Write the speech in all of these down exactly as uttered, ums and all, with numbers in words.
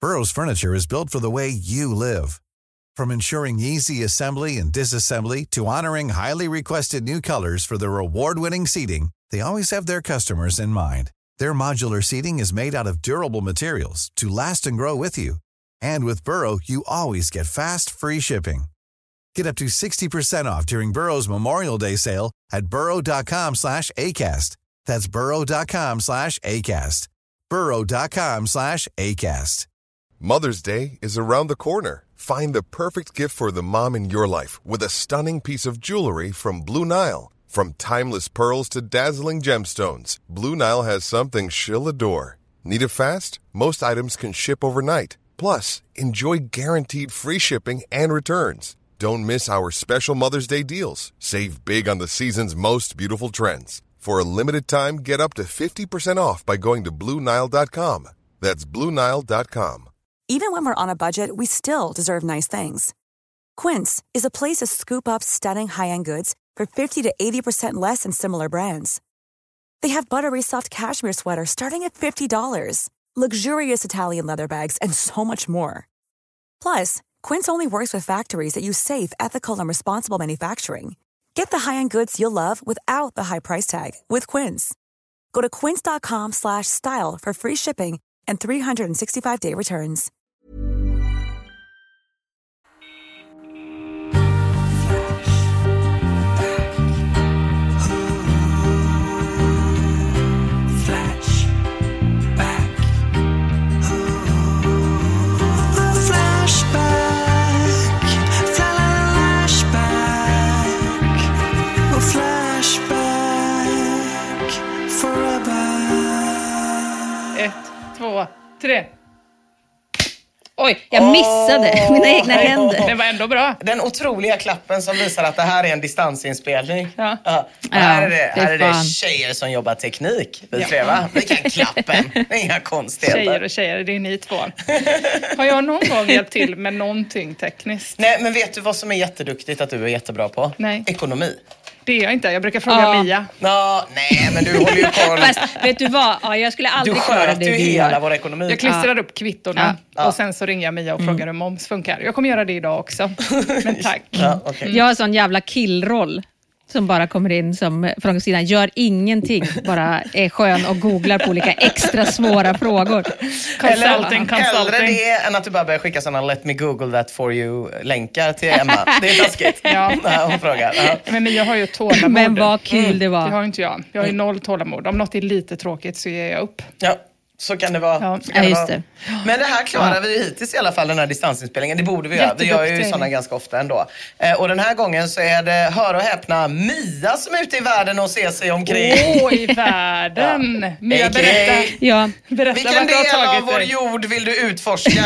Burrow's furniture is built for the way you live. From ensuring easy assembly and disassembly to honoring highly requested new colors for their award-winning seating, they always have their customers in mind. Their modular seating is made out of durable materials to last and grow with you. And with Burrow, you always get fast, free shipping. Get up to sixty percent off during Burrow's Memorial Day sale at burrow.com slash ACAST. That's burrow.com slash ACAST. burrow.com slash ACAST. Mother's Day is around the corner. Find the perfect gift for the mom in your life with a stunning piece of jewelry from Blue Nile. From timeless pearls to dazzling gemstones, Blue Nile has something she'll adore. Need it fast? Most items can ship overnight. Plus, enjoy guaranteed free shipping and returns. Don't miss our special Mother's Day deals. Save big on the season's most beautiful trends. For a limited time, get up to fifty percent off by going to blue nile dot com. That's blue nile dot com. Even when we're on a budget, we still deserve nice things. Quince is a place to scoop up stunning high-end goods for fifty to eighty percent less than similar brands. They have buttery soft cashmere sweaters starting at fifty dollars, luxurious Italian leather bags, and so much more. Plus, Quince only works with factories that use safe, ethical, and responsible manufacturing. Get the high-end goods you'll love without the high price tag with Quince. Go to quince.com slash style for free shipping and three sixty-five day returns. Två, tre. Oj, jag missade oh, mina egna händer. Det var ändå bra. Den otroliga klappen som visar att det här är en distansinspelning. Ja. Ja. Ja, här är det, här det är är det tjejer som jobbar teknik. Vi tre, va? Vi kan klappen. Inga konstigheter. Tjejer och tjejer, det är ni två. Har jag någon gång hjälpt till med någonting tekniskt? Nej, men vet du vad som är jätteduktigt att du är jättebra på? Nej. Ekonomi. Det är jag inte. Jag brukar fråga ja. Mia. Nå, nej, men du håller ju koll. Fast, vet du vad? Ja, jag skulle aldrig du klara det. Du sköter ju hela vår ekonomi. Jag klistrar ja. upp kvittorna ja. och sen så ringer jag Mia och frågar mm. hur moms funkar. Jag kommer göra det idag också. Men tack. Ja, okay. Jag har en sån jävla killroll som bara kommer in som från sidan, gör ingenting, bara är skön och googlar på olika extra svåra frågor. Consulting, consulting. Hellre det än att du bara börjar skicka sådana let me google that for you-länkar till Emma. Det är taskigt. Ja. Ja, hon frågar. Ja. Men jag har ju tålamod. Men vad kul mm. det var. Det har inte jag. Jag har ju noll tålamod. Om något är lite tråkigt så ger jag upp. Ja. Så kan det vara. Ja, så kan ja det just vara. det. Men det här klarar ja. vi hittills i alla fall, den här distansinspelningen. Det borde vi göra. Vi gör ju sådana ganska ofta ändå. Eh, och den här gången så är det, hör och häpna, Mia som är ute i världen och ser sig omkring. Åh, oh, i världen. Ja. Mia, berätta. Ja. berätta Vilken del av vår jord vill du utforska?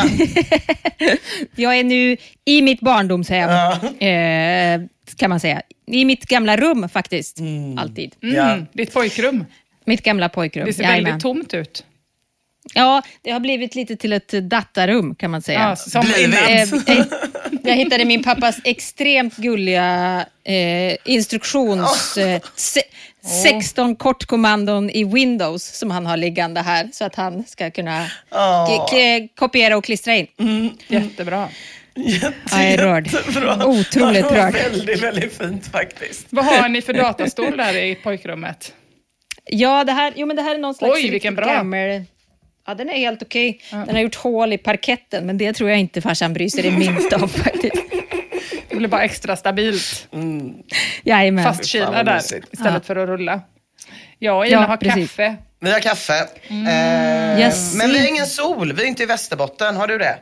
Jag är nu i mitt barndomshem, ja. eh, kan man säga. I mitt gamla rum faktiskt, mm. alltid. Mm. Ja. Ditt pojkrum. Mitt gamla pojkrum. Det ser Jajamän. väldigt tomt ut. Ja, det har blivit lite till ett datarum kan man säga. Ja, som eh, jag hittade min pappas extremt gulliga eh, instruktions... Eh, se, sexton kortkommandon i Windows som han har liggande här så att han ska kunna oh. k- k- kopiera och klistra in. Mm. Jättebra. Jätte, jag är rörd. Jättebra. Otroligt ja, rörd. Väldigt, väldigt fint faktiskt. Vad har ni för datastol där i pojkrummet? Ja, det här, jo, men det här är någon slags... Oj, vilken bra. Gammal, ja, den är helt okej. Okay. Den har gjort hål i parketten, men det tror jag inte farsan bryr sig det minst av faktiskt. Det blir bara extra stabilt. Mm. Jajamän. Fastkila där istället ja. för att rulla. Jag och Ina ja, har precis. kaffe. Vi har kaffe. Mm. Eh, yes. Men vi har ingen sol. Vi är inte i Västerbotten. Har du det?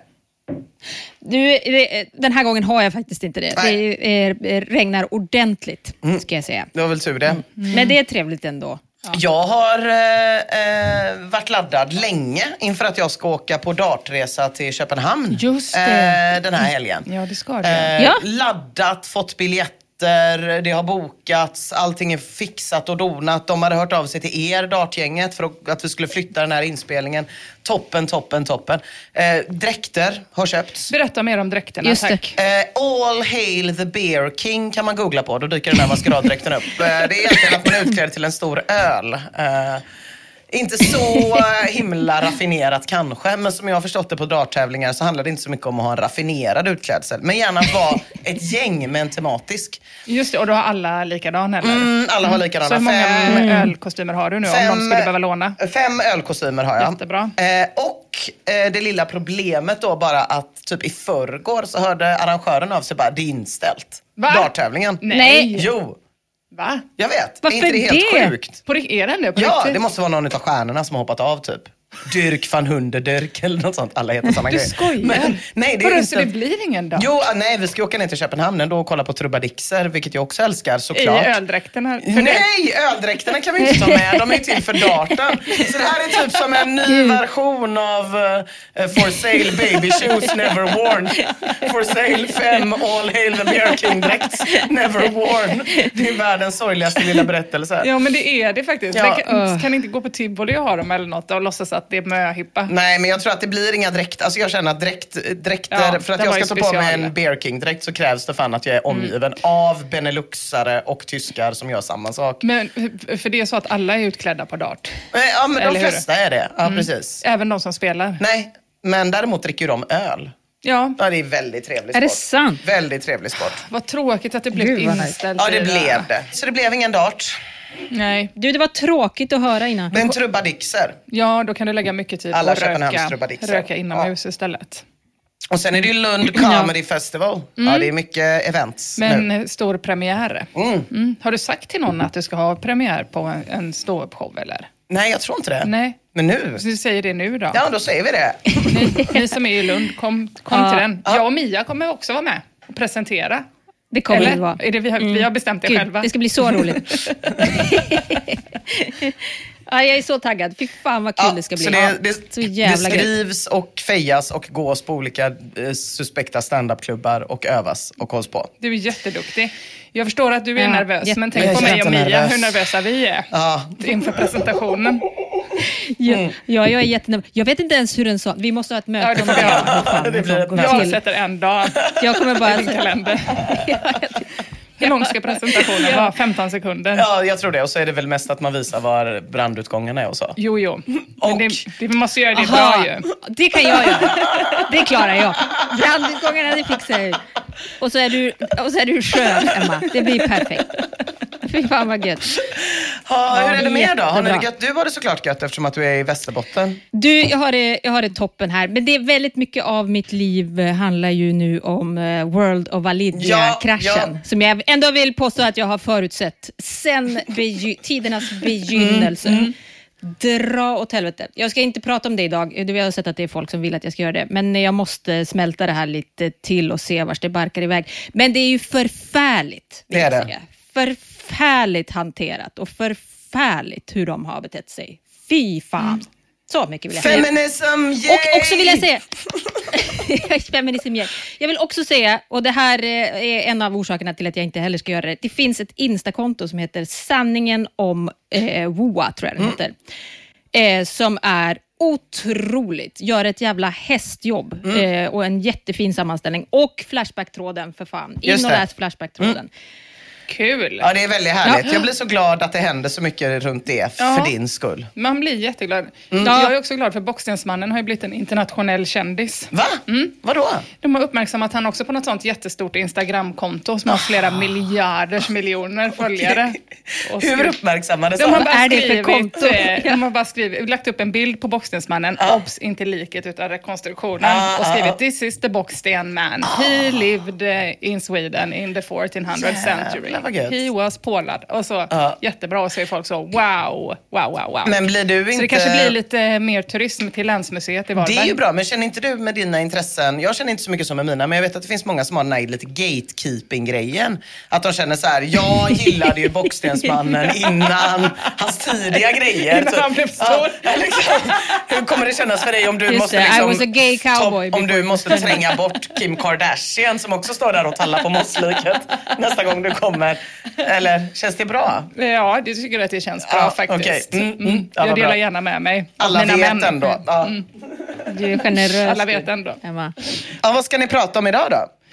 Du, den här gången har jag faktiskt inte det. Nej. Det är, är, regnar ordentligt, mm. ska jag säga. Det var väl tur det. Mm. Men det är trevligt ändå. Ja. Jag har eh, varit laddad länge inför att jag ska åka på dartresa till Köpenhamn. Just det. Eh, den här helgen. Ja, det ska det. Eh, ja. Laddat, fått biljetter, det har bokats, allting är fixat och donat. De hade hört av sig till er, dartgänget, för att vi skulle flytta den här inspelningen. Toppen, toppen, toppen. Eh, dräkter har köpts. Berätta mer om dräkterna, Just tack. Eh, All Hail the Beer King kan man googla på. Då dyker den här maskeradräkten upp. Eh, det är egentligen att man är utklädd till en stor öl. Eh, Inte så himla raffinerat kanske, men som jag har förstått det på darttävlingar så handlar det inte så mycket om att ha en raffinerad utklädsel. Men gärna att vara ett gäng med en tematisk. Just det, och då har alla likadan heller. Mm, alla har likadana. Så hur många fem, ölkostymer har du nu fem, om de skulle behöva låna? Fem ölkostymer har jag. Jättebra. Eh, och eh, det lilla problemet då bara att typ i förrgår så hörde arrangören av sig bara, det är inställt. Va? Darttävlingen. Nej. Jo. Va? Jag vet. Varför är inte det helt det? sjukt? På, är den det? På Ja, riktigt? det måste vara någon av stjärnorna som har hoppat av typ. Dirk van Hunderdirk eller något sånt. Alla heter samma Du grej. skojar? Men, nej, det är Vadå, inte... så det blir ingen dag? Jo, nej, vi ska åka ner till Köpenhamn ändå och kolla på Trubadixer, vilket jag också älskar såklart. I öldräkterna? För Nej, öldräkterna kan vi inte ta med. De är ju till för darten. Så det här är typ som en ny version av uh, For Sale Baby Shoes Never Worn. For Sale fem All Hail the Bear King dräkt Never Worn. Det är världens sorgligaste lilla berättelse. Ja, men det är det faktiskt. Ja. Det kan, kan inte gå på Tivoli och ha dem eller något och låtsas att det är möhippa. Nej, men jag tror att det blir inga dräkt. Alltså jag känner att dräkt, dräkter, Ja, för att det jag var ska ju ta på mig special. en Bear King-dräkt så krävs det fan att jag är omgiven mm. av beneluxare och tyskar som gör samma sak. Men för det är så att alla är utklädda på dart. Ja, men de Eller hur? flesta är det. Ja, mm. precis. Även de som spelar. Nej, men däremot dricker de öl. Ja. Ja, det är väldigt trevlig sport. Är det sant? Väldigt trevlig sport. Vad tråkigt att det blev Gud, vad inställt. Ja, det i blev det. Så det blev ingen dart. Nej. Du, det var tråkigt att höra innan. Men Trubadixer. Ja, då kan du lägga mycket tid Alla på Köpenhamns att Trubadixer. röka, röka inomhus istället. Och sen är det ju Lund Comedy Festival. Ja, det är mycket events Men nu. stor premiär. Mm. Mm. Har du sagt till någon att du ska ha premiär på en, en ståuppshow eller? Nej, jag tror inte det. Nej. Men nu? Så du säger det nu då? Ja, då säger vi det. Ni, ni som är i Lund, kom, kom Ja. till den. Ja. Jag och Mia kommer också vara med och presentera. Det kommer Eller? det vara. Är det vi, har, vi har bestämt det Gud, själva. det ska bli så roligt. Ja, jag är så taggad. Fy fan vad kul Ja, det ska bli. så det, det, så det jävla gött. skrivs och fejas och gås på olika eh, suspekta standupklubbar och övas och hålls på. Du är jätteduktig. Jag förstår att du är Ja, nervös, jätte- men tänk Jag är på mig och Mia, jättenervös. hur nervösa vi är Ja. inför presentationen. Ja, ja, jag är jättenervös. Jag vet inte ens hur den sa. Vi måste ha ett möte. Ja, det får om vi det. ha. Vad fan, Det blir ett kom möte. Jag till. sätter en dag Jag kommer bara i din säga... kalender. Hur lång ska presentationen vara? femton sekunder? Ja, jag tror det. Och så är det väl mest att man visar var brandutgången är och så. Jo, jo. Men Och- det, det, vi måste göra det Aha, bra ju. det kan jag göra. Det klarar jag. Brandutgångarna, det fixar jag. Och så är du, och så är du skön, Emma. Det blir perfekt. Fy fan vad gött. Ha, hur är det med då? Har ni det jättebra. gött? Du har det såklart gött eftersom att du är i Västerbotten. Du, jag har, det, jag har det toppen här. Men det är väldigt mycket av mitt liv eh, handlar ju nu om eh, World of Validja-kraschen. Ja, ja. Som jag ändå vill påstå att jag har förutsett sen begi- tidernas begynnelse. Mm, Dra åt helvete. Jag ska inte prata om det idag. Du har sett att det är folk som vill att jag ska göra det. Men jag måste smälta det här lite till och se vart det barkar iväg. Men det är ju förfärligt. Det är det. säga. Förfärligt hanterat och förfärligt hur de har betett sig. Fy fan. Mm. Så mycket vill jag säga. Feminism, yay! Och också vill jag säga Feminism, yay. Jag vill också säga, och det här är en av orsakerna till att jag inte heller ska göra det. Det finns ett Instakonto som heter Sanningen om eh, W O A, tror jag den heter. Eh, som är otroligt, gör ett jävla hästjobb eh, och en jättefin sammanställning. Och Flashback-tråden, för fan. In Just och det. läs Flashback-tråden. Kul. Ja, det är väldigt härligt. Ja. Jag blir så glad att det händer så mycket runt det Ja. för din skull. Man blir jätteglad. Mm. Jag är också glad för Bockstensmannen har ju blivit en internationell kändis. Va? Vadå? De har uppmärksammat han också på något sånt jättestort Instagramkonto som har flera miljarders miljoner följare. Och Hur skriv- uppmärksammades De har han? bara är det för skrivit, konto? eh, de har bara skrivit, lagt upp en bild på Bockstensmannen, obs, inte liket utan rekonstruktionen, Ah, och skrivit ah. this is the Bocksten man. He lived eh, in Sweden in the fourteen hundredth century. Jävlar, vad gött. He was polad. Och så, Ah. jättebra, och så är folk så wow, wow, wow, wow. Men blir du Så inte... det kanske blir lite mer turism till Länsmuseet i Varberg. Det är ju bra, men känner inte du med dina intressen, jag känner inte så mycket som med mina, men jag vet att det finns många som har den här lite gatekeeping-grejen. Att de känner så här: jag gillade ju Bockstensmannen innan hans tidiga grejer. Innan Så- han blev stor. Ja, liksom. Hur kommer det kännas för dig om du Just måste det, I liksom, was a gay cowboy topp- om before. du måste tränga bort Kim Kardashian som också står där och tallar på mossliket nästa gång du kommer? Eller känns det bra? Ja, det tycker jag att det känns bra Ja, faktiskt. okej. Mm, mm. Ja, jag vad delar bra. gärna med mig. av Alla mina vet män. ändå. Ja. Du är generös. Alla vet ändå. Emma. Ja, vad ska ni prata om idag då?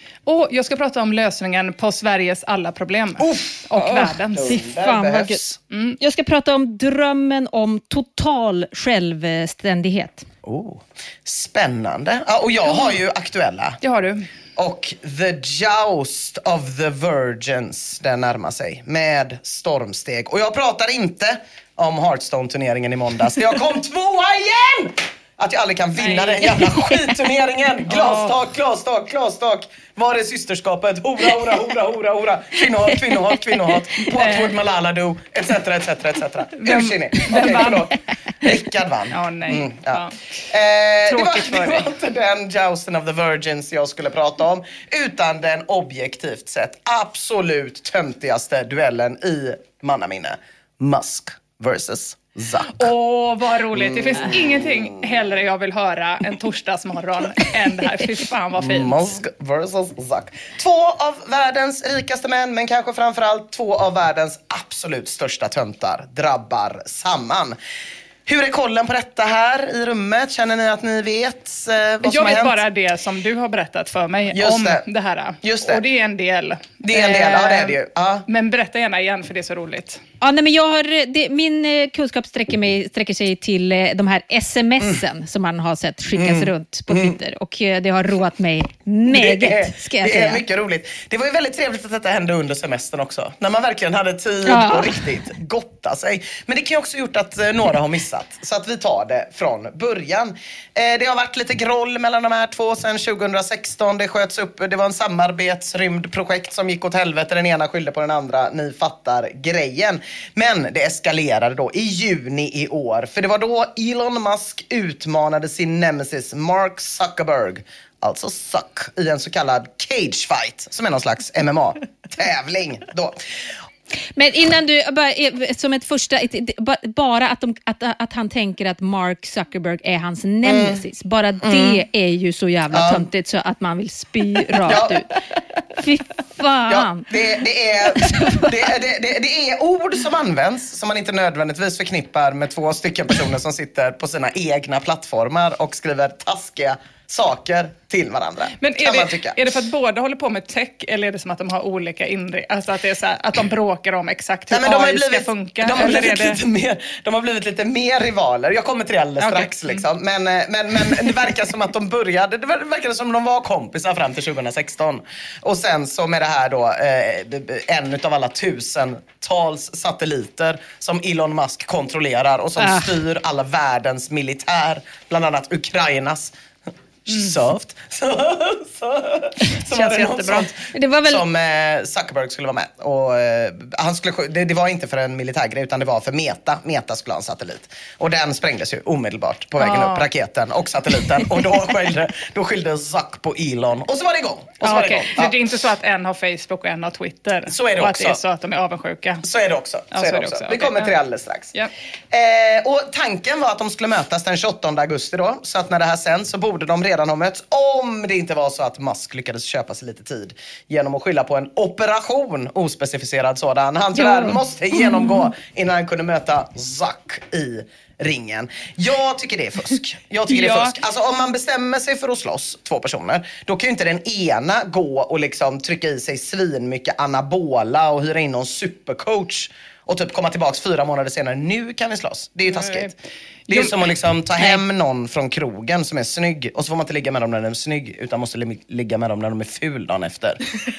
Och jag ska prata om lösningen på Sveriges alla problem. Uff, och oh, världens. Fy fan vad gött. Mm. Jag ska prata om drömmen om total självständighet. Oh, spännande. Ja, och jag har ju aktuella. Det har du. Och The Joust of the Virgins, den närmar sig med stormsteg. Och jag pratar inte om Hearthstone-turneringen i måndags. Jag kom tvåa igen! Att jag aldrig kan vinna Nej. den jävla skitturneringen. Glastak, glastak, glastak. Var är systerskapet? Hora, hora, hora, hora, hora. Kvinnohat, kvinnohat, kvinnohat. Portwood, Malala Do, et cetera, et cetera, et cetera. Ursinnig. Okej, förlåt. Rickard vann. Ja, nej. Mm, ja. Ja. Eh, det, Tråkigt var, för det dig. var inte den Jousten of the Virgins jag skulle prata om, utan den objektivt sett absolut töntigaste duellen i mannaminne. Musk versus Zuck. Åh, vad roligt. Det finns ingenting hellre jag vill höra en torsdagsmorgon än det här. Fy fan vad fint. Musk versus Zuck. Två av världens rikaste män, men kanske framförallt två av världens absolut största töntar drabbar samman. Hur är kollen på detta här i rummet? Känner ni att ni vet eh, vad Jag som har vet hänt? bara det som du har berättat för mig Just om det. det. här. Just det. Och det är en del. Det är en del, ja det är det ju. Ja. Men berätta gärna igen för det är så roligt. Ja, nej, men jag har, det, min eh, kunskap sträcker, mig, sträcker sig till eh, de här smsen mm. som man har sett skickas mm. runt på Twitter. Mm. Och eh, det har roat mig meget, det är, ska jag det säga. är mycket roligt. Det var ju väldigt trevligt att detta hände under semestern också. När man verkligen hade tid ja. och riktigt gotta sig. Men det kan ju också gjort att eh, några har missat. Så att vi tar det från början. Eh, det har varit lite groll mellan de här två sedan tjugohundrasexton. Det sköts upp, det var en samarbetsrymdprojekt som gick åt helvete. Den ena skyllde på den andra. Ni fattar grejen. Men det eskalerade då i juni i år. För det var då Elon Musk utmanade sin nemesis Mark Zuckerberg, alltså Zuck, i en så kallad cage fight, som är någon slags M M A-tävling då. Men innan du, bara, som ett första, ett, bara att, de, att, att han tänker att Mark Zuckerberg är hans nemesis. Mm. Bara mm. det är ju så jävla ja. töntigt så att man vill spy rakt ja. ut. Fy fan. Ja, det, det, är, det, det, det, det är ord som används som man inte nödvändigtvis förknippar med två stycken personer som sitter på sina egna plattformar och skriver taskiga saker till varandra. Men är det, är det för att båda håller på med tech eller är det som att de har olika inre, alltså att det är så här, att de bråkar om exakt hur Nej, men de A I blivit, ska funka? De har, eller blivit är det... lite mer, de har blivit lite mer rivaler. Jag kommer till det alldeles okay. strax liksom. Men, men, men det verkar som att de började, det verkar som de var kompisar fram till tjugohundrasexton. Och sen så med det här då, eh, en utav alla tusentals satelliter som Elon Musk kontrollerar och som ah. styr alla världens militär, bland annat Ukrainas. Mm. Soft. så, så, så var det jättebra. Det var väl... Som eh, Zuckerberg skulle vara med. Och, eh, han skulle, det, det var inte för en militärgrej utan det var för Meta. Meta skulle ha en satellit. Och den sprängdes ju omedelbart på vägen ah. upp, raketen och satelliten. Och då skilde, då skilde Zuck på Elon. Och så var det igång. Och så ah, var det okay. igång. Ja. Ja. Det är inte så att en har Facebook och en har Twitter. Så är det och också. Och att det är så att de är avundsjuka. Så är det också. Så, ja, är det också. också. Vi okay. kommer till det alldeles strax. Ja. Eh, och tanken var att de skulle mötas den tjugoåttonde augusti då. Så att när det här sänds så borde de redan ha mötts. Om det inte var så att Musk lyckades köpa sig lite tid genom att skylla på en operation, ospecificerad sådan. Han tyvärr ja. måste genomgå innan han kunde möta Zuck i ringen. Jag tycker det är fusk. Jag tycker ja. det är fusk. Alltså om man bestämmer sig för att slåss två personer, då kan ju inte den ena gå och liksom trycka i sig svin mycket anabola och hyra in någon supercoach och typ komma tillbaks fyra månader senare. Nu kan vi slåss. Det är ju taskigt. Det är ju som att liksom ta hem någon från krogen som är snygg och så får man inte ligga med dem när de är snygg utan måste li- ligga med dem när de är ful dagen efter.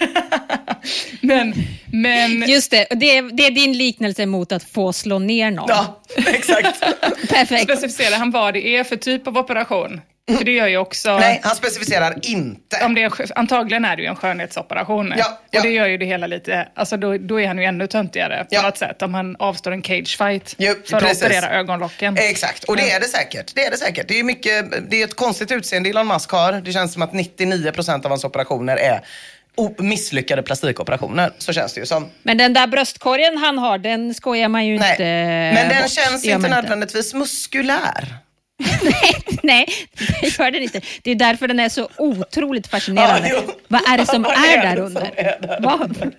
men, men... Just det, det är, det är din liknelse mot att få slå ner någon. Ja, exakt. Perfekt. Specificerar han vad det är för typ av operation? För det gör ju också... Nej, han specificerar inte. Om det är, antagligen är det ju en skönhetsoperation. Ja, ja. Och det gör ju det hela lite... Alltså då, då är han ju ännu töntigare på ja. något sätt. Om han avstår en cage fight jo, för precis. att operera ögonlocken. Exakt, och det är det säkert. Det är det säkert. Det är mycket, det är ett konstigt utseende Elon Musk har. Det känns som att nittionio procent av hans operationer är misslyckade plastikoperationer. Så känns det ju som. Men den där bröstkorgen han har, den skojar man ju Nej. inte Men den bort. känns inte nödvändigtvis muskulär. nej, nej, det gör den inte. Det är därför den är så otroligt fascinerande. Ja, vad är det som är, är där under? Är där? Vad?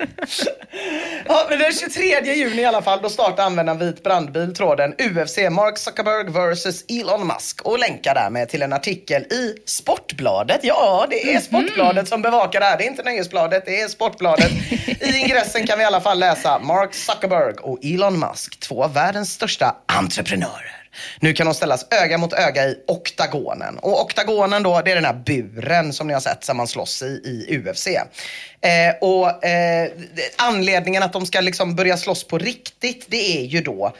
Ja, men den tjugotredje juni i alla fall, då startar användaren vit brandbil tråden U F C Mark Zuckerberg versus Elon Musk och länkar därmed till en artikel i Sportbladet. Ja, det är Sportbladet mm. som bevakar det här. Det är inte Nöjesbladet, det är Sportbladet. I ingressen kan vi i alla fall läsa Mark Zuckerberg och Elon Musk, två av världens största entreprenörer. Nu kan de ställas öga mot öga i oktagonen. Och oktagonen då, det är den här buren som ni har sett som man slåss i i U F C. Eh, och eh, anledningen att de ska liksom börja slåss på riktigt, det är ju då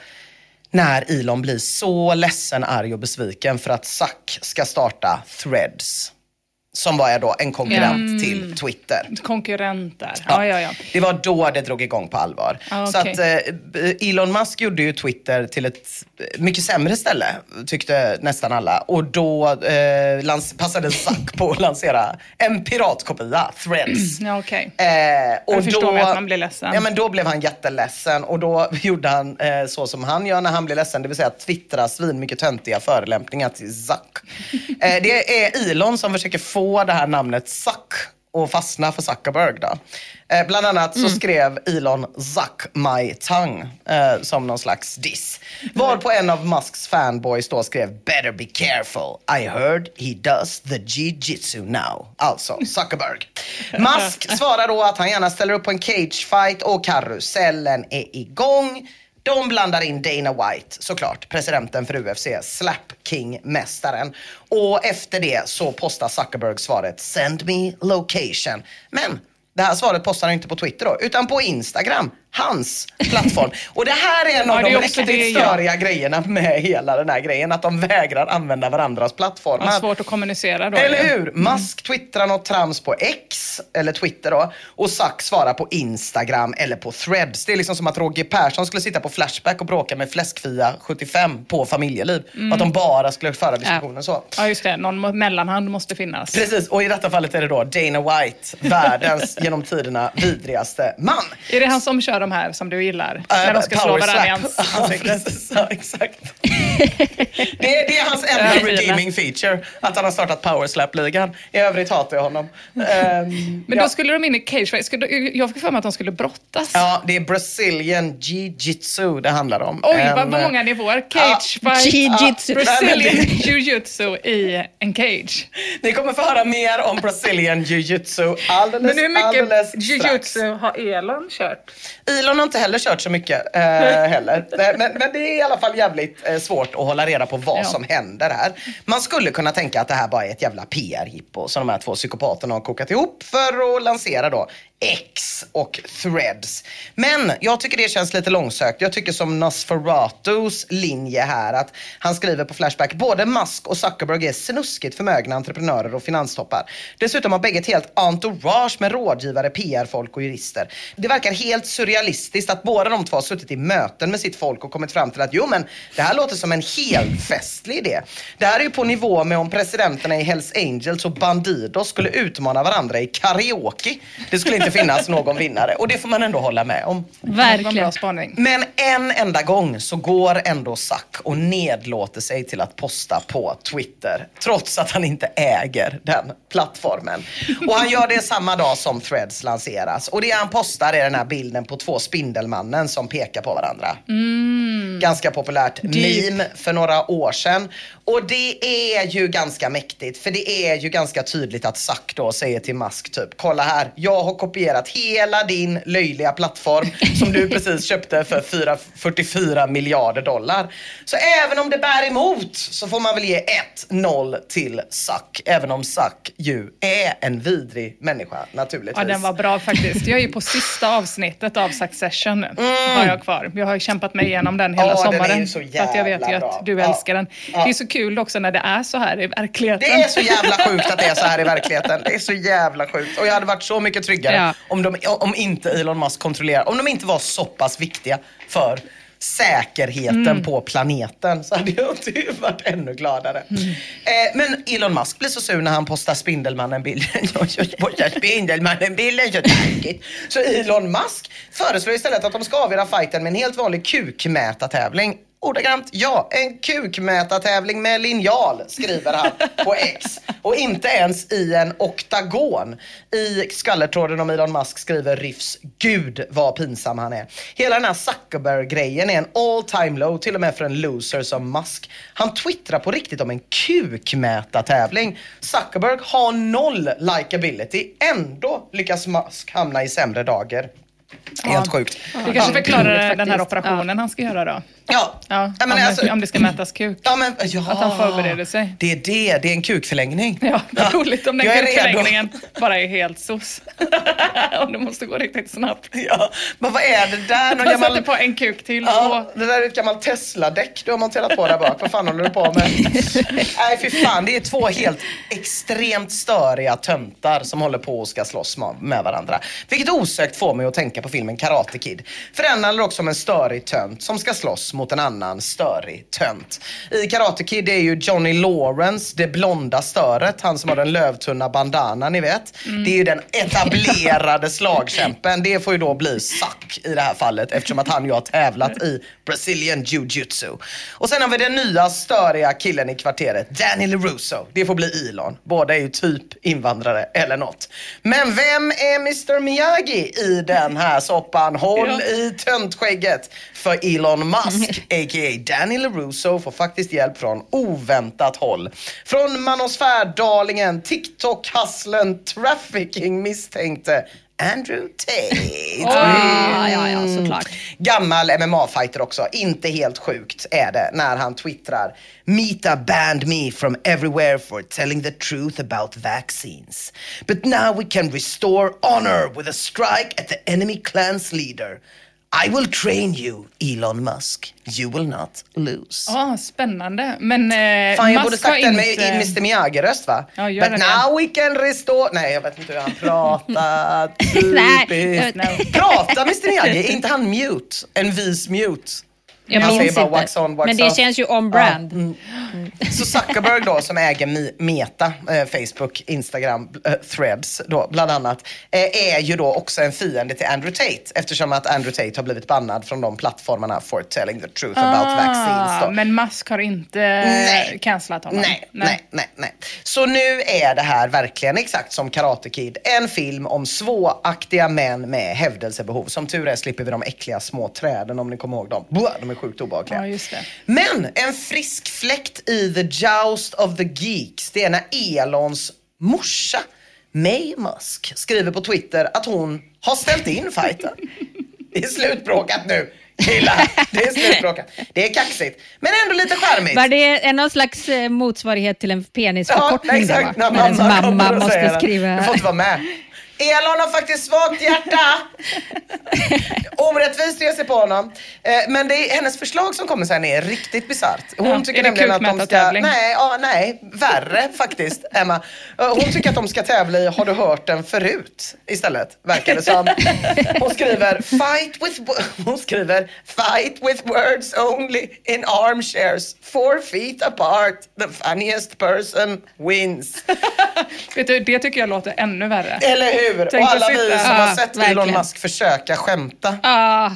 när Elon blir så ledsen, arg och besviken för att Zuck ska starta Threads. Som var då en konkurrent mm. till Twitter. Konkurrenter. Ja, ja, ja, ja. Det var då det drog igång på allvar. Ah, så okay. att eh, Elon Musk gjorde ju Twitter till ett mycket sämre ställe, tyckte nästan alla. Och då eh, lans- passade Zuck på att lansera en piratkopia, Threads. Ja, okej. Okay. Eh, och Jag förstår då, mig att man blir ledsen. Ja, men då blev han jätteledsen. Och då gjorde han eh, så som han gör när han blir ledsen. Det vill säga att twittra svin mycket töntiga förelämpningar till Zuck. eh, det är Elon som försöker få det här namnet Zuck och fastna för Zuckerberg då. Eh, bland annat så skrev Elon Zuck my tongue eh, som någon slags diss. Var på en av Musks fanboys då skrev better be careful. I heard he does the jiu-jitsu now. Alltså Zuckerberg. Musk svarar då att han gärna ställer upp på en cage fight och karusellen är igång. De blandar in Dana White, såklart, presidenten för U F C, Slap King-mästaren. Och efter det så postar Zuckerberg svaret send me location. Men det här svaret postar han inte på Twitter då, utan på Instagram, hans plattform. Och det här är en av ja, de riktigt det, störiga ja. grejerna med hela den här grejen, att de vägrar använda varandras plattformar. Det är svårt att kommunicera då. Eller hur? Mm. Musk twittrar något trams på X, eller Twitter då, och Zuck svarar på Instagram eller på Threads. Det är liksom som att Roger Persson skulle sitta på Flashback och bråka med Fläskfia sjuttiofem på Familjeliv. Mm. Att de bara skulle föra diskussionen ja. så. Ja, just det. Någon mellanhand måste finnas. Precis, och i detta fallet är det då Dana White, världens genom tiderna vidrigaste man. Är det han som kör de här som du gillar? Uh, när de ska slå varandra i hans ansikte. Ja, exakt. det, är, det är hans enda redeeming feature, att han har startat Powerslap-ligan. I övrigt hatar jag honom. Um, Men ja. då skulle de in i cage. Skulle, jag fick för mig att de skulle brottas. Ja, det är Brazilian Jiu-Jitsu det handlar om. Oj, en, vad många nivåer. Cage ja, fight. Jiu-Jitsu. Ja, Brazilian Jiu-Jitsu i en cage. Ni kommer få höra mer om Brazilian Jiu-Jitsu alldeles, Men hur mycket Jiu-Jitsu har Elon kört? Elon har inte heller kört så mycket eh, heller. Men, men det är i alla fall jävligt eh, svårt att hålla reda på vad ja. som händer här. Man skulle kunna tänka att det här bara är ett jävla P R-hippo som de här två psykopaterna har kokat ihop för att lansera då X och Threads. Men jag tycker det känns lite långsökt. Jag tycker som Nosferatus linje här, att han skriver på Flashback: både Musk och Zuckerberg är snuskigt förmögna entreprenörer och finanstoppar. Dessutom har bägge ett helt entourage med rådgivare, P R-folk och jurister. Det verkar helt surrealistiskt att båda de två har suttit i möten med sitt folk och kommit fram till att jo men det här låter som en helt festlig idé. Det här är ju på nivå med om presidenterna i Hells Angels och Bandidos skulle utmana varandra i karaoke. Det skulle inte finnas någon vinnare, och det får man ändå hålla med om. Verkligen. Bra spaning. Men en enda gång så går ändå Zuck och nedlåter sig till att posta på Twitter, trots att han inte äger den plattformen. Och han gör det samma dag som Threads lanseras. Och det han postar är den här bilden på två Spindelmannen som pekar på varandra. Mm. Ganska populärt Deep. meme för några år sedan. Och det är ju ganska mäktigt, för det är ju ganska tydligt att Zuck då säger till Musk typ: kolla här, jag har kopierat hela din löjliga plattform som du precis köpte för fyrtiofyra miljarder dollar. Så även om det bär emot så får man väl ge ett noll till Zuck, även om Zuck ju är en vidrig människa naturligtvis. Ja, den var bra faktiskt. Jag är ju på sista avsnittet av Succession mm. har jag kvar. Jag har kämpat mig igenom den hela ja, sommaren. Den är så för att jag vet ju bra. att du ja. älskar den. Ja. Det är så kul också när det är så här i verkligheten. Det är så jävla sjukt att det är så här i verkligheten. Det är så jävla sjukt. Och jag hade varit så mycket tryggare ja. om, de, om inte Elon Musk kontrollerar. Om de inte var så pass viktiga för säkerheten mm. på planeten, så hade jag typ varit ännu gladare. Mm. Eh, men Elon Musk blir så sur när han postar Spindelmannen-bilden. Jag postar Spindelmannen-bilden så tankigt. Så Elon Musk föreslår istället att de ska avgöra fighten med en helt vanlig kukmätartävling. ordagrant, ja, en kukmätartävling med linjal, skriver han på X. Och inte ens i en oktagon. I skallertråden om Elon Musk skriver Riffs, gud vad pinsam han är. Hela den här Zuckerberg-grejen är en all time low, till och med för en loser som Musk. Han twittrar på riktigt om en kukmätartävling. Zuckerberg har noll likability, ändå lyckas Musk hamna i sämre dagar. Helt sjukt. Vi kanske förklarar ja, den här operationen ja. han ska göra då. Ja. ja om, men alltså, om det ska mätas kuk. Ja, men, ja. Att han förbereder sig. Det är det, det är en kukförlängning. Ja, det är roligt om den kukförlängningen bara är helt sos. Om det måste gå riktigt snabbt. Ja, men vad är det där? Man gammal... sätter på en kuk till. Ja, det där är ett gammalt Tesla-däck du har monterat på där bak. Vad fan håller du på med? Nej, för fan, det är två helt extremt störiga töntar som håller på och ska slåss med varandra. Vilket osökt får mig att tänka på filmen Karate Kid. För den handlar också om en störig tönt som ska slåss mot en annan störig tönt. I Karate Kid är ju Johnny Lawrence det blonda störet, han som har den lövtunna bandanan, ni vet. Mm. Det är ju den etablerade slagkämpen. Det får ju då bli Suck i det här fallet, eftersom att han ju har tävlat i Brazilian Jiu-Jitsu. Och sen har vi den nya störiga killen i kvarteret, Danny LaRusso. Det får bli Elon. Båda är ju typ invandrare eller något. Men vem är mister Miyagi i den här soppan? Håll ja. i töntskägget. För Elon Musk, a k a. Danny LaRusso, får faktiskt hjälp från oväntat håll. Från manosfärdalingen, TikTok-hustlen, trafficking misstänkte Andrew Tate. Oh, ja, ja, såklart. Gammal M M A-fighter också. Inte helt sjukt är det när han twittrar: Meta banned me from everywhere for telling the truth about vaccines. But now we can restore honor with a strike at the enemy clan's leader. I will train you, Elon Musk. You will not lose. Ja, oh, spännande. Men eh, fan, jag Musk borde sagt den med inte... mister Miyagi-röst, va? Ja, But now igen. we can restore... Nej, jag vet inte hur han pratar. Typiskt. Prata mister Miyagi. Är inte han mute? En vis mute. Jag han minns bara, inte. wax on, wax men det off. känns ju on-brand. Ja. Mm. Så Zuckerberg då, som äger Meta, eh, Facebook, Instagram, eh, Threads då, bland annat, eh, är ju då också en fiende till Andrew Tate, eftersom att Andrew Tate har blivit bannad från de plattformarna for telling the truth ah, about vaccines då. Men Musk har inte nej. cancelat honom. Nej, nej, nej, nej, nej. Så nu är det här verkligen exakt som Karate Kid, en film om svåaktiga män med hävdelsebehov. Som tur är slipper vi de äckliga små träden, om ni kommer ihåg dem. De är sjukt obehagliga. Ja, just det. Men en frisk fläkt i The Joust of the Geeks, det är när Elons morsa May Musk skriver på Twitter att hon har ställt in fighten. Det är slutbråkat nu. Killar, det är slutbråkat. Det är kaxigt, men ändå lite charmigt. Var det någon slags motsvarighet till en penisförkortning? Ja, exakt. När mamma, mamma måste skriva. Du får inte vara med. Elon har faktiskt svagt hjärta. Orättvist reser på honom. eh, Men det är hennes förslag som kommer sen är riktigt bizarrt. Hon ja, tycker nämligen att de ska nej, ja, nej, värre faktiskt, Emma. Hon tycker att de ska tävla i Har du hört den förut istället, verkar det som. Hon skriver Fight with Hon skriver Fight with words only in armchairs, four feet apart. The funniest person wins. Vet du, det tycker jag låter ännu värre. Eller hur? Tänk och alla vi som ah, har sett verkligen. Elon Musk försöka skämta. Ah.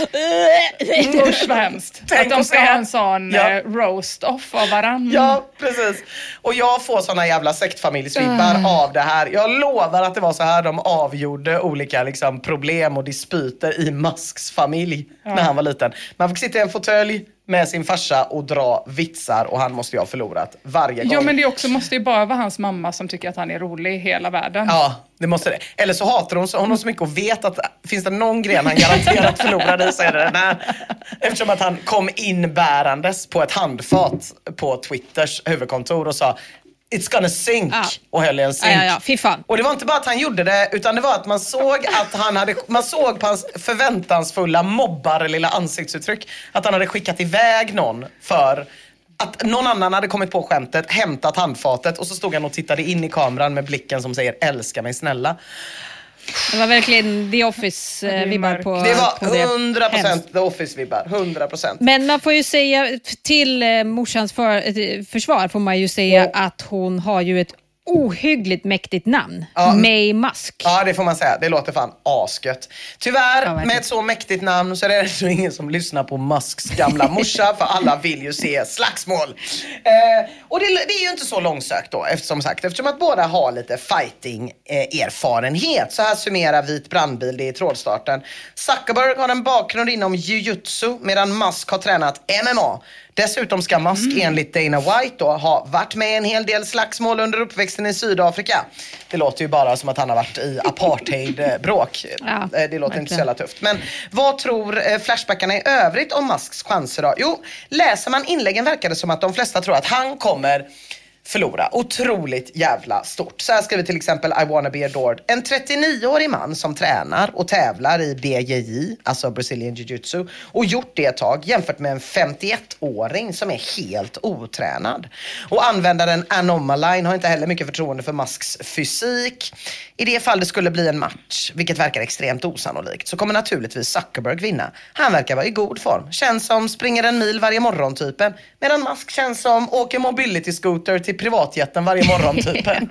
Usch vad hemskt. Att de ska ha en sån ja. eh, roast-off av varann. Ja, precis. Och jag får såna jävla sektfamiljsvibbar uh. av det här. Jag lovar att det var så här de avgjorde olika liksom, problem och dispyter i Musks familj uh. när han var liten. Man fick sitta i en fåtölj med sin farsa och dra vitsar, och han måste ju ha förlorat varje gång. Ja, men det också måste ju bara vara hans mamma som tycker att han är rolig i hela världen. Ja, det måste det. Eller så hatar hon honom så mycket och vet att finns det någon gren han garanterat förlorade i, så är det den här. Eftersom att han kom inbärandes på ett handfat på Twitters huvudkontor och sa It's gonna sink. Ah. Och höll i en sink. Ja, ja, ja. Fy fan. Och det var inte bara att han gjorde det, utan det var att man såg att han hade, man såg på hans förväntansfulla mobbar lilla ansiktsuttryck att han hade skickat iväg någon för att någon annan hade kommit på skämtet, hämtat handfatet, och så stod han och tittade in i kameran med blicken som säger älska mig snälla. Det var verkligen The Office-vibbar på det. var på det. hundra procent The Office-vibbar, hundra procent. Men man får ju säga till eh, morsans för, försvar får man ju säga oh. att hon har ju ett ohyggligt mäktigt namn. Ja. May Musk. Ja, det får man säga. Det låter fan asgött. Tyvärr, Ja, med ett så mäktigt namn så är det ändå ingen som lyssnar på Musks gamla morsa, för alla vill ju se slagsmål. Eh, och det, det är ju inte så långsökt då, eftersom sagt, eftersom att båda har lite fighting-erfarenhet. Så här summerar Vit brandbil det i trådstarten. Zuckerberg har en bakgrund inom jiu-jitsu, medan Musk har tränat M M A. Dessutom ska Musk mm. enligt Dana White då ha varit med i en hel del slagsmål under uppväxten i Sydafrika. Det låter ju bara som att han har varit i apartheidbråk. Ja, det låter verkligen inte så jävla tufft. Men vad tror Flashbackarna i övrigt om Musks chanser då? Jo, läser man inläggen verkar det som att de flesta tror att han kommer förlora. Otroligt jävla stort. Så här skriver till exempel I wanna be adored. En trettionioårig man som tränar och tävlar i B J J, alltså Brazilian Jiu-Jitsu, och gjort det ett tag jämfört med en femtioettåring som är helt otränad. Och användaren Anomaline har inte heller mycket förtroende för Musks fysik. I det fall det skulle bli en match, vilket verkar extremt osannolikt, så kommer naturligtvis Zuckerberg vinna. Han verkar vara i god form. Känns som springer en mil varje morgon typen, medan Musk känns som åker mobility scooter till privatjätten varje morgon typen.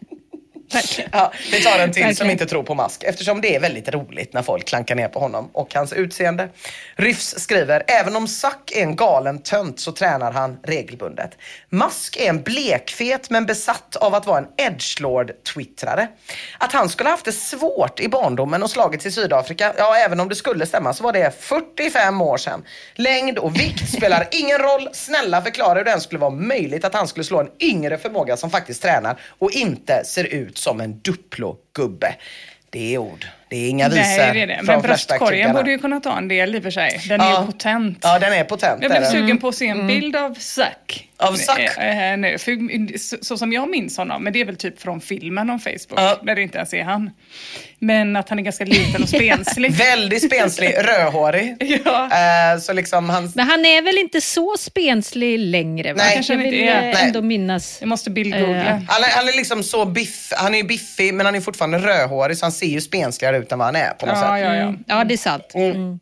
Ja, vi tar en till okay. som inte tror på Musk, eftersom det är väldigt roligt när folk klankar ner på honom och hans utseende. Ryfs skriver, även om Zuck är en galen tönt så tränar han regelbundet. Musk är en blekfet men besatt av att vara en edgelord-twittrare. Att han skulle ha haft det svårt i barndomen och slagits i Sydafrika, ja, även om det skulle stämma, så var det fyrtiofem år sedan. Längd och vikt spelar ingen roll. Snälla förklara hur det ens skulle vara möjligt att han skulle slå en yngre förmåga som faktiskt tränar och inte ser ut som en duplo-gubbe. Det är ord. Det är inga visor. Nej, det är det. Men bröstkorgen borde ju kunna ta en del i och för sig. Den ja. är ju potent. Ja, den är potent. Jag blir sugen på att se en mm. bild av Zuck. Av Zuck? Äh, nu. För, så, så som jag minns honom. Men det är väl typ från filmen om Facebook. Ja. Där det inte ens är han. Men att han är ganska liten och spenslig. Väldigt spenslig, rödhårig. Ja. Uh, så liksom hans... Men han är väl inte så spenslig längre, va? Nej, kanske jag vill är. ändå minnas. Jag måste bildgoogla. Uh. Han, är, han är liksom så biff. Han är ju biffig, men han är fortfarande rödhårig. Så han ser ju spensligare ut än vad han är på något ja, sätt. Ja, ja. Mm. Ja, det är sant. Mm. Mm.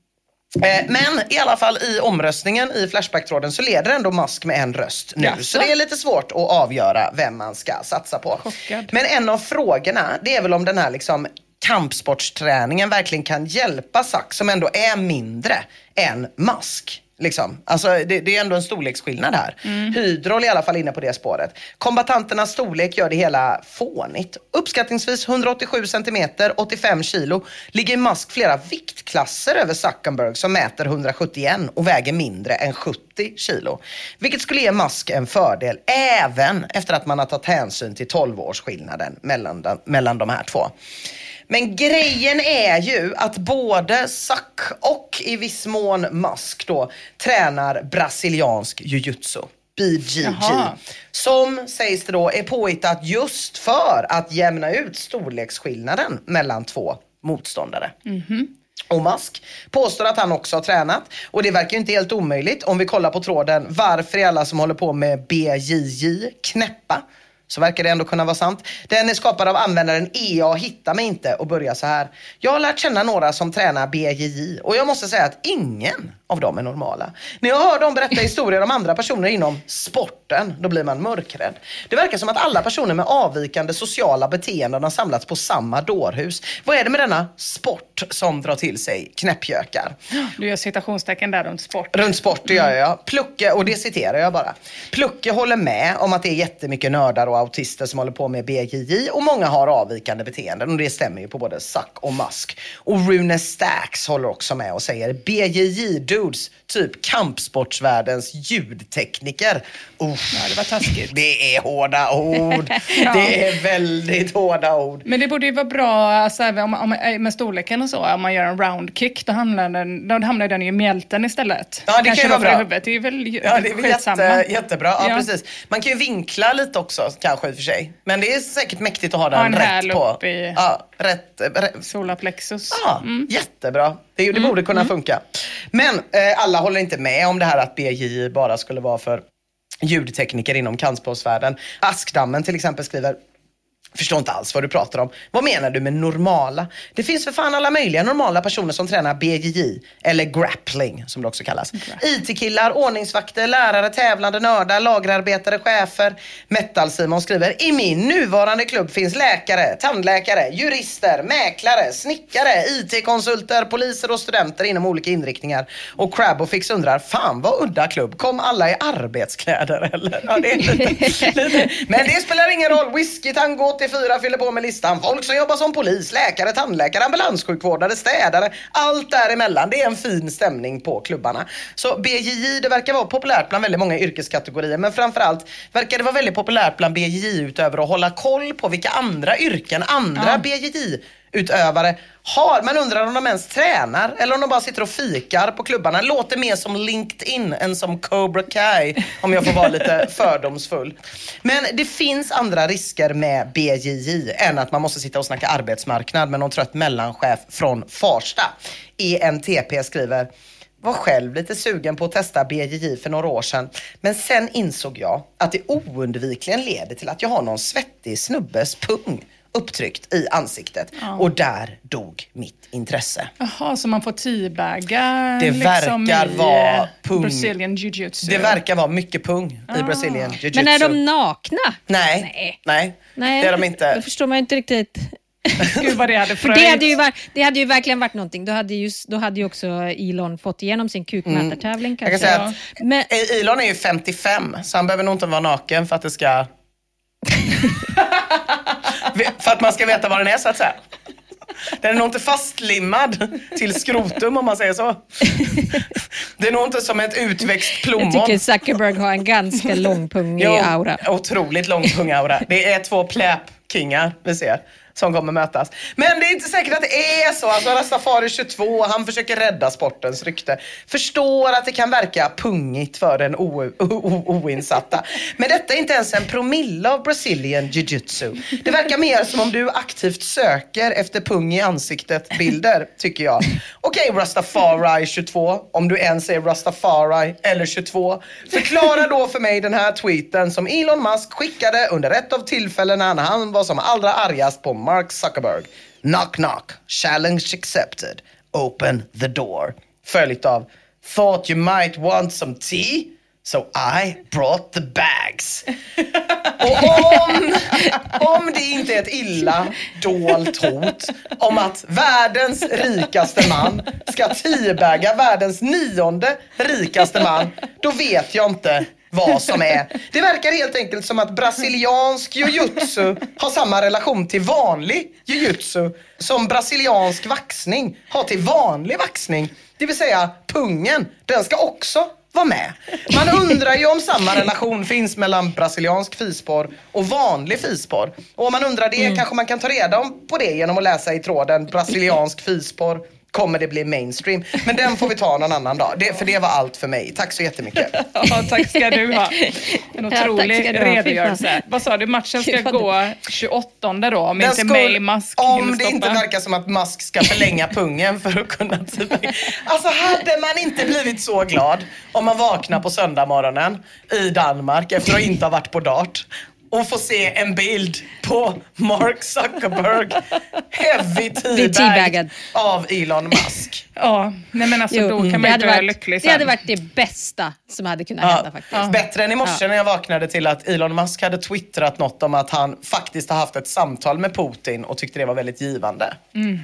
Men i alla fall i omröstningen i Flashback-tråden så leder ändå Musk med en röst nu. Jaså? Så det är lite svårt att avgöra vem man ska satsa på. Chockad. Men en av frågorna, det är väl om den här liksom kampsportsträningen verkligen kan hjälpa Zuck, som ändå är mindre än Musk. Liksom. Alltså, det, det är ändå en storleksskillnad här. Mm. Hydrol är i alla fall inne på det spåret. Kombatanternas storlek gör det hela fånigt. Uppskattningsvis hundraåttiosju centimeter, åttiofem kilo, ligger Musk flera viktklasser över Zuckerberg som mäter hundrasjuttioen och väger mindre än sjuttio kilo. Vilket skulle ge Musk en fördel även efter att man har tagit hänsyn till tolv-årsskillnaden mellan, den, mellan de här två. Men grejen är ju att både Zuck och i viss mån Musk då tränar brasiliansk jiu-jitsu. B J J. Jaha. Som sägs det då är påhittat just för att jämna ut storleksskillnaden mellan två motståndare. Mm-hmm. Och Musk påstår att han också har tränat. Och det verkar ju inte helt omöjligt om vi kollar på tråden. Varför är alla som håller på med B J J knäppa? Så verkar det ändå kunna vara sant. Den är skapad av användaren E A Hitta mig inte och börjar så här. Jag har lärt känna några som tränar B J J och jag måste säga att ingen av dem är normala. När jag hör dem berätta historier om andra personer inom sporten, då blir man mörkrädd. Det verkar som att alla personer med avvikande sociala beteenden har samlats på samma dårhus. Vad är det med denna sport som drar till sig knäppjökar? Du gör citationstecken där runt sport. Runt sport, det gör jag. Plucke, och det citerar jag bara. Plucke håller med om att det är jättemycket nördar och autister som håller på med B J J och många har avvikande beteenden och det stämmer ju på både Zuck och Musk. Och Rune Stacks håller också med och säger B J J-dudes, typ kampsportsvärldens ljudtekniker. Uff, ja, det var taskigt. Det är hårda ord. Ja. Det är väldigt hårda ord. Men det borde ju vara bra alltså, om, om, med storleken och så, om man gör en round kick, då hamnar den, då hamnar den i mjälten istället. Ja, det kan ju vara bra. Huvudet. Det är väl ja, det är väl jätte, jättebra. Ja, ja, precis. Man kan ju vinkla lite också, kanske i och för sig. Men det är säkert mäktigt att ha den ja, rätt på. I ja, rätt, rätt. solarplexus. Ja, mm. jättebra. Det, det borde kunna mm. funka. Men eh, alla håller inte med om det här att B J J bara skulle vara för ljudtekniker inom kampsportsvärlden. Askdammen till exempel skriver: Förstår inte alls vad du pratar om. Vad menar du med normala? Det finns för fan alla möjliga normala personer som tränar B J J eller grappling som det också kallas. I T-killar, ordningsvakter, lärare, tävlande, nördar, lagerarbetare, chefer. Metal Simon skriver: i min nuvarande klubb finns läkare, tandläkare, jurister, mäklare, snickare, I T-konsulter, poliser och studenter inom olika inriktningar. Och Crab och Fix undrar: fan vad udda klubb. Kom alla i arbetskläder eller? Ja, det är lite, lite. Men det spelar ingen roll. Whisky, tango, åttiofyra fyller på med listan. Folk som jobbar som polis, läkare, tandläkare, ambulanssjukvårdare, städare. Allt däremellan. Det är en fin stämning på klubbarna. Så B J J, det verkar vara populärt bland väldigt många yrkeskategorier. Men framförallt verkar det vara väldigt populärt bland B J J-utövare att hålla koll på vilka andra yrken, andra ja. B J J-utövare har. Man undrar om de ens tränar eller om de bara sitter och fikar på klubbarna. Låter mer som LinkedIn än som Cobra Kai, om jag får vara lite fördomsfull. Men det finns andra risker med B J J än att man måste sitta och snacka arbetsmarknad med någon trött mellanchef från Farsta. E N T P skriver: var själv lite sugen på att testa B J J för några år sedan. Men sen insåg jag att det oundvikligen leder till att jag har någon svettig snubbes pung upptryckt i ansiktet. Ja. Och där dog mitt intresse. Jaha, så man får teabagga det liksom verkar i vara pung. Brazilian jiu-jitsu. Det verkar vara mycket pung ah. i Brazilian jiu-jitsu. Men är de nakna? Nej, nej, nej. nej. Det är de inte. Då förstår man inte riktigt. Gud vad det hade för det hade, ju varit, det hade ju verkligen varit någonting. Då hade ju, då hade ju också Elon fått igenom sin kukmätartävling. Mm. Jag kan säga att Men... Elon är ju femtiofem, så han behöver nog inte vara naken för att det ska... för att man ska veta vad den är, så att säga. Den är nog inte fastlimmad till skrotum, om man säger så. Det är nog inte som ett utväxt plommon. Jag tycker Zuckerberg har en ganska lång pung i aura. Otroligt lång pung-aura. Det är två pläp-kingar vi ser som kommer mötas. Men det är inte säkert att det är så. Alltså Rastafari tjugotvå, han försöker rädda sportens rykte. Förstår att det kan verka pungigt för den o- o- oinsatta. Men detta är inte ens en promille av Brazilian jiu-jitsu. Det verkar mer som om du aktivt söker efter pung i ansiktet bilder, tycker jag. Okej, okay, Rastafari tjugotvå, om du ens är Rastafari eller tjugotvå. Förklara då för mig den här tweeten som Elon Musk skickade under ett av tillfällena när han var som allra argast på Mark Zuckerberg. Knock knock, challenge accepted, open the door. Följt av: thought you might want some tea, so I brought the bags. Och om, om det inte är ett illa dolt hot om att världens rikaste man ska teabagga världens nionde rikaste man, då vet jag inte vad som är. Det verkar helt enkelt som att brasiliansk jiu-jitsu har samma relation till vanlig jiu-jitsu som brasiliansk vaxning har till vanlig vaxning. Det vill säga pungen, den ska också vara med. Man undrar ju om samma relation finns mellan brasiliansk fisporr och vanlig fisporr. Och om man undrar det mm. kanske man kan ta reda på det genom att läsa i tråden brasiliansk fisporr. Kommer det bli mainstream? Men den får vi ta någon annan dag. Det, för det var allt för mig. Tack så jättemycket. Ja, tack ska du ha. En otrolig ja, redogörelse. Vad sa du? Matchen ska gå tjugoåttonde då, om den inte May Musk. Om det inte verkar som att Musk ska förlänga pungen för att kunna typ. Alltså hade man inte blivit så glad om man vaknar på söndag morgonen i Danmark efter att inte ha varit på dart och få se en bild på Mark Zuckerberg heavy teabag av Elon Musk. Ja, nej men alltså jo, då kan man ju vara lycklig sen. Det hade varit det bästa som hade kunnat ja, hända faktiskt. Ja. Bättre än i morse ja. när jag vaknade till att Elon Musk hade twittrat något om att han faktiskt har haft ett samtal med Putin och tyckte det var väldigt givande. Mm.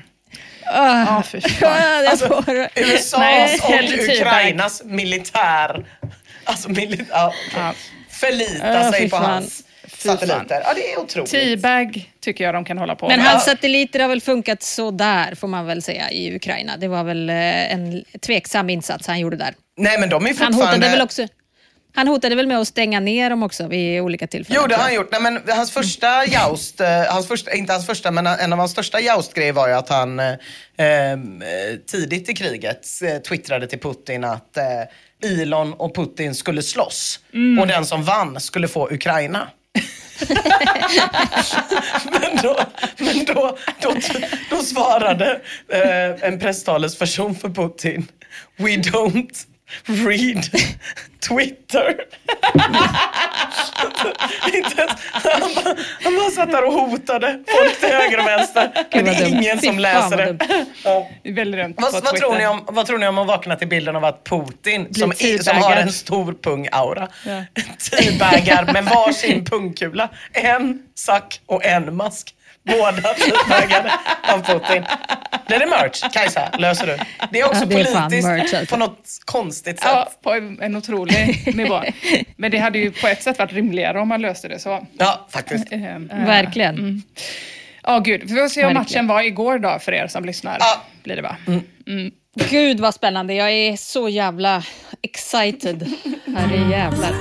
Uh, oh, för fan. Alltså, U S A:s nej, och Ukrainas militär alltså militär ja, ja. förlitar uh, sig på fan. hans satelliter. Ja, det är otroligt. Teabag tycker jag de kan hålla på Men med. hans satelliter har väl funkat så där får man väl säga i Ukraina. Det var väl en tveksam insats han gjorde där. Nej, men de är fortfarande... Han hotade väl också... Han hotade väl med att stänga ner dem också vid olika tillfällen. Jo, det har han gjort. Nej, men hans första joust, hans första, inte hans första, men en av hans största joustgrejer var ju att han eh, tidigt i kriget eh, twittrade till Putin att eh, Elon och Putin skulle slåss. Mm. Och den som vann skulle få Ukraina. men då, men då, då, då svarade eh, en presstalesperson för Putin: We don't Read Twitter. Inte ens, han, bara, han bara satt där och hotade folk till höger och vänster. Men det är ingen som läser det. Ja. Det är väldigt rent vad, vad, tror ni om, vad tror ni om att vakna till bilden av att Putin som, är, som har en stor pung-aura ja. teabaggar med varsin pungkula, en sack och en mask. Båda teabaggade av Putin. Blir det merch? Kajsa, löser du? Det är också ja, det är politiskt merch, alltså. På något konstigt sätt. Ja, på en otrolig nivå. Men det hade ju på ett sätt varit rimligare om man löste det så. Ja, faktiskt. Äh, äh, Verkligen. Mm. Ja, gud. Vi får se om matchen var igår då för er som lyssnar. Ja. Blir det va? Mm. Mm. Gud vad spännande. Jag är så jävla excited. Herre jävlar.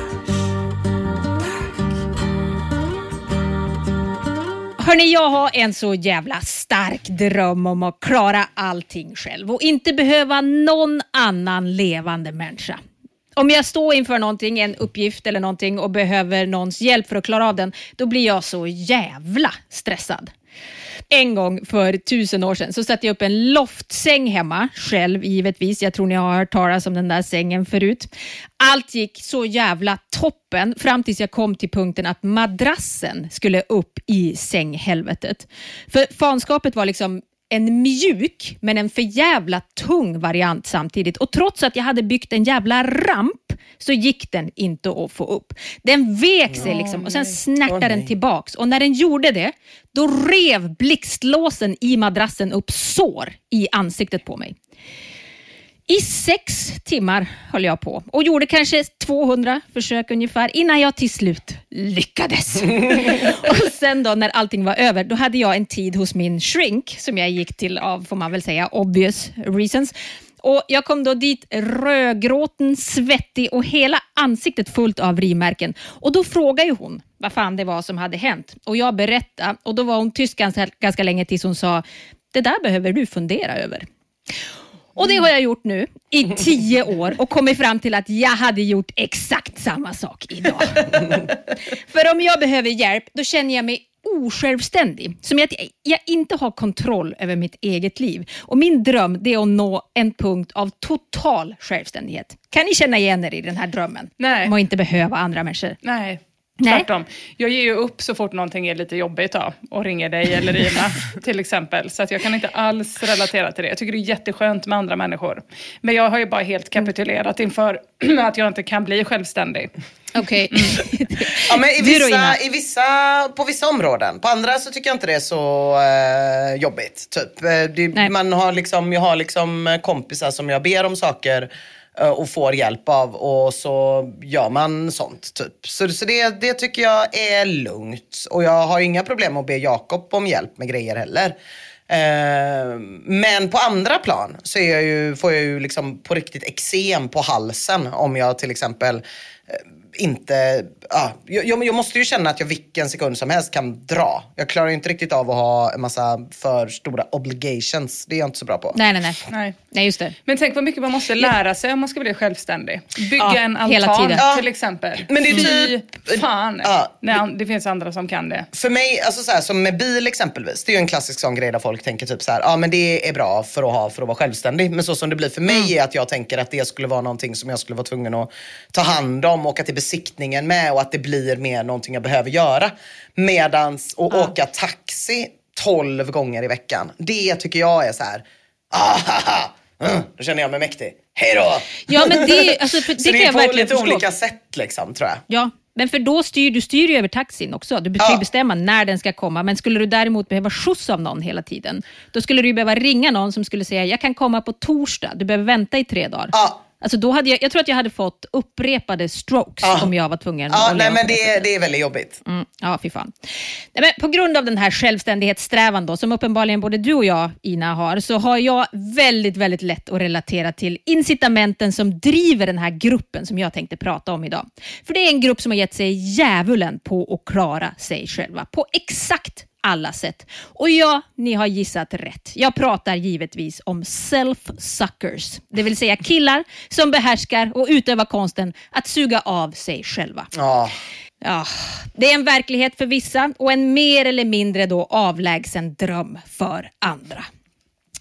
Hörrni, jag har en så jävla stark dröm om att klara allting själv och inte behöva någon annan levande människa. Om jag står inför någonting, en uppgift eller någonting och behöver någons hjälp för att klara av den, då blir jag så jävla stressad. En gång för tusen år sedan så satte jag upp en loftsäng hemma, själv givetvis. Jag tror ni har hört talas om den där sängen förut. Allt gick så jävla toppen fram tills jag kom till punkten att madrassen skulle upp i sänghelvetet. För fanskapet var liksom en mjuk men en för jävla tung variant samtidigt. Och trots att jag hade byggt en jävla ramp så gick den inte att få upp. Den vek sig liksom och sen snärtade den tillbaks. Och när den gjorde det, då rev blixtlåsen i madrassen upp sår i ansiktet på mig. I sex timmar höll jag på och gjorde kanske tvåhundra försök ungefär innan jag till slut lyckades. Och sen då när allting var över, då hade jag en tid hos min shrink som jag gick till av, får man väl säga, obvious reasons. Och jag kom då dit rödgråten, svettig och hela ansiktet fullt av rimärken. Och då frågade ju hon vad fan det var som hade hänt. Och jag berättade och då var hon tyst ganska, ganska länge tills hon sa, det där behöver du fundera över. Och det har jag gjort nu i tio år och kommit fram till att jag hade gjort exakt samma sak idag. För om jag behöver hjälp, då känner jag mig osjälvständig. Som att jag, jag inte har kontroll över mitt eget liv. Och min dröm, det är att nå en punkt av total självständighet. Kan ni känna igen er i den här drömmen? Nej. Om att inte behöva andra människor. Nej. Tvärtom. Jag ger ju upp så fort någonting är lite jobbigt då, och ringer dig eller Ina till exempel. Så att jag kan inte alls relatera till det. Jag tycker det är jätteskönt med andra människor. Men jag har ju bara helt kapitulerat inför att jag inte kan bli självständig. Okej. Okay. Mm. Ja, men i vissa, i vissa, på vissa områden. På andra så tycker jag inte det är så uh, jobbigt. Typ. Det, man har liksom, jag har liksom kompisar som jag ber om saker och får hjälp av, och så gör man sånt typ. Så, så det, det tycker jag är lugnt. Och jag har inga problem att be Jakob om hjälp med grejer heller. Eh, men på andra plan så är jag ju, får jag ju liksom på riktigt eksem på halsen om jag till exempel eh, inte... Ah, jag, jag måste ju känna att jag vilken sekund som helst kan dra. Jag klarar ju inte riktigt av att ha en massa för stora obligations. Det är jag inte så bra på. Nej, nej, nej. Nej, nej just det. Men tänk vad mycket man måste lära sig om man ska bli självständig. Bygga ja, en altan hela tiden. till exempel. Men det är typ... Fan. Ja, Nej, det finns andra som kan det. För mig, alltså så här, som med bil exempelvis. Det är ju en klassisk sån grej där folk tänker typ så här, ja men det är bra för att ha, för att vara självständig. Men så som det blir för mig mm. är att jag tänker att det skulle vara någonting som jag skulle vara tvungen att ta hand om, och att det är besiktningen med, och att det blir mer någonting jag behöver göra. Medans att ja. åka taxi tolv gånger i veckan, det tycker jag är så här, ah, mm, då känner jag mig mäktig. Hej då! Ja, men det, alltså, för det, så kan det är jag på verkligen lite förstå. olika sätt liksom, tror jag. Ja, men för då styr du styr ju över taxin också. Du kan ju bestämma när den ska komma. Men skulle du däremot behöva skjuts av någon hela tiden, då skulle du ju behöva ringa någon som skulle säga, jag kan komma på torsdag. Du behöver vänta i tre dagar. Ja. Alltså då hade jag, jag tror att jag hade fått upprepade strokes ja. om jag var tvungen ja, att nej, men det, är, det är väldigt jobbigt. Mm, ja, fy fan. Nej, men på grund av den här självständighetssträvan då, som uppenbarligen både du och jag, Ina, har, så har jag väldigt, väldigt lätt att relatera till incitamenten som driver den här gruppen som jag tänkte prata om idag. För det är en grupp som har gett sig djävulen på att klara sig själva. På exakt alla sätt. Och ja, ni har gissat rätt. Jag pratar givetvis om self-suckers. Det vill säga killar som behärskar och utövar konsten att suga av sig själva. Ja. Ja, det är en verklighet för vissa och en mer eller mindre då avlägsen dröm för andra.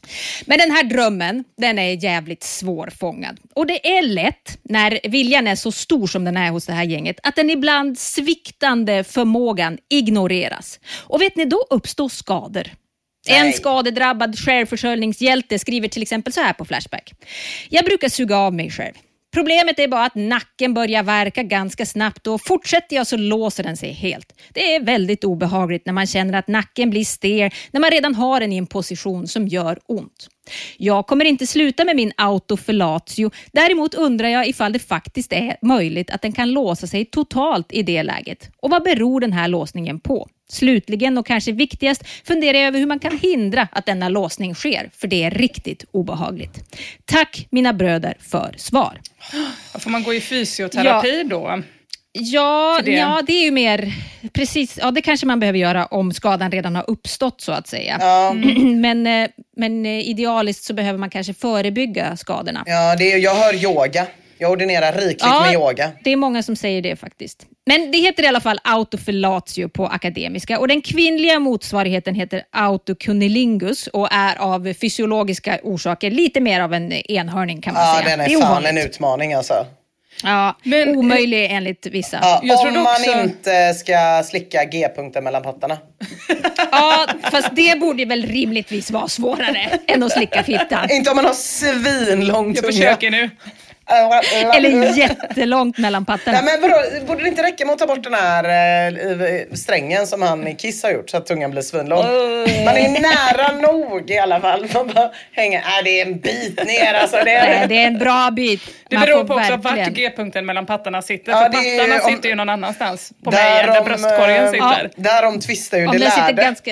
Men den här drömmen, den är jävligt svårfångad. Och det är lätt, när viljan är så stor som den är hos det här gänget, att den ibland sviktande förmågan ignoreras. Och vet ni, då uppstår skador. Nej. En skadedrabbad självförsörjningshjälte skriver till exempel så här på Flashback. Jag brukar suga av mig själv. Problemet är bara att nacken börjar verka ganska snabbt och fortsätter jag så låser den sig helt. Det är väldigt obehagligt när man känner att nacken blir stel när man redan har den i en position som gör ont. Jag kommer inte sluta med min autofellatio. Däremot undrar jag ifall det faktiskt är möjligt att den kan låsa sig totalt i det läget. Och vad beror den här låsningen på? Slutligen och kanske viktigast funderar jag över hur man kan hindra att denna låsning sker. För det är riktigt obehagligt. Tack mina bröder för svar. Får man gå i fysioterapi ja. då? Ja, det. ja, det är ju mer precis, ja det kanske man behöver göra om skadan redan har uppstått så att säga. Ja. Men, men idealiskt så behöver man kanske förebygga skadorna. Ja, det är, jag hör yoga. Jag ordinerar rikligt ja, med yoga. Det är många som säger det faktiskt. Men det heter i alla fall autofellatio på akademiska. Och den kvinnliga motsvarigheten heter autocunnilingus och är av fysiologiska orsaker lite mer av en enhörning kan man ja, säga. Den är, är fan ovanligt. En utmaning alltså. Ja, men omöjlig enligt vissa. Ja, jag om man också... inte ska slicka G-punkten mellan pattarna. Ja, fast det borde väl rimligtvis vara svårare än att slicka fittan. Inte om man har svinlång tunga. Jag försöker nu. Eller jättelångt mellan pattarna. Nej, men vadå, borde det inte räcka med att ta bort den här äh, strängen som han i Kiss har gjort så att tungan blir svinlång? Uh. Man är nära nog i alla fall. Man bara hänger, äh, det är en bit ner alltså. Det är, Nej, det är en bra bit. Det Man beror på också verkligen. Vart G-punkten mellan pattarna sitter. Ja, för pattarna är, om, sitter ju någon annanstans. På mig där bröstkorgen äh, sitter. Ja, där de tvistar ju, om det lärde. Ganska...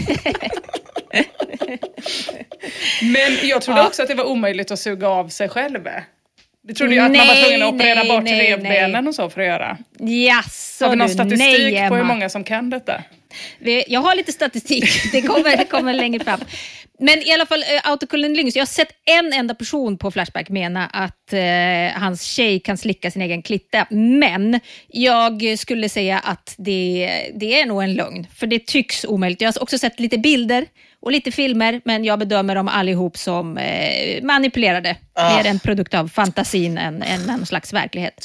Men jag trodde ja. också att det var omöjligt att suga av sig själv. Det trodde jag att nej, man var tvungen att operera nej, bort nej, revbenen nej. och så för att göra. Jaså, har vi någon statistik nej, på hur många som kan detta? Jag har lite statistik, det kommer, det kommer längre fram. Men i alla fall, uh, autocunnilingus, jag har sett en enda person på Flashback mena att uh, hans tjej kan slicka sin egen klitta. Men jag skulle säga att det, det är nog en lögn. För det tycks omöjligt. Jag har också sett lite bilder och lite filmer, men jag bedömer dem allihop som eh, manipulerade. Ah. Mer en produkt av fantasin än, än en slags verklighet.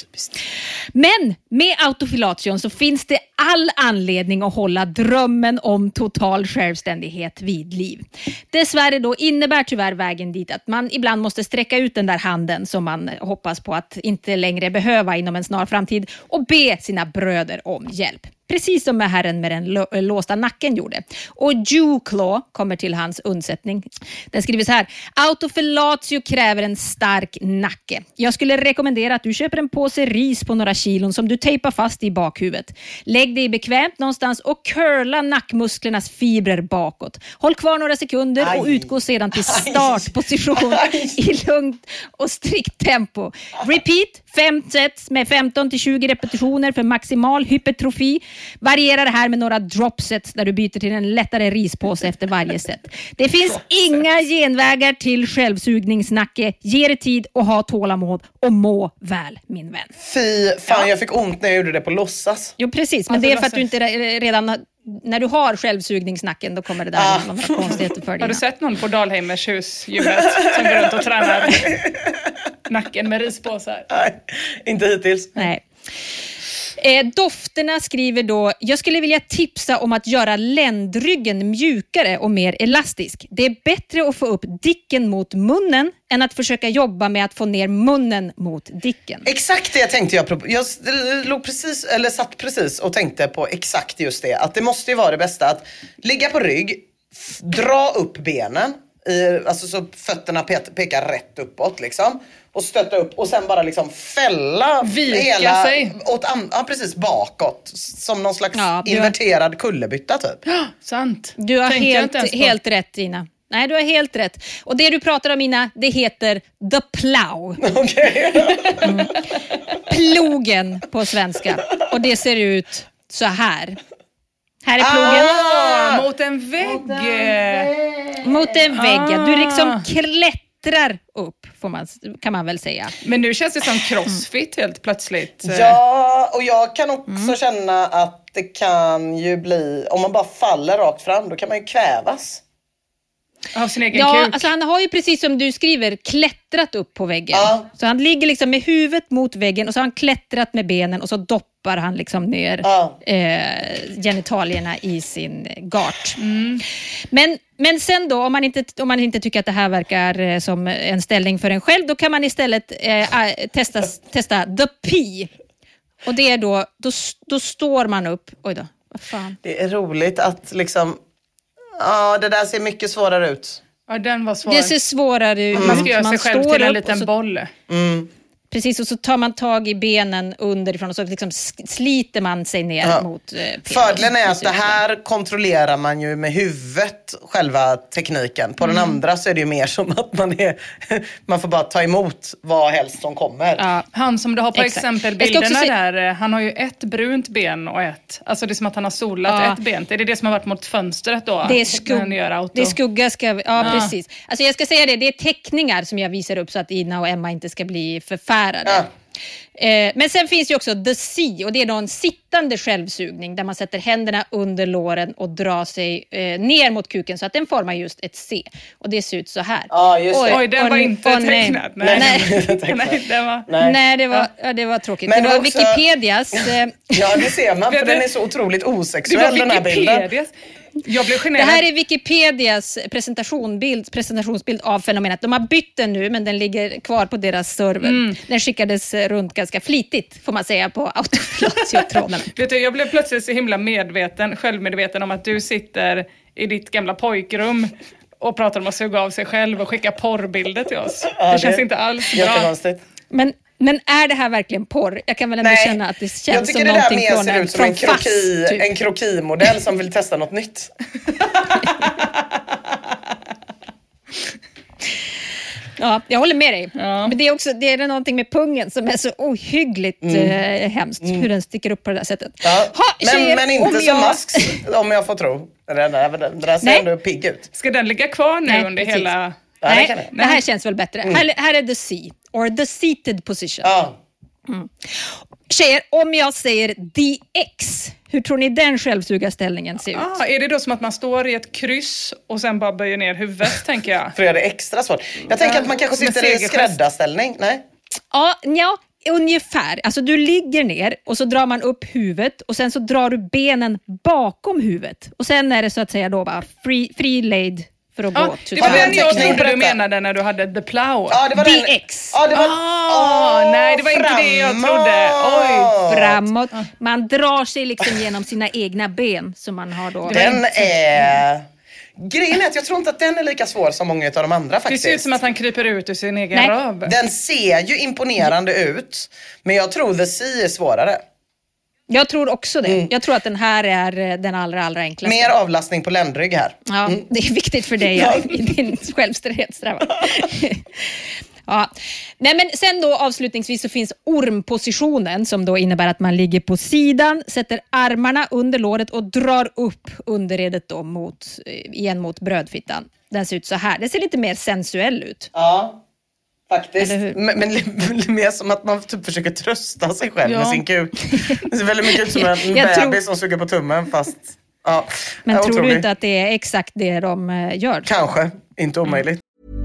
Men med autofelation så finns det all anledning att hålla drömmen om total självständighet vid liv. Dessvärre då innebär tyvärr vägen dit att man ibland måste sträcka ut den där handen som man hoppas på att inte längre behöva inom en snar framtid och be sina bröder om hjälp. Precis som med herren med den lå- låsta nacken gjorde. Och Jewclaw kommer till hans undsättning. Den skriver så här. Autofellatio kräver en stark nacke. Jag skulle rekommendera att du köper en påse ris på några kilon som du tejpar fast i bakhuvudet. Lägg dig bekvämt någonstans och curla nackmusklernas fibrer bakåt. Håll kvar några sekunder Aj. och utgå sedan till startposition Aj. i lugnt och strikt tempo. Repeat fem sets med femton till tjugo repetitioner för maximal hypertrofi. Varierar det här med några dropsets där du byter till en lättare rispåse efter varje set. Det finns dropsets. Inga genvägar till självsugningsnacke. Ge det tid och ha tålamod och må väl, min vän. Fy fan, ja. Jag fick ont när jag gjorde det på låtsas. Jo, precis. Men alltså, det är för att du inte redan... När du har självsugningsnacken då kommer det där ah. några konstigheter för dig. Har du sett någon på Dalheimers husdjuret som går runt och tränar nacken med rispåsar? Nej, inte hittills. Nej. Eh, dofterna skriver då, jag skulle vilja tipsa om att göra ländryggen mjukare och mer elastisk. Det är bättre att få upp dicken mot munnen än att försöka jobba med att få ner munnen mot dicken. Exakt det jag tänkte jag. Jag låg precis, eller satt precis och tänkte på exakt just det. Att det måste ju vara det bästa att ligga på rygg, f- dra upp benen. I, alltså så fötterna pe- pekar rätt uppåt liksom. Och stötta upp och sen bara liksom fälla Vika hela sig. Åt an- ja, precis bakåt. Som någon slags ja, inverterad har... kullerbytta typ. Ja, sant. Du har helt, helt rätt, Ina. Nej, du har helt rätt. Och det du pratar om, Ina, det heter the plow. Okej. mm. Plogen på svenska. Och det ser ut så här. Här är plogen. Ah, mot en vägg. Mot en vägg. Mot en vägg. Ah. Du liksom klättrar upp, får man, kan man väl säga. Men nu känns det som crossfit helt plötsligt. Ja, och jag kan också mm. känna att det kan ju bli, om man bara faller rakt fram, då kan man ju kvävas. Av sin egen Ja, kuk. alltså han har ju precis som du skriver klättrat upp på väggen. Ja. Så han ligger liksom med huvudet mot väggen och så har han klättrat med benen och så doppar han liksom ner Ja. eh, genitalierna i sin gart. Mm. Men, men sen då, om man, inte, om man inte tycker att det här verkar eh, som en ställning för en själv, då kan man istället eh, testa, testa the P. Och det är då, då, då står man upp. Oj då, vad fan. Det är roligt att liksom... Ja, det där ser mycket svårare ut. Ja, den var svår. Det ser svårare ut. Man ska göra sig själv står till en upp liten och så- boll. Mm. Precis, och så tar man tag i benen underifrån och så liksom sliter man sig ner Ja. mot eh, penis. Fördelen är att det här kontrollerar man ju med huvudet, själva tekniken. På Mm. den andra så är det ju mer som att man är... Man får bara ta emot vad helst som kommer. Ja. Han som du har på Exakt. exempelbilderna Jag ska också se- där, han har ju ett brunt ben och ett. Alltså det är som att han har solat Ja. ett ben. Är det det som har varit mot fönstret då? Det är, När skugg, han gör auto? det är skugga ska vi, ja, Ja. precis. Alltså jag ska säga det, det är teckningar som jag visar upp så att Ina och Emma inte ska bli förfärade. Ja. Eh, men sen finns ju också the C och det är då en sittande självsugning där man sätter händerna under låren och drar sig eh, ner mot kuken så att den formar just ett C. Och det ser ut så här. Ja, just det. Oj, den och- var inte och nej. tecknad. Nej. Nej. Nej, den var... Nej. Nej, det var, ja, det var tråkigt. Men det var också- Wikipedias... Eh, Ja, det ser man, för Vet du- den är så otroligt Det var osexuell, den här bilden. Wikipedias. Jag blev Det generad. här är Wikipedias presentationbild, presentationsbild av fenomenet. De har bytt den nu, men den ligger kvar på deras server. Mm. Den skickades runt ganska flitigt, får man säga, på autopilot. Vet du, jag blev plötsligt så himla medveten, självmedveten om att du sitter i ditt gamla pojkrum och pratar om att suga av sig själv och skicka porrbilder till oss. Ja, det känns inte alls bra. Jättekonstigt. Men, men är det här verkligen porr? Jag kan väl ändå känna att det känns jag tycker som det där någonting mer från ser en, ut som en, från fast, kroki, typ. en krokimodell som vill testa något nytt. Ja, jag håller med dig. Ja. Men det är också det är någonting med pungen som är så ohyggligt eh, hemskt. Hur den sticker upp på det där sättet. Ja. Ha, men, tjejer, men inte om som jag- Masks, om jag får tro. Det där, det där, det där ser Nej. ändå pigg ut. Ska den ligga kvar nu Nej, under precis. hela... Ja, det Nej, kan det, det. här känns väl bättre. Här, här är the C, or the seated position. Ja. Tjejer, om jag säger D X, hur tror ni den självsugarställningen ser ut? Ah, är det då som att man står i ett kryss och sen bara böjer ner huvudet, tänker jag? För att göra det extra svårt. Jag tänker att man kanske Som en sitter i segergest. skräddarställning. Nej? Ja, ja, ungefär. Alltså du ligger ner och så drar man upp huvudet och sen så drar du benen bakom huvudet. Och sen är det så att säga då bara free, free laid för att Ja, gå. det Har var vi den en jag teckning på trodde du detta? menade när du hade the plow. Ja, det var D den. X. Ja, det var... Ah, Åh, nej, det var inte det jag trodde. Oj. Framåt. Man drar sig liksom genom sina egna ben som man har då. Den är... Grejen är att jag tror inte att den är lika svår som många av de andra Det faktiskt. ser ut som att han kryper ut ur sin egen Nej. röv. Den ser ju imponerande ut, men jag tror The Sea är svårare. Jag tror också det. Mm. Jag tror att den här är eh, den allra, allra enklaste. Mer avlastning på ländrygg här. Ja, det är viktigt för dig ja, i din självständighetssträvan. Ja. Nej, men sen då avslutningsvis så finns ormpositionen som då innebär att man ligger på sidan, sätter armarna under låret och drar upp underredet då mot, eh, igen mot brödfittan. Den ser ut så här. Det ser lite mer sensuell ut. Ja, faktiskt. Eller hur? Men, men li- mer som att man typ försöker trösta sig själv Ja. med sin kuk. Det ser väldigt mycket ut som en Jag bebis tror- som suger på tummen, fast... Ja, Men ja, tror otroligt. du inte att det är exakt det de eh, gör? Kanske, inte omöjligt.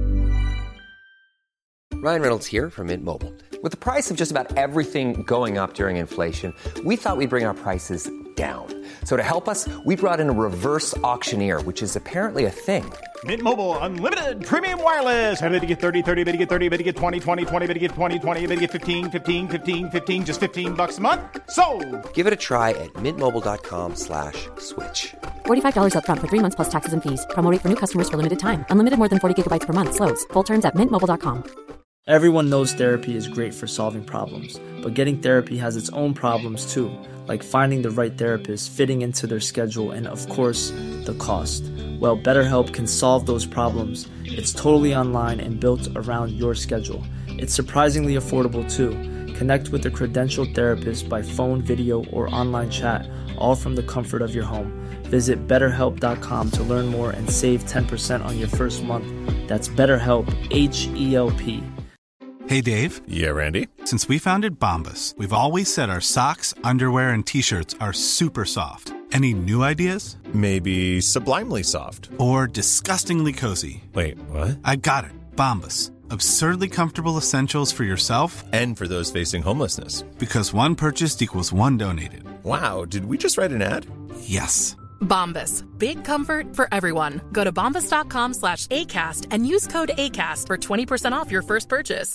Ryan Reynolds here from Mint Mobile. With the price of just about everything going up during inflation, we thought we'd bring our prices down. So to help us, we brought in a reverse auctioneer, which is apparently a thing. Mint Mobile Unlimited Premium Wireless. How to get thirty, thirty, how to get thirty, how to get twenty, twenty, twenty, how to get twenty, twenty, how to get fifteen, fifteen, fifteen, fifteen, just fifteen bucks a month? Sold! Give it a try at mintmobile.com slash switch. forty-five dollars up front for three months plus taxes and fees. Promo rate for new customers for limited time. Unlimited more than forty gigabytes per month. Slows full terms at mint mobile dot com. Everyone knows therapy is great for solving problems, but getting therapy has its own problems too, like finding the right therapist, fitting into their schedule, and of course, the cost. Well, BetterHelp can solve those problems. It's totally online and built around your schedule. It's surprisingly affordable too. Connect with a credentialed therapist by phone, video, or online chat, all from the comfort of your home. Visit better help dot com to learn more and save ten percent on your first month. That's BetterHelp, H E L P. Hey, Dave. Yeah, Randy. Since we founded Bombas, we've always said our socks, underwear, and T-shirts are super soft. Any new ideas? Maybe sublimely soft. Or disgustingly cozy. Wait, what? I got it. Bombas. Absurdly comfortable essentials for yourself and for those facing homelessness. Because one purchased equals one donated. Wow, did we just write an ad? Yes. Bombas. Big comfort for everyone. Go to bombas.com slash ACAST and use code ACAST for twenty percent off your first purchase.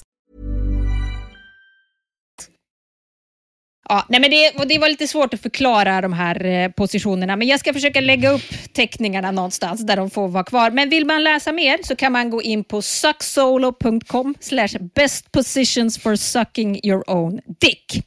Ja, nej men det, det var lite svårt att förklara de här eh, positionerna, men jag ska försöka lägga upp teckningarna någonstans där de får vara kvar. Men vill man läsa mer så kan man gå in på sucksolo.com slash best positions for sucking your own dick.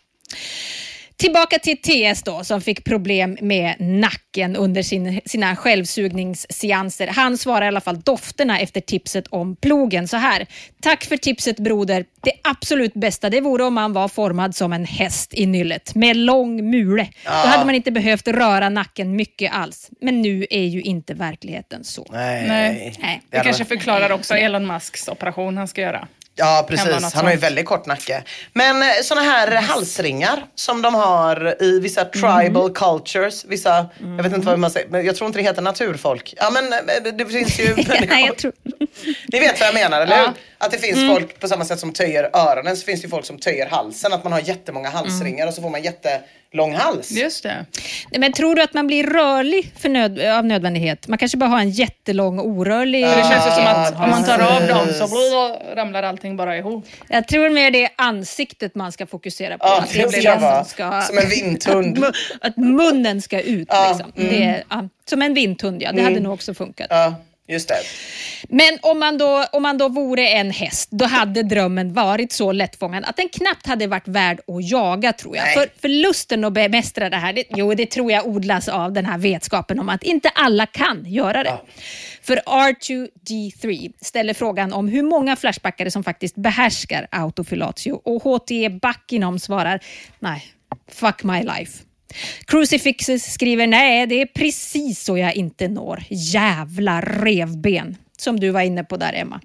Tillbaka till T S då, som fick problem med nacken under sin, sina självsugningsseanser. Han svarar i alla fall dofterna efter tipset om plogen så här. Tack för tipset broder. Det absolut bästa det vore om man var formad som en häst i nyllet. Med lång mule. Ja. Då hade man inte behövt röra nacken mycket alls. Men nu är ju inte verkligheten så. Nej. Nej. Nej. Det kanske förklarar också Elon Musks operation han ska göra. Ja, precis. Han har ju väldigt kort nacke. Men såna här yes. halsringar som de har i vissa tribal mm. cultures, vissa, mm. jag vet inte vad man säger, men jag tror inte det heter naturfolk. Ja, men det, det finns ju... Nej, jag tror... Ni vet vad jag menar, eller hur? Ja. Att det finns mm. folk på samma sätt som töjer öronen, så finns det ju folk som töjer halsen. Att man har jättemånga halsringar mm. och så får man jättelång hals. Just det. Nej, men tror du att man blir rörlig för nöd- av nödvändighet? Man kanske bara har en jättelång orörlig... Ja, det känns ju som att om man tar av dem så blå, ramlar allting bara ihop. Jag tror mer det är ansiktet man ska fokusera på. Ja, att det blir som, ska... som en vindhund. Att, att munnen ska ut. Ja, liksom. mm. det är, ja, som en vindhund, ja. Det mm. hade nog också funkat. Ja. Just det. Men om man, då, om man då vore en häst, då hade drömmen varit så lättfångad att den knappt hade varit värd att jaga, tror jag. För, för lusten att bemästra det här, det, jo, det tror jag odlas av den här vetskapen om att inte alla kan göra det. Ja. För R två D tre ställer frågan om hur många flashbackare som faktiskt behärskar autofilatio. Och H T E Backinom svarar, nej, fuck my life. Crucifixes skriver, nej, det är precis så jag inte når. Jävla revben. Som du var inne på där, Emma.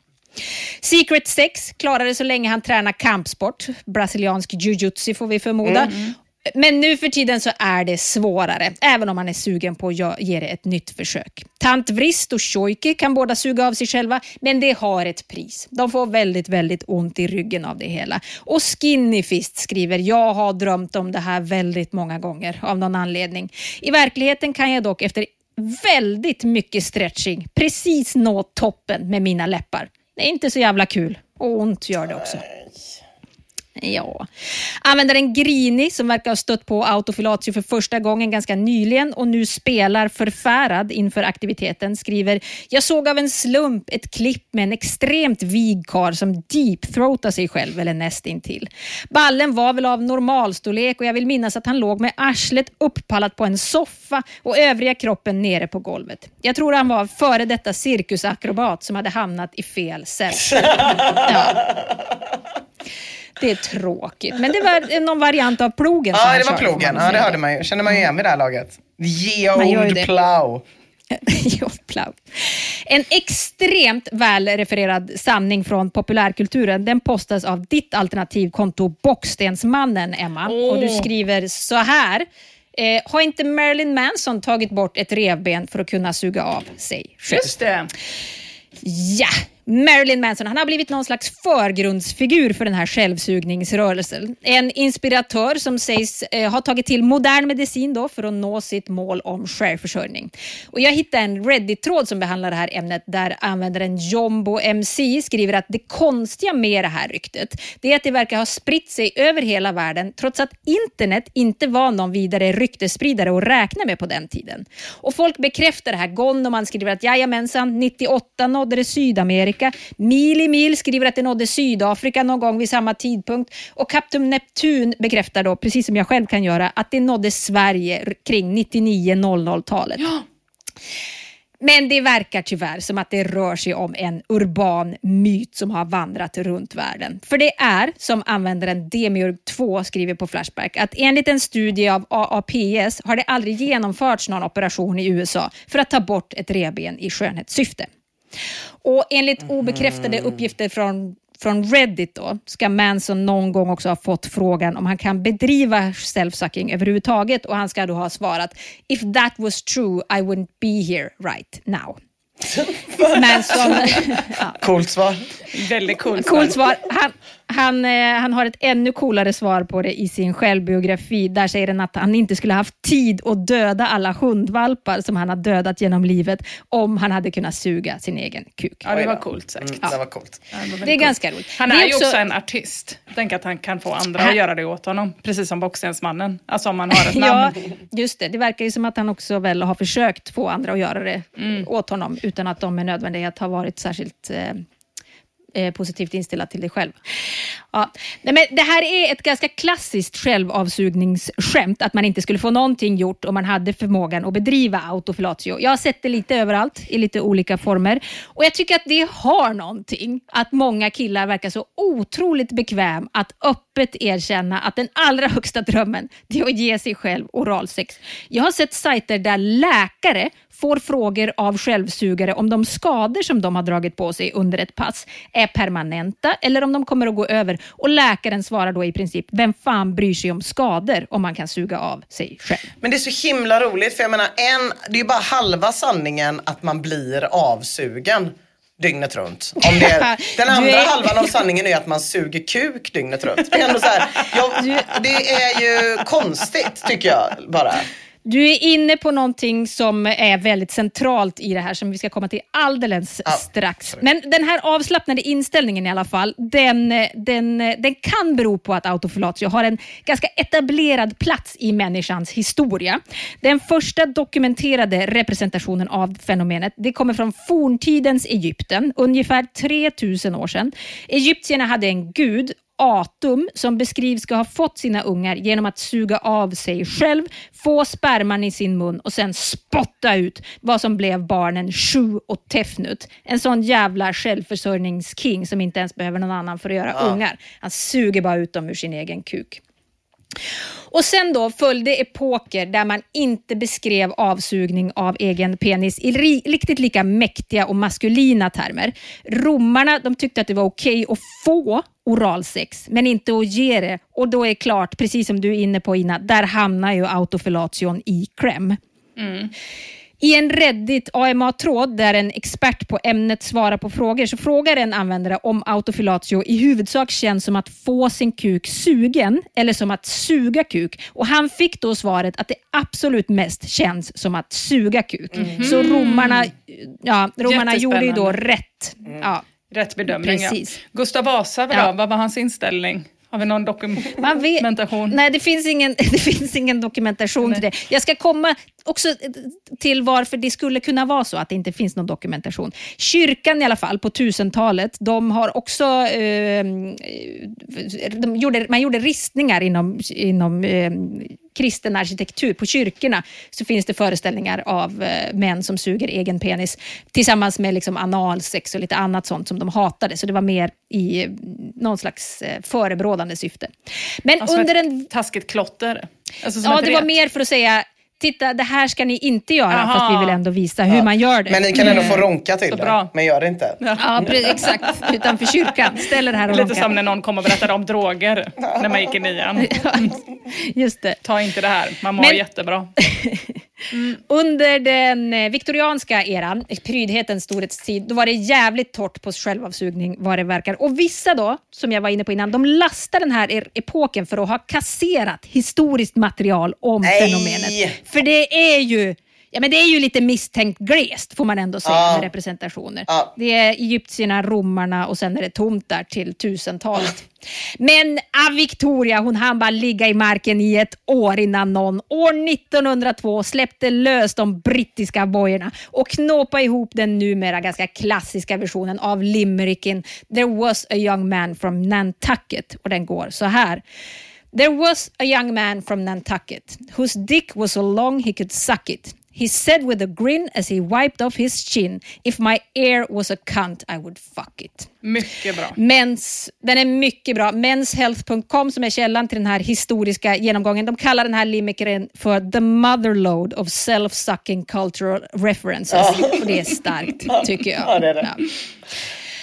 Secret Sex klarade så länge han tränar kampsport. Brasiliansk jiu-jitsu får vi förmoda. Mm. Men nu för tiden så är det svårare, även om man är sugen på att ge det ett nytt försök. Tant Vrist och Shoike kan båda suga av sig själva, men det har ett pris. De får väldigt, väldigt ont i ryggen av det hela. Och Skinny Fist skriver, jag har drömt om det här väldigt många gånger av någon anledning. I verkligheten kan jag dock efter väldigt mycket stretching precis nå toppen med mina läppar. Det är inte så jävla kul, och ont gör det också. Ja. Användaren Grini som verkar ha stött på autofilatio för första gången ganska nyligen och nu spelar förfärad inför aktiviteten skriver, jag såg av en slump ett klipp med en extremt vig karl som deep-throatar sig själv eller nästintill. Ballen var väl av normalstorlek och jag vill minnas att han låg med arslet uppallat på en soffa och övriga kroppen nere på golvet. Jag tror han var före detta cirkusakrobat som hade hamnat i fel sällskap. Ja. Det är tråkigt. Men det var någon variant av plogen. Ja, det var plogen. Ja, det hörde man ju. Känner man ju igen vid det här laget. Geold plow. Geold plow. En extremt väl refererad sanning från populärkulturen. Den postas av ditt alternativkonto Bockstensmannen, Emma. Oh. Och du skriver så här. Eh, har inte Marilyn Manson tagit bort ett revben för att kunna suga av sig själv? Just det. Ja, Marilyn Manson, han har blivit någon slags förgrundsfigur för den här självsugningsrörelsen. En inspiratör som sägs eh, ha tagit till modern medicin då för att nå sitt mål om självförsörjning. Och jag hittade en Reddit-tråd som behandlar det här ämnet där användaren Jombo M C skriver att det konstiga med det här ryktet, det är att det verkar ha spritt sig över hela världen trots att internet inte var någon vidare ryktespridare att räkna med på den tiden. Och folk bekräftar det här gång och man skriver att jajamensan, nittioåtta nådde det Sydamerika. Mil i mil skriver att det nådde Sydafrika någon gång vid samma tidpunkt. Och Kapten Neptun bekräftar då, precis som jag själv kan göra, att det nådde Sverige kring nittionio noll noll-talet. Ja. Men det verkar tyvärr som att det rör sig om en urban myt som har vandrat runt världen. För det är, som användaren Demiurg två skriver på Flashback, att enligt en studie av A A P S har det aldrig genomförts någon operation i U S A för att ta bort ett revben i skönhetssyfte. Och enligt obekräftade uppgifter från från Reddit då ska Manson någon gång också ha fått frågan om han kan bedriva self-sucking överhuvudtaget, och han ska då ha svarat: if that was true I wouldn't be here right now. Manson, ja. Coolt svar. Väldigt coolt svar. Coolt svar. Han, han, eh, han har ett ännu coolare svar på det i sin självbiografi. Där säger han att han inte skulle haft tid att döda alla hundvalpar som han har dödat genom livet om han hade kunnat suga sin egen kuk. Ja, det var coolt säkert. Mm, det var coolt. Ja, det, var det är coolt. Ganska roligt. Han är, är ju också... också en artist. Tänk att han kan få andra han... att göra det åt honom. Precis som boxningsmannen. Alltså om man har ett namn. Ja, just det. Det verkar ju som att han också väl har försökt få andra att göra det mm. åt honom, utan att de med nödvändighet har varit särskilt eh, eh, positivt inställda till det själv. Ja. Nej, men det här är ett ganska klassiskt självavsugningsskämt, att man inte skulle få någonting gjort om man hade förmågan att bedriva autofellatio. Jag har sett det lite överallt i lite olika former, och jag tycker att det har någonting, att många killar verkar så otroligt bekväm att öppet erkänna att den allra högsta drömmen det är att ge sig själv oralsex. Jag har sett sajter där läkare får frågor av självsugare om de skador som de har dragit på sig under ett pass är permanenta eller om de kommer att gå över. Och läkaren svarar då i princip: vem fan bryr sig om skador om man kan suga av sig själv? Men det är så himla roligt, för jag menar, en, det är ju bara halva sanningen att man blir avsugen dygnet runt. Om det är, den andra är... halvan av sanningen är att man suger kuk dygnet runt. Det är ändå så här, jag, det är ju konstigt tycker jag bara. Du är inne på någonting som är väldigt centralt i det här, som vi ska komma till alldeles ah, strax. Sorry. Men den här avslappnade inställningen i alla fall, den, den, den kan bero på att autofellatio har en ganska etablerad plats i människans historia. Den första dokumenterade representationen av fenomenet, det kommer från forntidens Egypten, ungefär tre tusen år sedan. Egyptierna hade en gud, Atum, som beskrivs ska ha fått sina ungar genom att suga av sig själv, få sperman i sin mun och sen spotta ut vad som blev barnen Shu och Tefnut. En sån jävla självförsörjningsking som inte ens behöver någon annan för att göra ja. ungar. Han suger bara ut dem ur sin egen kuk. Och sen då följde epoker där man inte beskrev avsugning av egen penis i riktigt lika mäktiga och maskulina termer. Romarna, de tyckte att det var okej att få oralsex, men inte att ge det. Och då är det klart, precis som du är inne på Ina, där hamnar ju autofellation i kläm. Mm. I en Reddit A M A-tråd där en expert på ämnet svarar på frågor, så frågar en användare om autofellatio i huvudsak känns som att få sin kuk sugen eller som att suga kuk. Och han fick då svaret att det absolut mest känns som att suga kuk. Mm-hmm. Så romarna, ja, romarna gjorde ju då rätt. Mm. Ja, rätt bedömning. Precis. Ja. Gustav Vasa, ja. Vad var hans inställning? Har vi någon dokumentation? Nej, det finns ingen, det finns ingen dokumentation Nej. till det. Jag ska komma också till varför det skulle kunna vara så att det inte finns någon dokumentation. Kyrkan i alla fall på tusentalet, de har också eh, de gjorde, man gjorde ristningar inom, inom eh, kristen arkitektur. På kyrkorna så finns det föreställningar av eh, män som suger egen penis tillsammans med liksom analsex och lite annat sånt som de hatade. Så det var mer i eh, någon slags eh, förebrådande syfte. Men alltså under ett en taskigt klotter. Alltså ja, det ret. var mer för att säga: titta, det här ska ni inte göra. Aha. Fast vi vill ändå visa hur ja. man gör det. Men ni kan ändå få ronka till det. Men gör det inte. Ja, ja exakt. Utanför kyrkan. Ställer det här och Lite ronkar. Som när någon kom och berättade om droger när man gick i nian. Just det. Ta inte det här. Man mår Men... jättebra. Mm. Under den viktorianska eran, prydhetens storhetstid, då var det jävligt torrt på självavsugning vad det verkar. Och vissa då, som jag var inne på innan, de lastar den här epoken för att ha kasserat historiskt material om Nej. fenomenet. För det är ju Ja, men det är ju lite misstänkt glest får man ändå säga ah. med representationer. Ah. Det är egyptierna, romarna och sen är det tomt där till tusentalet. Ah. Men ah, Victoria, hon hann bara ligga i marken i ett år innan någon år nittonhundratvå släppte lös de brittiska bojorna och knåpa ihop den numera ganska klassiska versionen av limericken There was a young man from Nantucket, och den går så här. There was a young man from Nantucket whose dick was so long he could suck it. He said with a grin as he wiped off his chin, if my ear was a cunt I would fuck it. Mycket bra. Mens, den är mycket bra. menshealth punkt com som är källan till den här historiska genomgången. De kallar den här limericken för the motherload of self-sucking cultural references. Ja. Och det är starkt, tycker jag. Ja, det är det. Ja.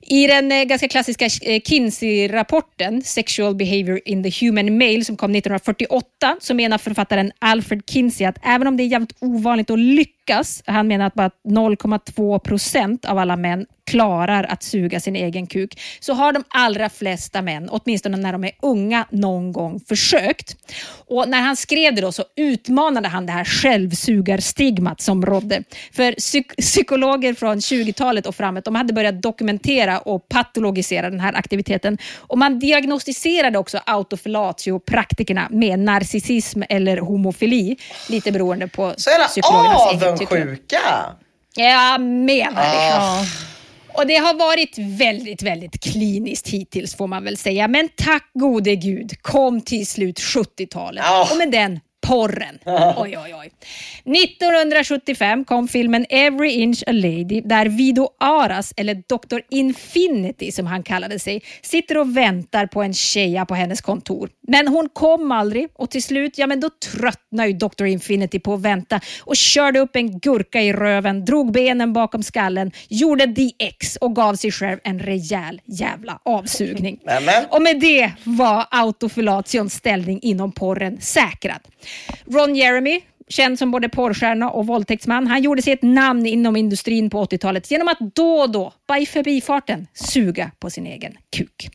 I den eh, ganska klassiska eh, Kinsey-rapporten Sexual Behavior in the Human Male som kom nittonhundrafyrtioåtta så menar författaren Alfred Kinsey att även om det är jävligt ovanligt att lyckas, han menar att bara noll komma två procent av alla män klarar att suga sin egen kuk, så har de allra flesta män, åtminstone när de är unga, någon gång försökt. Och när han skrev det då så utmanade han det här självsugarstigmat som rådde. För psyk- psykologer från tjugotalet och framåt, de hade börjat dokumentera och patologisera den här aktiviteten. Och man diagnostiserade också autofellatio-praktikerna med narcissism eller homofili, lite beroende på så är det psykologernas eget tycke. avundsjuka. Jag menar det. Ah. Och det har varit väldigt, väldigt kliniskt hittills får man väl säga. Men tack gode Gud kom till slut sjuttiotalet. Oh. Och med den porren. Oh. Oj, oj, oj. nittonhundrasjuttiofem kom filmen Every Inch a Lady där Vido Aras, eller doktor Infinity som han kallade sig, sitter och väntar på en tjeja på hennes kontor. Men hon kom aldrig och till slut, ja men då tröttnar ju doktor Infinity på att vänta och körde upp en gurka i röven, drog benen bakom skallen, gjorde D X och gav sig själv en rejäl jävla avsugning. Nämen. Och med det var autofellations ställning inom porren säkrad. Ron Jeremy, känd som både porrstjärna och våldtäktsman, han gjorde sig ett namn inom industrin på åttiotalet genom att då och då, bara i förbifarten, suga på sin egen kuk.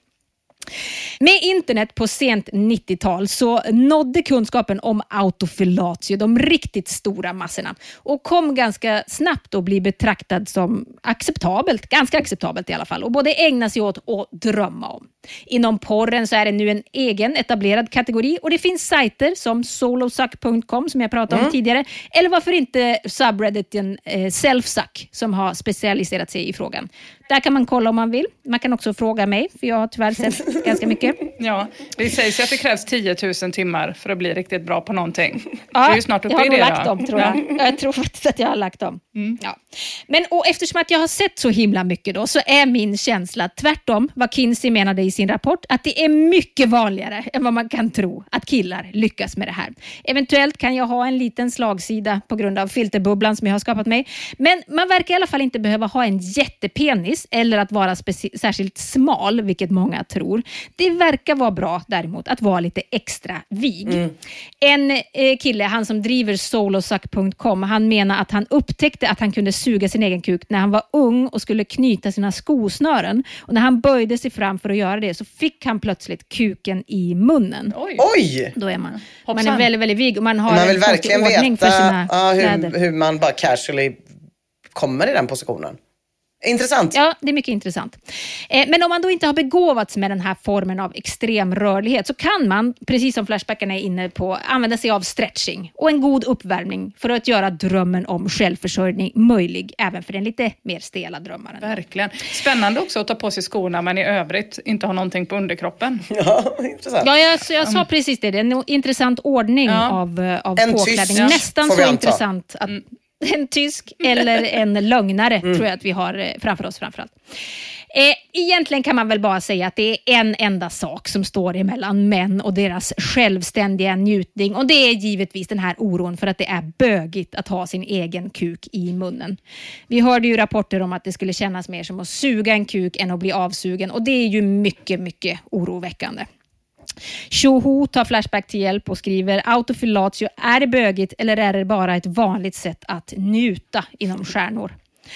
Med internet på sent nittiotal så nådde kunskapen om autofellatio de riktigt stora massorna och kom ganska snabbt att bli betraktad som acceptabelt, ganska acceptabelt i alla fall, och både ägna sig åt och drömma om. Inom porren så är det nu en egen etablerad kategori och det finns sajter som solosuck punkt com som jag pratade om mm. tidigare, eller varför inte subredditen eh, Selfsuck som har specialiserat sig i frågan. Där kan man kolla om man vill. Man kan också fråga mig, för jag har tyvärr sett ganska mycket. Ja, det sägs att det krävs tio tusen timmar för att bli riktigt bra på någonting. Ja, det är ju snart uppe jag har i nog det lagt dem, tror jag. Ja. Jag tror faktiskt att jag har lagt dem. Mm. Ja. Men och eftersom att jag har sett så himla mycket då, så är min känsla tvärtom vad Kinsey menade i sin rapport, att det är mycket vanligare än vad man kan tro att killar lyckas med det här. Eventuellt kan jag ha en liten slagsida på grund av filterbubblan som jag har skapat mig. Men man verkar i alla fall inte behöva ha en jättepenis eller att vara speci- särskilt smal, vilket många tror. Det verkar vara bra däremot att vara lite extra vig. Mm. En eh, kille, han som driver solosuck punkt com, han menar att han upptäckte att han kunde suga sin egen kuk när han var ung och skulle knyta sina skosnören. Och när han böjde sig fram för att göra det så fick han plötsligt kuken i munnen. Oj! Oj. Då är man. Man är väldigt, väldigt vig och man har man vill en verkligen ordning veta för sina uh, hur, kläder. hur man bara casually kommer i den positionen. Intressant. Ja, det är mycket intressant. Eh, men om man då inte har begåvats med den här formen av extrem rörlighet så kan man, precis som Flashbackarna är inne på, använda sig av stretching och en god uppvärmning för att göra drömmen om självförsörjning möjlig även för den lite mer stela drömmaren. Verkligen. Spännande också att ta på sig skorna men i övrigt inte ha någonting på underkroppen. Ja, intressant. Ja, jag, jag, jag sa precis det. Det är en intressant ordning ja. av, av en påklädning. Tyst, Nästan så intressant att mm. en tysk eller en lögnare mm. tror jag att vi har framför oss framförallt. Eh, egentligen kan man väl bara säga att det är en enda sak som står emellan män och deras självständiga njutning. Och det är givetvis den här oron för att det är bögigt att ha sin egen kuk i munnen. Vi hörde ju rapporter om att det skulle kännas mer som att suga en kuk än att bli avsugen. Och det är ju mycket, mycket oroväckande. Shoho tar Flashback till hjälp och skriver: autofellatio, är det bögigt eller är det bara ett vanligt sätt att njuta inom stjärnor?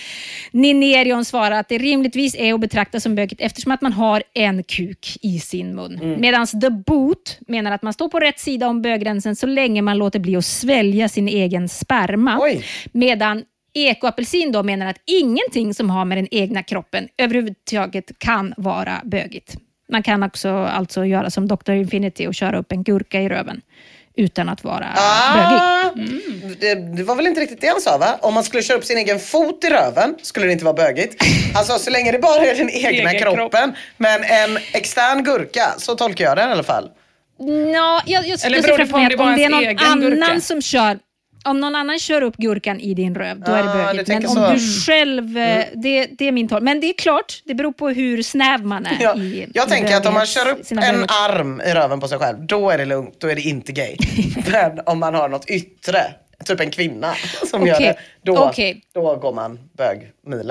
Ninerion svarar att det rimligtvis är att betrakta som bögigt eftersom att man har en kuk i sin mun. Mm. Medan The Boot menar att man står på rätt sida om böggränsen så länge man låter bli att svälja sin egen sperma. Oj. Medan Ekoapelsin då menar att ingenting som har med den egna kroppen överhuvudtaget kan vara bögigt. Man kan också alltså göra som doktor Infinity och köra upp en gurka i röven utan att vara ah, bögig. Mm. Det, det var väl inte riktigt det han sa, va? Om man skulle köra upp sin egen fot i röven skulle det inte vara bögigt. Alltså så länge det bara är den egna Egen kroppen. Kropp. Men en extern gurka, så tolkar jag den i alla fall. Nå, jag, jag, Eller jag beror det på om det var om det är någon egen annan gurka? som kör. Om någon annan kör upp gurkan i din röv, då ah, är det bögigt. Men om så. du själv, mm. det, det är min tolk. Men det är klart, det beror på hur snäv man är. Ja, i jag i tänker att om man kör upp en bögigt. arm i röven på sig själv, då är det lugnt, då är det inte gay. Men om man har något yttre, typ en kvinna som okay. gör det, då, okay. då går man bögmilen.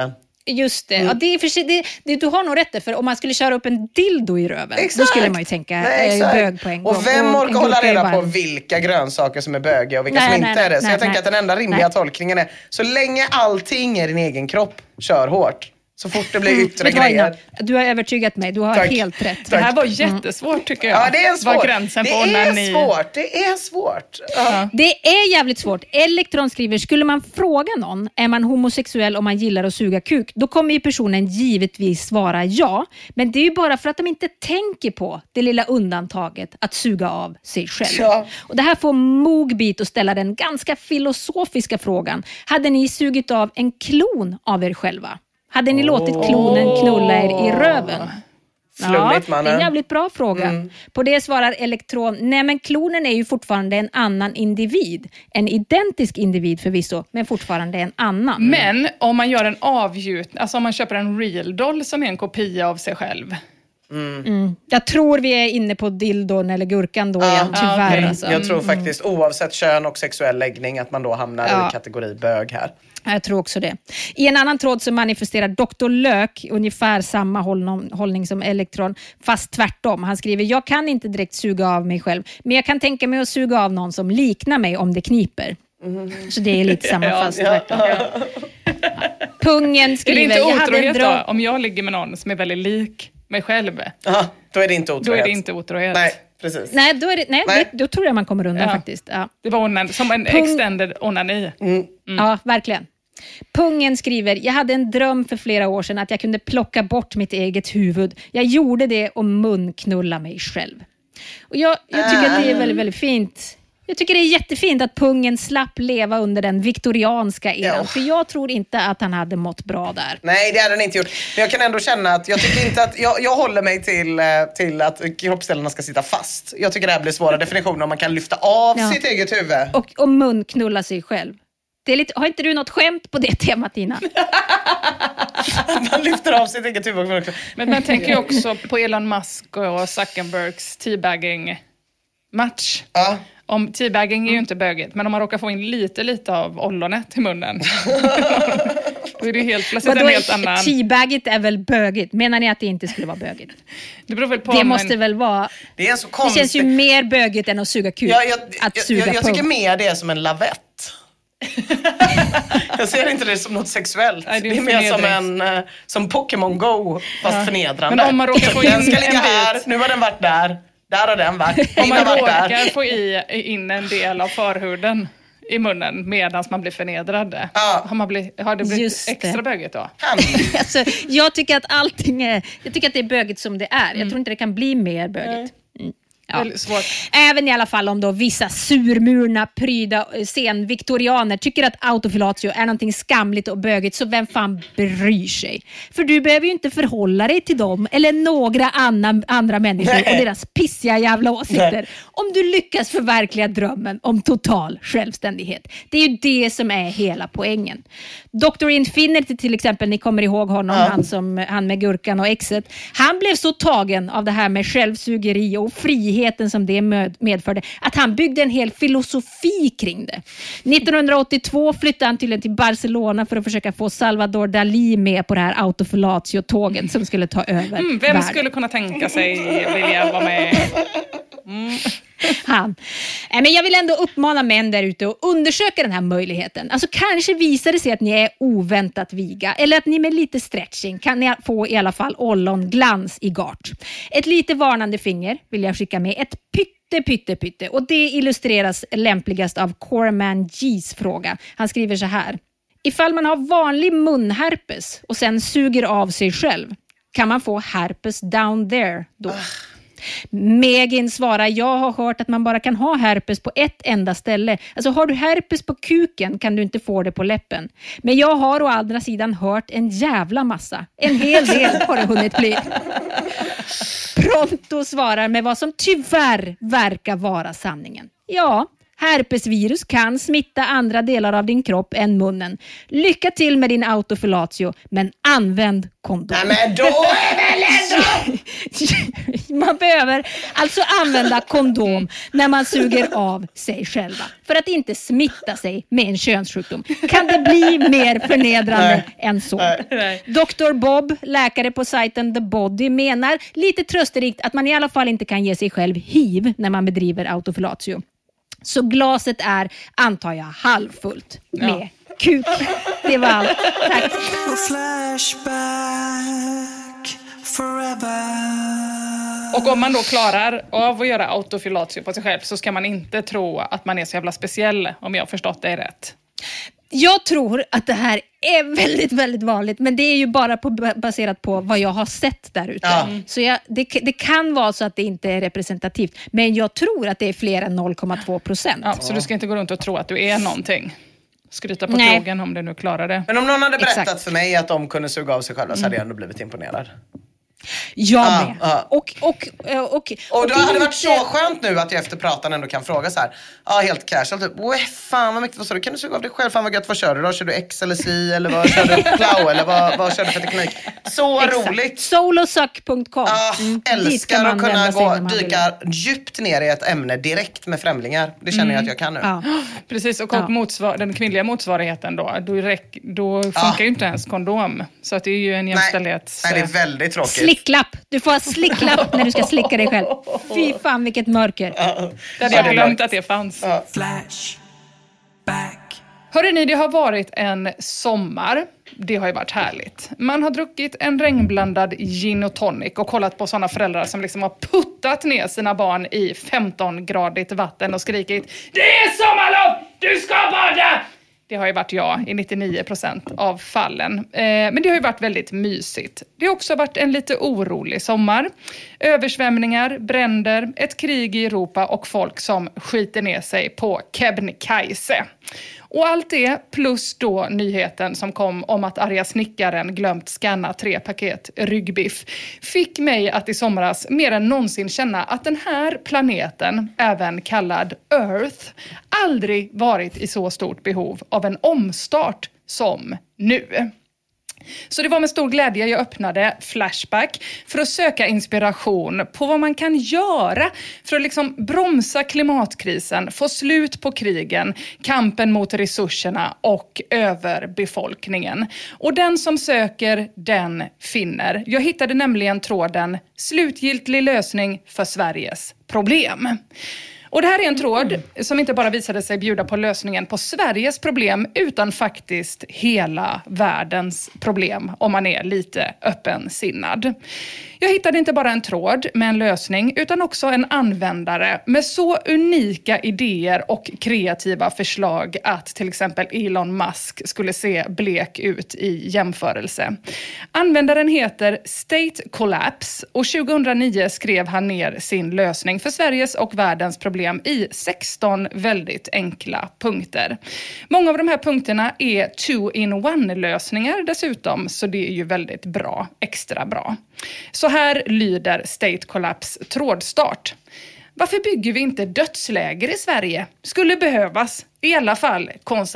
Just det. Mm. Ja, det, är för sig, det, det. Du har nog rätt där, för om man skulle köra upp en dildo i röven, exakt. Då skulle man ju tänka nej, eh, bög på en gång. Och vem orkar hålla reda bara... på vilka grönsaker som är bögiga och vilka nej, som nej, inte är det? Så nej, jag nej, tänker att den enda rimliga nej. tolkningen är så länge allting är din egen kropp, kör hårt. Så fort det blir yttre mm, grejer. Du har övertygat mig, du har Tack. helt rätt. Tack. Det här var jättesvårt tycker jag. Ja, det är svårt. Var gränsen det på är ni... svårt. Det är svårt. Ja. Det är jävligt svårt. Elektron skriver, skulle man fråga någon, är man homosexuell om man gillar att suga kuk? Då kommer ju personen givetvis svara ja. Men det är ju bara för att de inte tänker på det lilla undantaget att suga av sig själv. Ja. Och det här får Mogbit att ställa den ganska filosofiska frågan. Hade ni sugit av en klon av er själva? Hade ni låtit klonen knulla er i röven? Flummigt, ja, det är en jävligt bra fråga. Mm. På det svarar Elektron, nej men klonen är ju fortfarande en annan individ. En identisk individ förvisso, men fortfarande en annan. Men om man gör en avgjutning, alltså om man köper en real doll som är en kopia av sig själv. Mm. Mm. Jag tror vi är inne på dildon eller gurkan då ja, igen, tyvärr. Okay. Alltså. Jag tror faktiskt oavsett kön och sexuell läggning att man då hamnar ja. i kategori bög här. Jag tror också det. I en annan tråd så manifesterar doktor Lök ungefär samma hållning som Elektron, fast tvärtom. Han skriver, jag kan inte direkt suga av mig själv, men jag kan tänka mig att suga av någon som liknar mig om det kniper. Mm. Så det är lite samma fast ja, tvärtom. Ja. Pungen skriver, är det inte otrohet jag dröm... då? Om jag ligger med någon som är väldigt lik mig själv. Aha, då är det inte otrohet. Då är det inte otrohet. Nej, precis. Nej, då, är det, nej, nej. Det, då tror jag man kommer undan ja. faktiskt. Ja. Det var onan, som en Pung... extended onani. Mm. Mm. Ja, verkligen. Pungen skriver, jag hade en dröm för flera år sedan att jag kunde plocka bort mitt eget huvud. Jag gjorde det och munknulla mig själv. Och jag, jag tycker att det är väldigt, väldigt fint. Jag tycker det är jättefint att Pungen slapp leva under den viktorianska eran. Ja. För jag tror inte att han hade mått bra där. Nej, det hade han inte gjort. Men jag kan ändå känna att jag tycker inte att jag, jag håller mig till, till att kroppsdelarna ska sitta fast. Jag tycker det här blir svåra definitioner om man kan lyfta av ja. sitt eget huvud. Och, och munknulla sig själv. Det är lite, har inte du något skämt på det temat, Tina? Man lyfter av sitt eget huvud. Men man tänker ju också på Elon Musk och Zuckerbergs teabagging-match. Ja. Om teabagging är ju inte bögigt, men om man råkar få in lite, lite av ollonet i munnen. Då är det helt plötsligt en helt annan... Teabaggigt är väl bögigt? Menar ni att det inte skulle vara bögigt? Det beror väl på det om måste en... väl vara... Det är så konstigt. Det känns ju mer bögigt än att suga kuk. Ja, jag, att jag, suga jag, jag pung. tycker mer det är som en lavett. Jag ser inte det som något sexuellt. Nej, det, är det är mer som en uh, som Pokémon Go fast ja. förnedrande. Men om man råkar få in den ska ligga här, nu har den varit där. Där har den varit. Om man varit råkar där. få i, in en del av förhuden i munnen medan man blir förnedrad. Ja. Har, man blivit, har det blivit Just extra det. bögigt då? Alltså, jag tycker att allting är... Jag tycker att det är bögigt som det är. Mm. Jag tror inte det kan bli mer bögigt. Mm. Ja. Även i alla fall om då vissa surmurna, pryda sen-viktorianer tycker att autofilatio är någonting skamligt och bögigt, så vem fan bryr sig? För du behöver ju inte förhålla dig till dem eller några annan, andra människor Nej. och deras pissiga jävla åsikter. Nej. Om du lyckas förverkliga drömmen om total självständighet. Det är ju det som är hela poängen. doktor Infinity till exempel, ni kommer ihåg honom, ja. han, som, han med gurkan och exet. Han blev så tagen av det här med självsugeri och frihet som det medförde, att han byggde en hel filosofi kring det. nittonhundraåttiotvå flyttade han tydligen till Barcelona för att försöka få Salvador Dalí med på det här autofellatio-tåget som skulle ta över mm, Vem världen. skulle kunna tänka sig vilja vara med? Mm. Han. Men jag vill ändå uppmana män där ute att undersöka den här möjligheten. Alltså kanske visar det sig att ni är oväntat viga, eller att ni med lite stretching kan ni få i alla fall ollonglans i gart. Ett lite varnande finger vill jag skicka med. Ett pytte, pytte, pytte. Och det illustreras lämpligast av Corman G's fråga. Han skriver så här. Ifall man har vanlig munherpes och sen suger av sig själv, kan man få herpes down there då? Megin svarar, jag har hört att man bara kan ha herpes på ett enda ställe. Alltså har du herpes på kuken kan du inte få det på läppen. Men jag har å andra sidan hört en jävla massa. En hel del har det hunnit bli. Pronto svarar med vad som tyvärr verkar vara sanningen. Ja, herpesvirus kan smitta andra delar av din kropp än munnen. Lycka till med din autofellatio, men använd kondom. Nej, men då är väl ändå... Man behöver alltså använda kondom när man suger av sig själva för att inte smitta sig med en könssjukdom. Kan det bli mer förnedrande Nej. än så? Nej. doktor Bob, läkare på sajten The Body, menar lite trösterikt att man i alla fall inte kan ge sig själv H I V när man bedriver autofellatio. Så glaset är, antar jag, halvfullt med ja. kuk. Det var allt. Tack. Och om man då klarar av att göra autofellatio på sig själv så ska man inte tro att man är så jävla speciell, om jag har förstått det rätt. Jag tror att det här är väldigt, väldigt vanligt. Men det är ju bara på, baserat på vad jag har sett där ute. Ja. Så jag, det, det kan vara så att det inte är representativt. Men jag tror att det är fler än noll komma två procent. Ja, så du ska inte gå runt och tro att du är någonting. Skryta på krogen om du nu klarar det. Men om någon hade berättat Exakt. för mig att de kunde suga av sig själva så hade jag ändå blivit imponerad. Jag ah, med. Ah. Och, och, och, och, och då hade det varit så skönt nu att jag efter pratan ändå kan fråga så här. Ja, ah, helt casual typ. Åh, fan vad mycket, vad sa du? Kan du suga av dig själv? Fan vad gött, vad kör du då? Kör du X eller C? Eller vad kör du? Plow? Eller vad, vad kör du för teknik? Så Exakt. roligt. Solosuck punkt com ah, mm. Älskar att kunna gå, dyka djupt ner i ett ämne direkt med främlingar. Det känner mm. jag att jag kan nu. Ja. Precis, och, och ja. motsvar- den kvinnliga motsvarigheten då. Då, räck- då funkar ah. ju inte ens kondom. Så att det är ju en jämställdhets... Nej, Nej det är väldigt tråkigt. Slicklapp. Du får ha slicklapp när du ska slicka dig själv. Fy fan, vilket mörker. Uh, det hade jag glömt att det fanns. Uh. Flash. Back. Hörrni ni, det har varit en sommar. Det har ju varit härligt. Man har druckit en regnblandad gin och tonic och kollat på sådana föräldrar som liksom har puttat ner sina barn i femton-gradigt vatten och skrikit: det är sommarlov! Du ska bada! Det har ju varit jag i nittionio procent av fallen. Eh, men det har ju varit väldigt mysigt. Det har också varit en lite orolig sommar. Översvämningar, bränder, ett krig i Europa och folk som skiter ner sig på Kebnekaise. Och allt det plus då nyheten som kom om att arga snickaren glömt scanna tre paket ryggbiff fick mig att i somras mer än någonsin känna att den här planeten, även kallad Earth, aldrig varit i så stort behov av en omstart som nu. Så det var med stor glädje jag öppnade Flashback för att söka inspiration på vad man kan göra för att liksom bromsa klimatkrisen, få slut på krigen, kampen mot resurserna och överbefolkningen. Och den som söker, den finner. Jag hittade nämligen tråden slutgiltig lösning för Sveriges problem. Och det här är en tråd som inte bara visade sig bjuda på lösningen på Sveriges problem utan faktiskt hela världens problem om man är lite öppensinnad. Jag hittade inte bara en tråd med en lösning utan också en användare med så unika idéer och kreativa förslag att till exempel Elon Musk skulle se blek ut i jämförelse. Användaren heter State Collapse och tjugohundranio skrev han ner sin lösning för Sveriges och världens problem i sexton väldigt enkla punkter. Många av de här punkterna är two-in-one-lösningar dessutom, så det är ju väldigt bra, extra bra. Så här lyder State Collapse trådstart. Varför bygger vi inte dödsläger i Sverige? Skulle behövas. I alla fall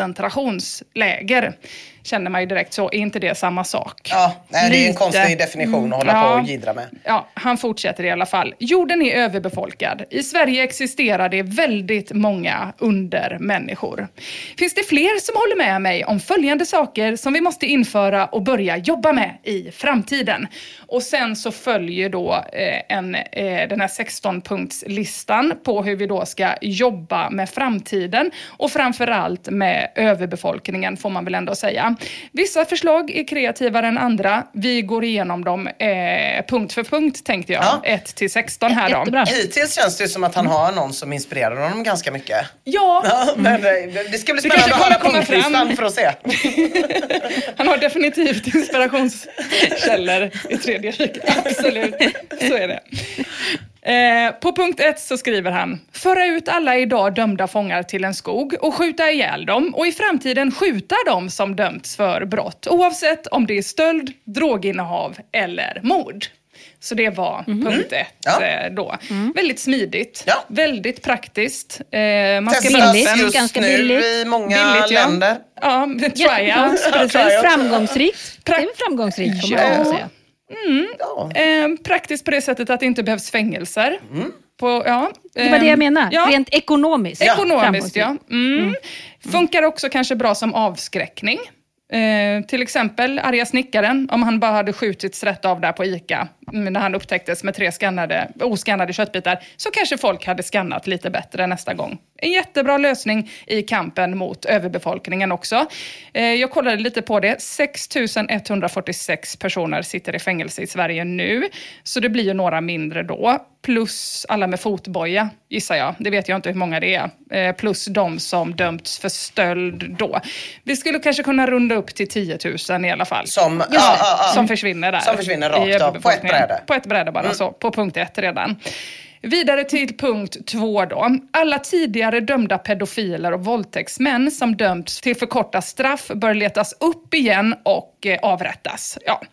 koncentrationsläger. Känner man ju direkt så, är inte det samma sak? Ja, nej, det är en konstig definition att hålla ja, på och gidra med. Ja, han fortsätter i alla fall. Jorden är överbefolkad. I Sverige existerar det väldigt många undermänniskor. Finns det fler som håller med mig om följande saker som vi måste införa och börja jobba med i framtiden? Och sen så följer då eh, en, eh, den här sexton-punktslistan på hur vi då ska jobba med framtiden och framförallt med överbefolkningen får man väl ändå säga. Vissa förslag är kreativare än andra. Vi går igenom dem eh, punkt för punkt tänkte jag. Ja. ett till sexton här då. Hittills känns det som att han har någon som inspirerar honom ganska mycket. Ja. ja men det ska bli spännande att höra punktlistan för att se. Han har definitivt inspirationskällor i tredje riket. Absolut, så är det. Eh, på punkt ett så skriver han: föra ut alla idag dömda fångar till en skog och skjuta ihjäl dem och i framtiden skjuta dem som dömts för brott oavsett om det är stöld, droginnehav eller mord. Så det var mm. punkt ett ja. då. Mm. Väldigt smidigt, ja. väldigt praktiskt. Eh, man ska testas just ganska nu billigt. I många billigt, länder. Ja, ja tryouts. Ja, framgångsrikt. Pra- det är framgångsrikt, kommer ja. man säga. Mm. Ja. Eh, praktiskt på det sättet att det inte behövs fängelser. Mm. På, ja, det var det jag menar. Ja. Rent ekonomiskt. Ekonomiskt, ja. Mm. Mm. Funkar också kanske bra som avskräckning. Eh, till exempel arga snickaren, om han bara hade skjutits rätt av där på ICA när han upptäcktes med tre skannade, oskannade köttbitar, så kanske folk hade skannat lite bättre nästa gång. En jättebra lösning i kampen mot överbefolkningen också. Eh, jag kollade lite på det. sex tusen etthundrafyrtiosex personer sitter i fängelse i Sverige nu, så det blir ju några mindre då. Plus alla med fotboja, gissar jag. Det vet jag inte hur många det är. Eh, plus de som dömts för stöld då. Vi skulle kanske kunna runda upp till tio tusen i alla fall. Som, ja, ah, ah, ah. som försvinner där. Som försvinner rakt av, på ett bräde. På ett bräde bara, mm. så. På punkt ett redan. Vidare till punkt två då. Alla tidigare dömda pedofiler och våldtäktsmän som dömts till förkorta straff bör letas upp igen och eh, avrättas. Ja.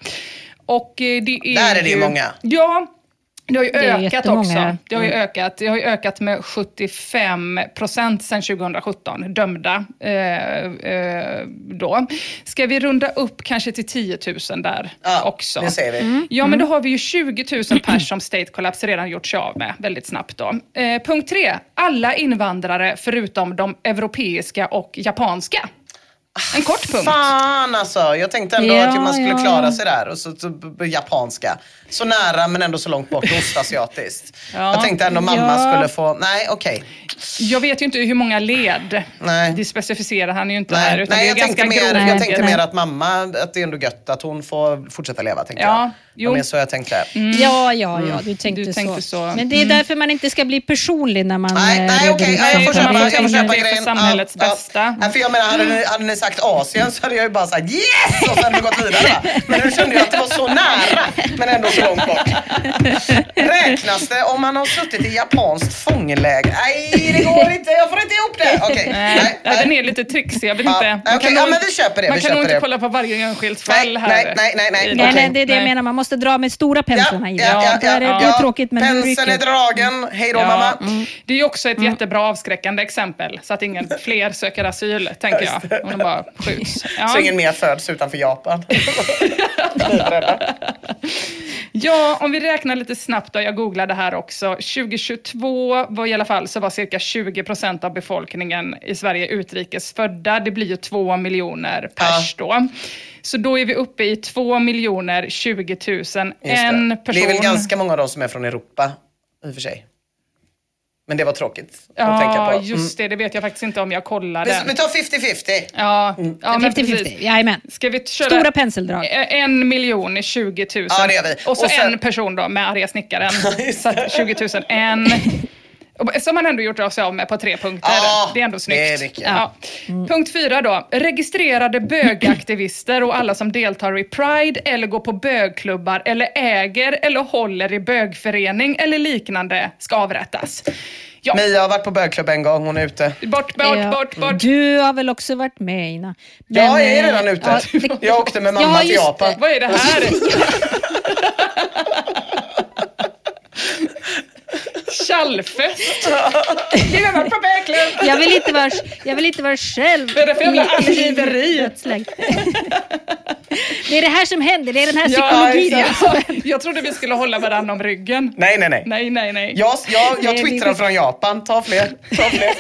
Och eh, det är Där är det ju många. Ja. Det har ju det ökat också. Det har ju Mm. ökat. Det har ju ökat med sjuttiofem procent sedan tjugosjutton. Dömda eh, eh, då. Ska vi runda upp kanske till tio tusen där ja, också? det ser vi. Mm. Ja, men då har vi ju tjugo tusen pers som State Collapse redan gjort sig av med väldigt snabbt då. Eh, punkt tre. Alla invandrare förutom de europeiska och japanska. En kort punkt. Fan alltså, jag tänkte ändå ja, att man skulle ja. klara sig där. Och så, så japanska. Så nära men ändå så långt bort, ostasiatiskt. Ja. Jag tänkte ändå mamma ja. skulle få, nej okej. Okay. Jag vet ju inte hur många led. Nej. Det specificerar han ju inte Nej, här. Utan nej det är jag, tänkte ganska mer, grov. jag tänkte Nej. mer att mamma, att det är ändå gött att hon får fortsätta leva, tänkte Ja, jag. jo. Det är så jag tänkte. Mm. Ja, ja, ja, du tänkte, Du tänkte så. så. Men det är därför man inte ska bli personlig när man... Nej, eh, nej reder okej, ut okay. jag får saker. köpa, Man jag får tänker köpa det är för grejen. samhällets ja, bästa. Ja. För jag menar, hade ni, hade ni sagt Asien så hade jag ju bara sagt yes! Och så hade vi gått vidare. Va? Men nu kände jag att det var så nära, men ändå så långt bort. Räknas det om man har suttit i japanskt fångläger? Nej, det går inte, jag får inte ihop det. Okej, okay. Nej, nej, nej. Den är lite trixig, jag vet Ja, inte. okej, kan ja, nog- men vi köper det, Man vi kan nog köper inte det. kolla på varje enskilt fall Nej, här. nej, nej, nej, nej. I- Nej, Okej. nej, det är det jag Nej. menar. Man måste dra med stora penslarna i det. Ja, ja, Det är, ja, det är ja. tråkigt, men nu Penseln är rycker. dragen. Hej då Ja, mamma. mm. Det är ju också ett jättebra avskräckande exempel. Så att ingen fler söker asyl, tänker jag. Om de bara skjuts. Ja. Så ingen mer föds utanför Japan. Ja, om vi räknar lite snabbt då, jag googlade här också. tjugohundratjugotvå var i alla fall så var cirka tjugo procent av befolkningen i Sverige utrikesfödda. Det blir ju två miljoner pers Ja. då. Så då är vi uppe i två miljoner tjugo tusen. En person. Det är väl ganska många av dem som är från Europa, i och för sig. Men det var tråkigt ja, att tänka på. Mm. just det. Det vet jag faktiskt inte om jag kollar Vi, den. vi tar femtio femtio. Ja, Mm. ja men femtio precis. femtio, jajamän. Ska vi köra Stora penseldrag. en miljon i tjugo tusen? Ja, det gör vi. Och så Och sen- en person då med arga snickaren. Så att tjugo tusen, en. Och som man ändå gjort sig av med på tre punkter. Ja, det är ändå snyggt. det är mycket. Ja. Punkt fyra då. Registrerade bögaktivister och alla som deltar i Pride eller går på bögklubbar eller äger eller håller i bögförening eller liknande ska avrättas. Ja. Mia har varit på bögklubb en gång, hon är ute. Bort, bort, Ja. bort, bort. Du har väl också varit med, Ina? Ja, jag är eh, redan ute. ja, det- Jag åkte med mamma Ja, till just Japan. Vad är det här? Tjallfest. Vi har varit på bögklubb. Jag vill inte vara, jag vill inte vara själv. Vad är det för jävla mitt i angiveri? dödsläge. Det är det här som händer, det är den här Ja, psykologin. exakt. Jag trodde vi skulle hålla varandra om ryggen. Nej, nej, nej. Nej, nej, nej. Jag, jag, jag Nej, twittrar det- från Japan. Ta fler. Ta fler.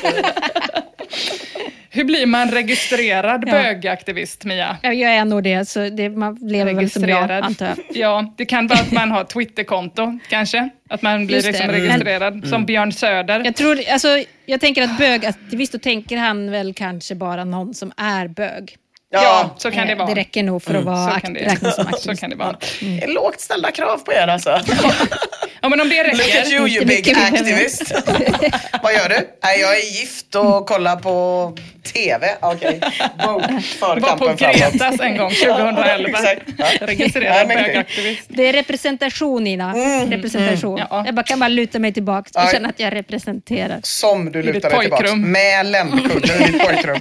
Hur blir man registrerad Ja. bögaktivist, Mia? Ja, jag är nog det, så det, man lever väl som jag, antar jag. Ja, det kan vara att man har Twitterkonto, kanske. Att man blir Just det. liksom Mm. registrerad, som Björn Söder. Jag, tror, alltså, jag tänker att bögaktivist, då tänker han väl kanske bara någon som är bög. Ja, så kan det Eh, vara. Det räcker nog för att vara Så akt- kan det- räknas som Så aktivist. kan det vara. Det är lågt ställda krav på er alltså. Ja, men om det Look at räcker. you, you Inte big mycket mer. activist. Vad gör du? Nej, jag är gift och kollar på T V. Okej. Okay. För Var på kampen framåt. Gretas en gång, tjugohundraelva. Exakt. Ja. Registrerad Ja, men- bögaktivist. Det är representation, Ina. Representation. Mm. Ja. Jag bara, kan bara luta mig tillbaka och Ja. känna att jag representerar. Som du ditt lutar dig tillbaka. pojkrum. Med ländkudde i ditt pojkrum.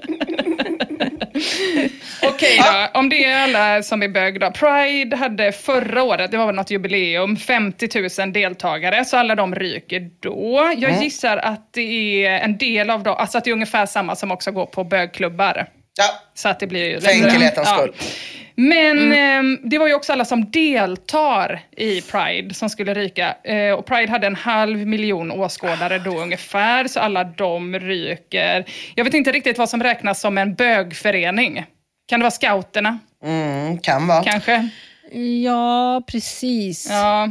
Okej då, om det är alla som är bög då. Pride hade förra året, det var väl något jubileum, femtio tusen deltagare. Så alla de ryker då. Jag Mm. gissar att det är en del av dem, alltså att det är ungefär samma som också går på bögklubbar. Ja. Så att det blir ju... För enkelhetens ja. skull. Men Mm. eh, det var ju också alla som deltar i Pride som skulle ryka. Eh, och Pride hade en halv miljon åskådare då ungefär. Så alla de ryker. Jag vet inte riktigt vad som räknas som en bögförening. Kan det vara scouterna? Mm, kan vara. Kanske. Ja, precis. Ja.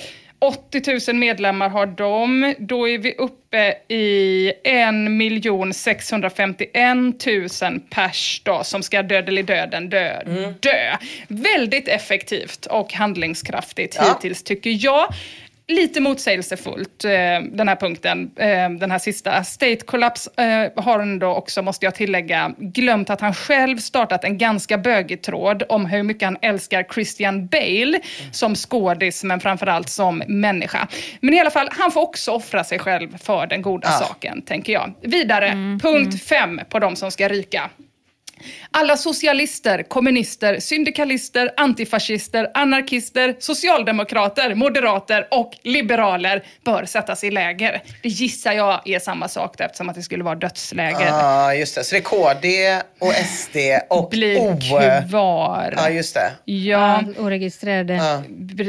åttio tusen medlemmar har de. Då är vi uppe i en miljon sexhundrafemtioen tusen pers då, som ska dödelig döden dö. Mm. dö. Väldigt effektivt och handlingskraftigt ja. hittills tycker jag. Lite motsägelsefullt, eh, den här punkten, eh, den här sista. State Collapse eh, har ändå också, måste jag tillägga, glömt att han själv startat en ganska bögig tråd om hur mycket han älskar Christian Bale mm. som skådis, men framförallt som människa. Men i alla fall, han får också offra sig själv för den goda ah. saken, tänker jag. Vidare, mm. punkt fem på de som ska ryka. Alla socialister, kommunister, syndikalister, antifascister, anarkister, socialdemokrater, moderater och liberaler bör sättas i läger. Det gissar jag är samma sak då, eftersom att det skulle vara dödsläger. Ja, ah, just det. Så det är K D och S D och blir O. kvar. Ja, ah, just det. Ja, oregistrerade. Ah.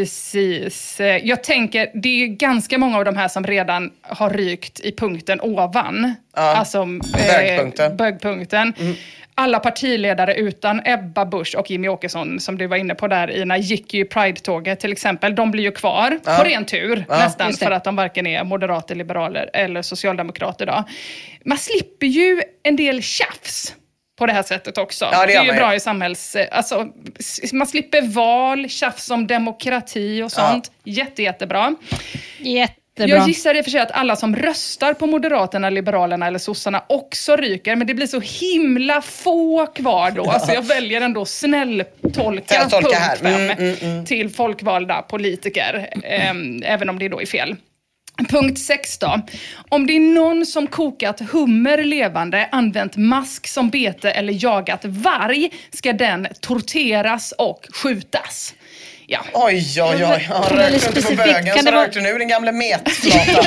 Precis. Jag tänker, det är ganska många av de här som redan har rykt i punkten ovan. Ah. Alltså bögpunkten. Eh, bögpunkten. Mm. Alla partiledare utan Ebba Busch och Jimmy Åkesson, som du var inne på där, Ina, gick ju i Pride-tåget till exempel. De blir ju kvar ja. på ren tur ja. nästan, för att de varken är moderater, liberaler eller socialdemokrater då. Man slipper ju en del tjafs på det här sättet också. Ja, det, det är ju med. bra i samhälls... Alltså, man slipper val, tjafs om demokrati och sånt. Ja. Jätte, jättebra. Jätte. Jag gissar i och för sig att alla som röstar på Moderaterna, Liberalerna eller sossarna också ryker. Men det blir så himla få kvar då. Ja. Så jag väljer ändå snälltolka punkt fem mm, mm, mm. till folkvalda politiker. Eh, även om det då är fel. Punkt sex då. Om det är någon som kokat hummer levande, använt mask som bete eller jagat varg, ska den torteras och skjutas. Ja. Oj, oj, oj. Han rökte inte på bögen, så rökte vara... nu den gamla metflatan.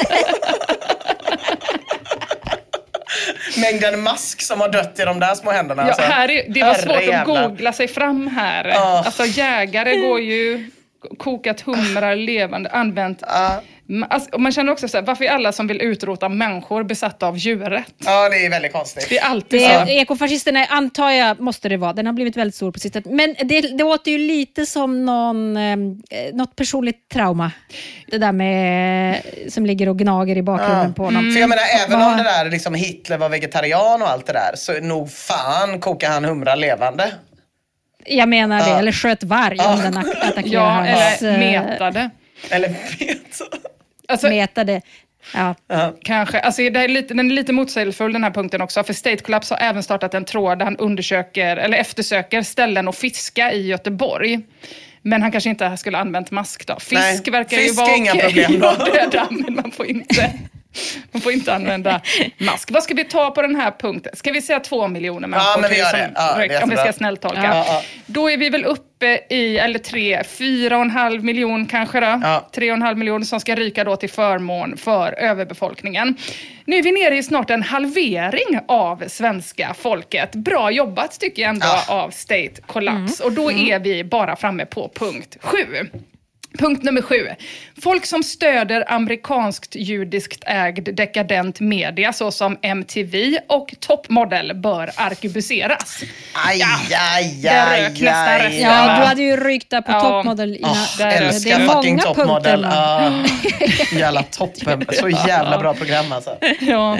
Mängden mask som har dött i de där små händerna. Ja, alltså. här är, det var Herre svårt jävlar. att googla sig fram här. Oh. Alltså jägare går ju kokat humrar levande, använt... Uh. Alltså, man känner också så här, varför är alla som vill utrota människor besatta av djuret? Ja, det är väldigt konstigt. Det är alltid det, så. Ekofascisterna, antar jag, måste det vara. Den har blivit väldigt stor på sitt sätt. Men det, det låter ju lite som någon, eh, något personligt trauma. Det där med som ligger och gnager i bakgrunden ja. på honom. Mm. För jag menar, även om det där liksom Hitler var vegetarian och allt det där, så nog fan kokar han humrar levande. Jag menar det, ja. eller sköt varg ja. om den attackerar ja, hans... eller metade. Eller metade. Alltså, metade. Ja. Uh-huh. Kanske. Alltså, det är lite, den är lite motsägelsefull den här punkten också. För State Collapse har även startat en tråd där han undersöker, eller eftersöker ställen och fiska i Göteborg. Men han kanske inte skulle använt mask då. Fisk Nej, verkar fisk ju vara inga okej. Problem då. Döda, men man får inte... Man får inte använda mask. Vad ska vi ta på den här punkten? Ska vi säga två miljoner människor? Ja, men vi gör det. Ja, det om vi ska snälltolka. Ja, ja. Då är vi väl uppe i, eller tre, fyra och en halv miljon kanske då. Ja. Tre och en halv miljon som ska ryka då till förmån för överbefolkningen. Nu är vi nere i snart en halvering av svenska folket. Bra jobbat tycker jag ändå ja. av State Collapse. Mm. Och då är vi bara framme på punkt sju. Punkt nummer sju. Folk som stöder amerikanskt judiskt ägd dekadent media såsom M T V och Top Model bör arkebuseras. Aj, ja, aj, det aj, rök nästan aj, resten. Ja, du hade ju rykt där på ja. Top Model. Ina. Oh, där, älskar det är fucking många Top Model. Uh. Jävla toppen. Så jävla bra program alltså. Ja,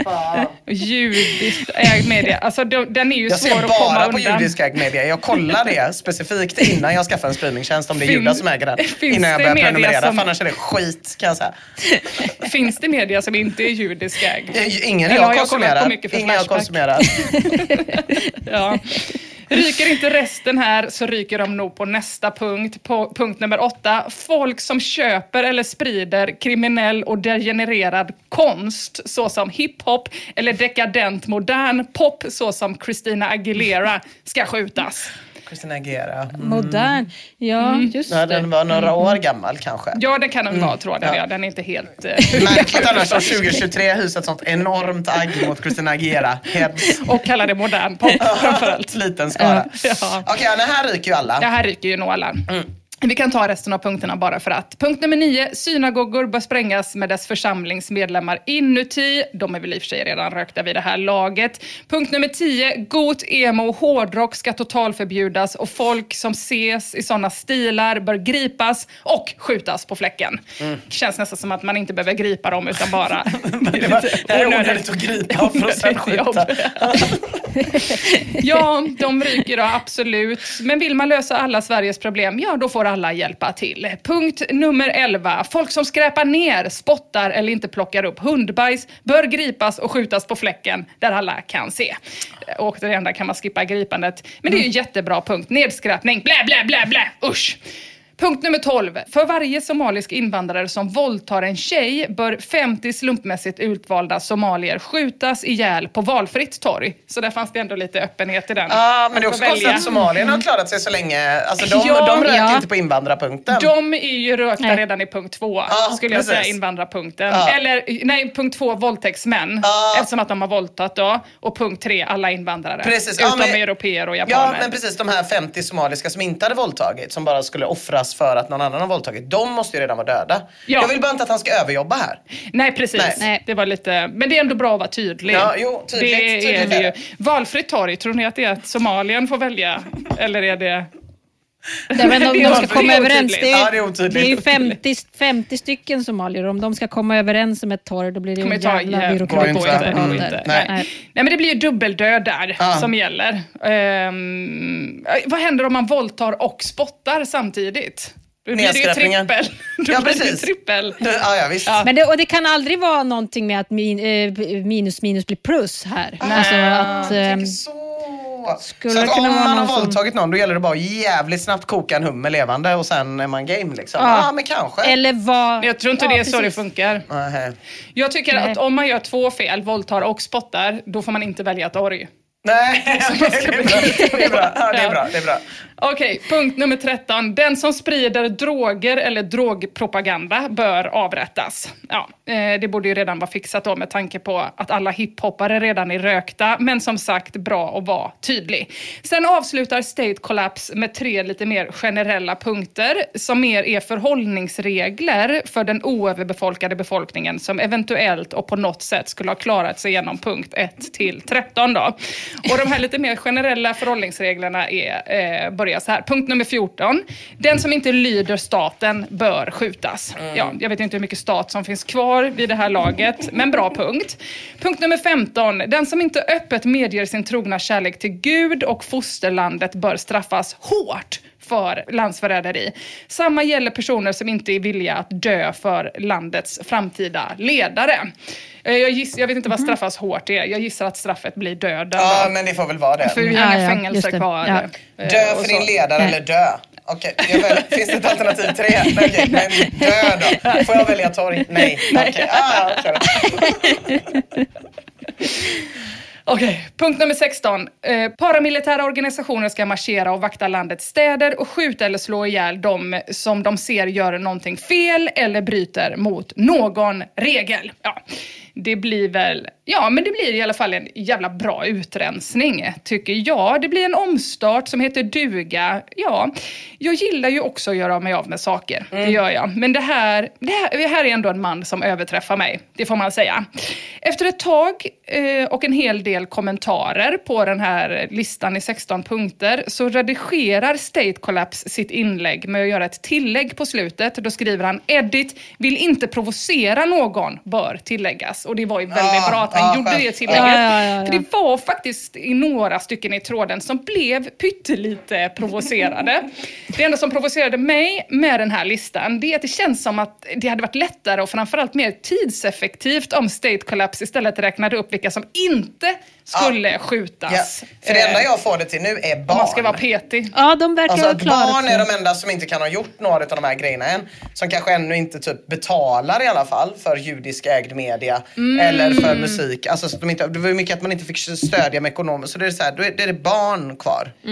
judiskt ägd media. Alltså, den är ju jag svår att komma ser bara undan. på judisk ägd media. Jag kollar det specifikt innan jag skaffar en streamingtjänst om det är Fin- judar som äger den. Innan jag börjar prenumerera. Som... För annars är det skit, kan jag säga. Finns det media som inte är judisk ägd? Ingen jag, jag konsumerar. Ingen jag konsumerar. Ja. Ryker inte resten här så ryker de nog på nästa punkt. På punkt nummer åtta. Folk som köper eller sprider kriminell och degenererad konst såsom hiphop eller dekadent modern pop såsom Christina Aguilera ska skjutas. Christina Aguilera. Mm. Modern. Ja, mm. just ja, den var några år mm. gammal kanske. Ja, det kan den mm. vara, tror jag. Ja. Den är inte helt... Uh, Märkligt annars som tjugo tjugotre husat sånt enormt agg mot Christina Aguilera. Och kallar det modern pop framförallt. Liten skara. Ja. Okej, okay, det här ryker ju alla. Det här ryker ju nog alla. Mm. Vi kan ta resten av punkterna bara för att. Punkt nummer nio. Synagogor bör sprängas med dess församlingsmedlemmar inuti. De är väl i och för sig redan rökta vid det här laget. Punkt nummer tio. Got, emo och hårdrock ska totalförbjudas. Och folk som ses i sådana stilar bör gripas och skjutas på fläcken. Mm. Känns nästan som att man inte behöver gripa dem utan bara... det, var, det är onödigt att gripa för att sen skjuta. Ja, de ryker då absolut. Men vill man lösa alla Sveriges problem, ja då får alla hjälpa till. Punkt nummer elva. Folk som skräpar ner, spottar eller inte plockar upp hundbajs bör gripas och skjutas på fläcken där alla kan se. Och det enda kan man skippa gripandet. Men det är ju en jättebra punkt. Nedskräpning, blä blä blä blä, usch. Punkt nummer tolv. För varje somalisk invandrare som våldtar en tjej bör femtio slumpmässigt utvalda somalier skjutas ihjäl på valfritt torg. Så där fanns det ändå lite öppenhet i den. Ja, men det är också konstigt att Somalien har klarat sig så länge. Alltså de, ja, de röker ja. inte på invandrarpunkten. De är ju rökta nej. redan i punkt två, ja, skulle jag precis. säga, invandrarpunkten. Ja. Eller, nej, punkt två, våldtäktsmän. Ja. Eftersom att de har våldtat då. Och punkt tre, alla invandrare. Precis. Utom ja, men, europeer och japaner. Ja, men precis. De här femtio somaliska som inte hade våldtagit, som bara skulle offras för att någon annan har våldtagit. De måste ju redan vara döda. Ja. Jag vill bara inte att han ska överjobba här. Nej, precis. Nej. Nej, det var lite... Men det är ändå bra att vara tydlig. Ja, jo, tydligt. Det tydligt är det ju. Valfritt torg, tror ni att det är att Somalien får välja? Eller är det... Nej, men om de ska komma överens, det är, ja, det är, det är ju femtio, femtio stycken somalier. Om de ska komma överens om ett torg, då blir det ju en jävla byråkrati. Mm. Nej. Nej. Nej, men det blir ju dubbeldöd där ah. som gäller. Um, vad händer om man våldtar och spottar samtidigt? Då blir det ju trippel. Då ja, blir precis. det trippel. Ja, ja, visst. Ja. Men det, och det kan aldrig vara någonting med att min, eh, minus minus blir plus här. Ah, alltså att... Eh, så så att om man har våldtagit någon, då gäller det bara jävligt snabbt koka en hummer levande och sen är man game liksom. Ja, ah, men kanske. Eller vad... Jag tror inte ja, det är precis. så det funkar. Uh-huh. Jag tycker Nej. att om man gör två fel, våldtar och spottar, då får man inte välja ett org. Nej, det är bra. Det är bra. Ja, det är bra. Det är bra. Okej, punkt nummer tretton. Den som sprider droger eller drogpropaganda bör avrättas. Ja, det borde ju redan vara fixat då med tanke på att alla hiphoppare redan är rökta. Men som sagt, bra att vara tydlig. Sen avslutar State Collapse med tre lite mer generella punkter som mer är förhållningsregler för den oöverbefolkade befolkningen som eventuellt och på något sätt skulle ha klarat sig genom punkt ett till tretton då. Och de här lite mer generella förhållningsreglerna är... Eh, så här. Punkt nummer fjorton. Den som inte lyder staten bör skjutas. Mm. Ja, jag vet inte hur mycket stat som finns kvar vid det här laget, men bra punkt. Punkt nummer femton. Den som inte öppet medger sin trogna kärlek till Gud och fosterlandet bör straffas hårt för landsförräderi. Samma gäller personer som inte är villiga att dö för landets framtida ledare. Jag, giss, jag vet inte vad straffas mm. hårt är. Jag gissar att straffet blir döden. Ja, då. men det får väl vara det. För vi har inga ja, fängelser ja, kvar. Ja. Dö för din ledare eller dö. Okej, okay. Finns det ett alternativ tre? Nej, okay. Men dö då. Får jag välja torg? Nej. Okej, okay. ah, okay. Okej, okay, punkt nummer sexton. Eh, paramilitära organisationer ska marschera och vakta landets städer och skjuta eller slå ihjäl dem som de ser gör någonting fel eller bryter mot någon regel. Ja, det blir väl... Ja, men det blir i alla fall en jävla bra utrensning, tycker jag. Det blir en omstart som heter duga. Ja, jag gillar ju också att göra mig av med saker. Mm. Det gör jag. Men det här, det, här, det här är ändå en man som överträffar mig. Det får man säga. Efter ett tag eh, och en hel del kommentarer på den här listan i sexton punkter så redigerar State Collapse sitt inlägg med att göra ett tillägg på slutet. Då skriver han, edit, vill inte provocera någon, bör tilläggas. Och det var ju väldigt ah. bra att han ah, gjorde det tillägget. Ja, ja, ja, ja. För det var faktiskt i några stycken i tråden som blev pyttelite provocerade. Det enda som provocerade mig med den här listan, det är att det känns som att det hade varit lättare och framförallt mer tidseffektivt om State Collapse istället räknade upp vilka som inte skulle ja. skjutas. Ja. För det enda jag får det till nu är barn. Om man ska vara petig. Ja, de verkar alltså, ha klarat barn är de enda som inte kan ha gjort några av de här grejerna än. Som kanske ännu inte typ betalar i alla fall för judisk ägd media. Mm. Eller för musik. Alltså, så de inte, det var ju mycket att man inte fick stödja med ekonomiskt. Så det är så här, då är det barn kvar. Mm.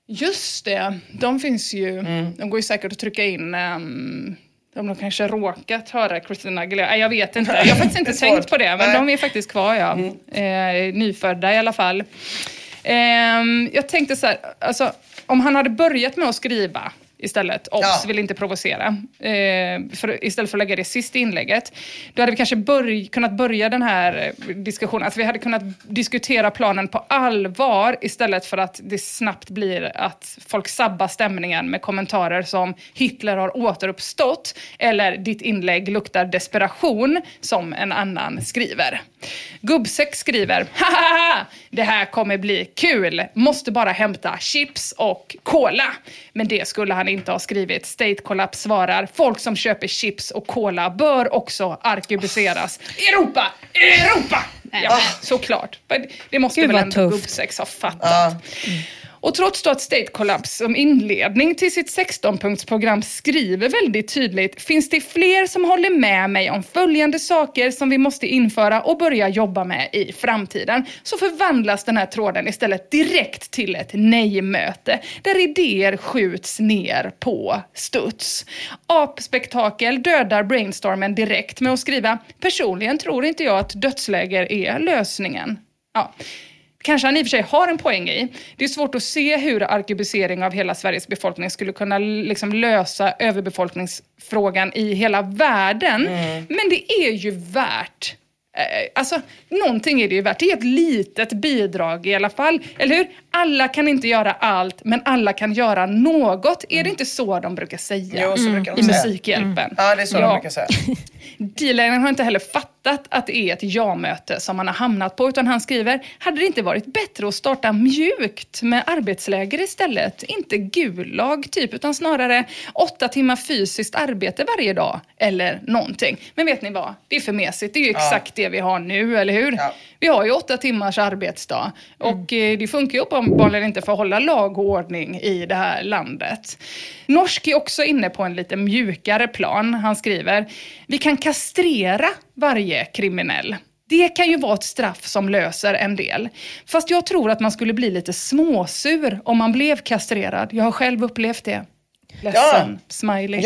Just det, de finns ju. Mm. De går ju säkert att trycka in. Um, de har kanske råkat höra Christina Aguilera. Jag vet inte, jag har faktiskt inte tänkt på det. Men de är faktiskt kvar, ja. Mm. Eh, nyfödda i alla fall. Eh, jag tänkte så här, alltså, om han hade börjat med att skriva istället, obs, ja. vill inte provocera, eh, för, istället för att lägga det sist i inlägget, då hade vi kanske börj- kunnat börja den här diskussionen, alltså vi hade kunnat diskutera planen på allvar istället för att det snabbt blir att folk sabbar stämningen med kommentarer som Hitler har återuppstått eller ditt inlägg luktar desperation som en annan skriver. Gubbsex skriver, haha, det här kommer bli kul, måste bara hämta chips och cola. Men det skulle han inte ha skrivit. State Collapse svarar, folk som köper chips och cola bör också arkebuseras. Europa! Europa! Ja, såklart. Det måste Gud, väl ändå Gubbsex ha fattat. Uh. Mm. Och trots då att State Collapse som inledning till sitt sexton-punktsprogram skriver väldigt tydligt, finns det fler som håller med mig om följande saker som vi måste införa och börja jobba med i framtiden, så förvandlas den här tråden istället direkt till ett nej-möte där idéer skjuts ner på studs. Apspektakel dödar brainstormen direkt med att skriva, personligen tror inte jag att dödsläger är lösningen. Ja. Kanske han i och för sig har en poäng i. Det är svårt att se hur arkebusering av hela Sveriges befolkning skulle kunna liksom lösa överbefolkningsfrågan i hela världen. Mm. Men det är ju värt... Alltså, någonting är det ju värt. Det är ett litet bidrag i alla fall. Eller hur? Alla kan inte göra allt, men alla kan göra något. Mm. Är det inte så de brukar säga jo, så brukar de i säga. Musikhjälpen? Mm. Ja, det är så ja. de brukar säga. D-Linen har inte heller fattat att det är ett ja-möte som man har hamnat på, utan han skriver, hade det inte varit bättre att starta mjukt med arbetsläger istället? Inte gullag typ, utan snarare åtta timmar fysiskt arbete varje dag eller någonting. Men vet ni vad? Det är för mesigt. Det är ju exakt ja. det vi har nu, eller hur? Ja. Vi har ju åtta timmars arbetsdag och mm. det funkar ju uppenbarligen inte för att hålla lag och ordning i det här landet. Norsk är också inne på en lite mjukare plan. Han skriver, vi kan kastrera varje kriminell. Det kan ju vara ett straff som löser en del. Fast jag tror att man skulle bli lite småsur om man blev kastrerad. Jag har själv upplevt det. Ledsen, ja. Smiley.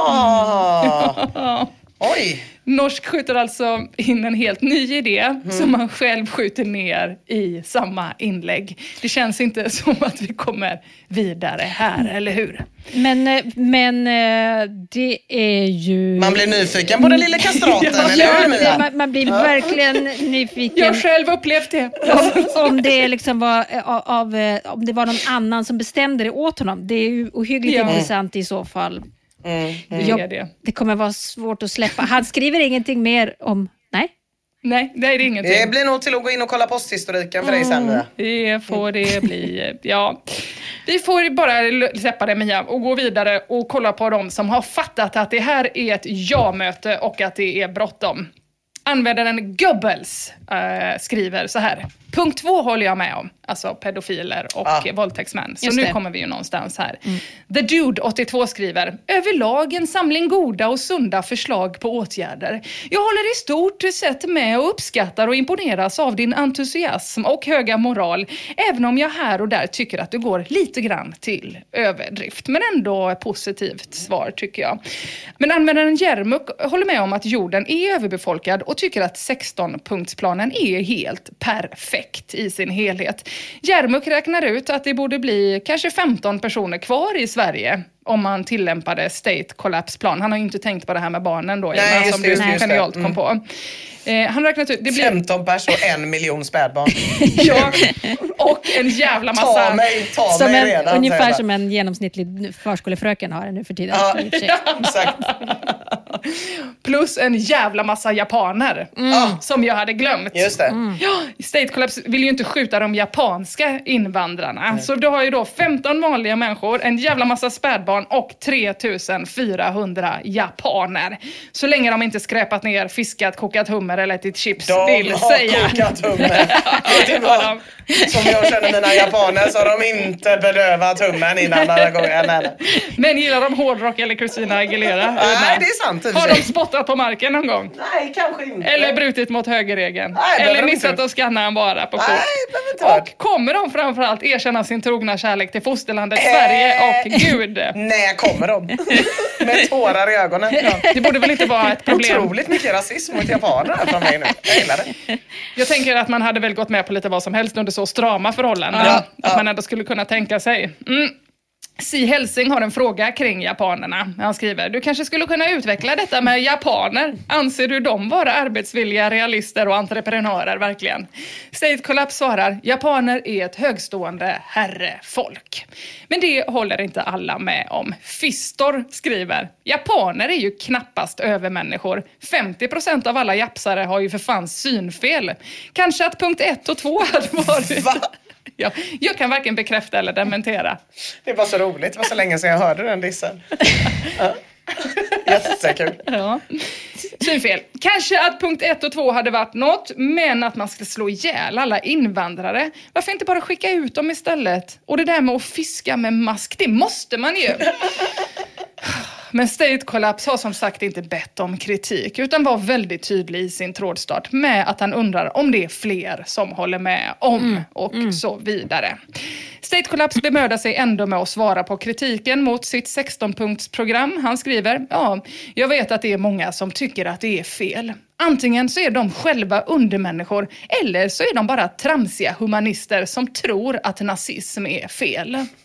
Ja! Mm. Oj! Norsk skjuter alltså in en helt ny idé mm. som han själv skjuter ner i samma inlägg. Det känns inte som att vi kommer vidare här, eller hur? Men, men det är ju... Man blir nyfiken på den lilla kastraten, ja, eller hur, det, man, man blir verkligen nyfiken. Jag har själv upplevt det. Om, om det liksom var av, om det var någon annan som bestämde det åt honom. Det är ju ohyggligt ja. intressant i så fall. Mm, mm. Jag, det. det kommer vara svårt att släppa. Han skriver ingenting mer om... Nej? Nej, det är ingenting. Det blir nog till att gå in och kolla posthistoriken för dig sen. Mm, det får det bli. Ja. Vi får bara släppa det, Mia, och gå vidare och kolla på dem som har fattat att det här är ett ja-möte och att det är bråttom. Användaren Goebbels äh, skriver så här. Punkt två håller jag med om. Alltså pedofiler och ah. våldtäktsmän. Så Just nu det. kommer vi ju någonstans här. Mm. The Dude åttiotvå skriver. Överlag en samling goda och sunda förslag på åtgärder. Jag håller i stort sett med och uppskattar och imponeras av din entusiasm och höga moral. Även om jag här och där tycker att du går lite grann till överdrift. Men ändå ett positivt svar tycker jag. Men användaren Jermuk håller med om att jorden är överbefolkad och tycker att sexton-punktsplanen är helt perfekt i sin helhet. Järmuk räknar ut att det borde bli kanske femton personer kvar i Sverige om man tillämpade State Collapse-plan. Han har ju inte tänkt på det här med barnen då, Nej, som det, du genialt mm. kom på. Eh, han räknat ut, det blir femton pers och en miljon spädbarn. Ja, och en jävla massa... Ta mig, ta som mig en, redan. ungefär som en genomsnittlig förskolefröken har nu för tiden. Ja, ja exakt. Plus en jävla massa japaner. Mm. Som jag hade glömt. Just det. Mm. Ja, State Collapse vill ju inte skjuta de japanska invandrarna. Mm. Så du har ju då femton vanliga människor, en jävla massa spädbarn och tre tusen fyrahundra japaner. Så länge de inte skräpat ner, fiskat, kokat hummer eller ätit chips, de vill har säga. kokat hummer. Det var, som jag känner mina japaner så har de inte bedövat hummen innan alla gånger. Men gillar de hårdrock eller Christina Aguilera? Nej, det är sant i och Har de spottat på marken någon gång? Nej, kanske inte. Eller brutit mot högerregeln? Nej, eller missat att skanna en vara på kort? Nej, och kommer de framförallt erkänna sin trogna kärlek till fosterlandet äh, Sverige och Gud? Nej, kommer de? Med tårar i ögonen. Ja, det borde väl inte vara ett problem. Otroligt mycket rasism mot japaner här från mig nu. Jag gillar det. Jag tänker att man hade väl gått med på lite vad som helst under så strama förhållanden. Ja, att ja. man ändå skulle kunna tänka sig. Mm. Si Helsing har en fråga kring japanerna. Han skriver, du kanske skulle kunna utveckla detta med japaner. Anser du dem vara arbetsvilliga, realister och entreprenörer verkligen? State Collapse svarar, japaner är ett högstående herrefolk. Men det håller inte alla med om. Fistor skriver, japaner är ju knappast övermänniskor. femtio procent av alla japsare har ju för fan synfel. Kanske att punkt ett och två hade varit... Va? Ja, jag kan varken bekräfta eller dementera. Det var så roligt. Det var så länge sedan jag hörde den dissen. Ja. Jättekul. Ja. Synfel. Kanske att punkt ett och två hade varit något, men att man skulle slå ihjäl alla invandrare. Varför inte bara skicka ut dem istället? Och det där med att fiska med mask, det måste man ju. Men State Collapse har som sagt inte bett om kritik utan var väldigt tydlig i sin trådstart med att han undrar om det är fler som håller med om mm. och mm. så vidare. State Collapse bemödar sig ändå med att svara på kritiken mot sitt sexton-punktsprogram. Han skriver, ja, jag vet att det är många som tycker att det är fel. Antingen så är de själva undermänniskor eller så är de bara tramsiga humanister som tror att nazism är fel. Mm.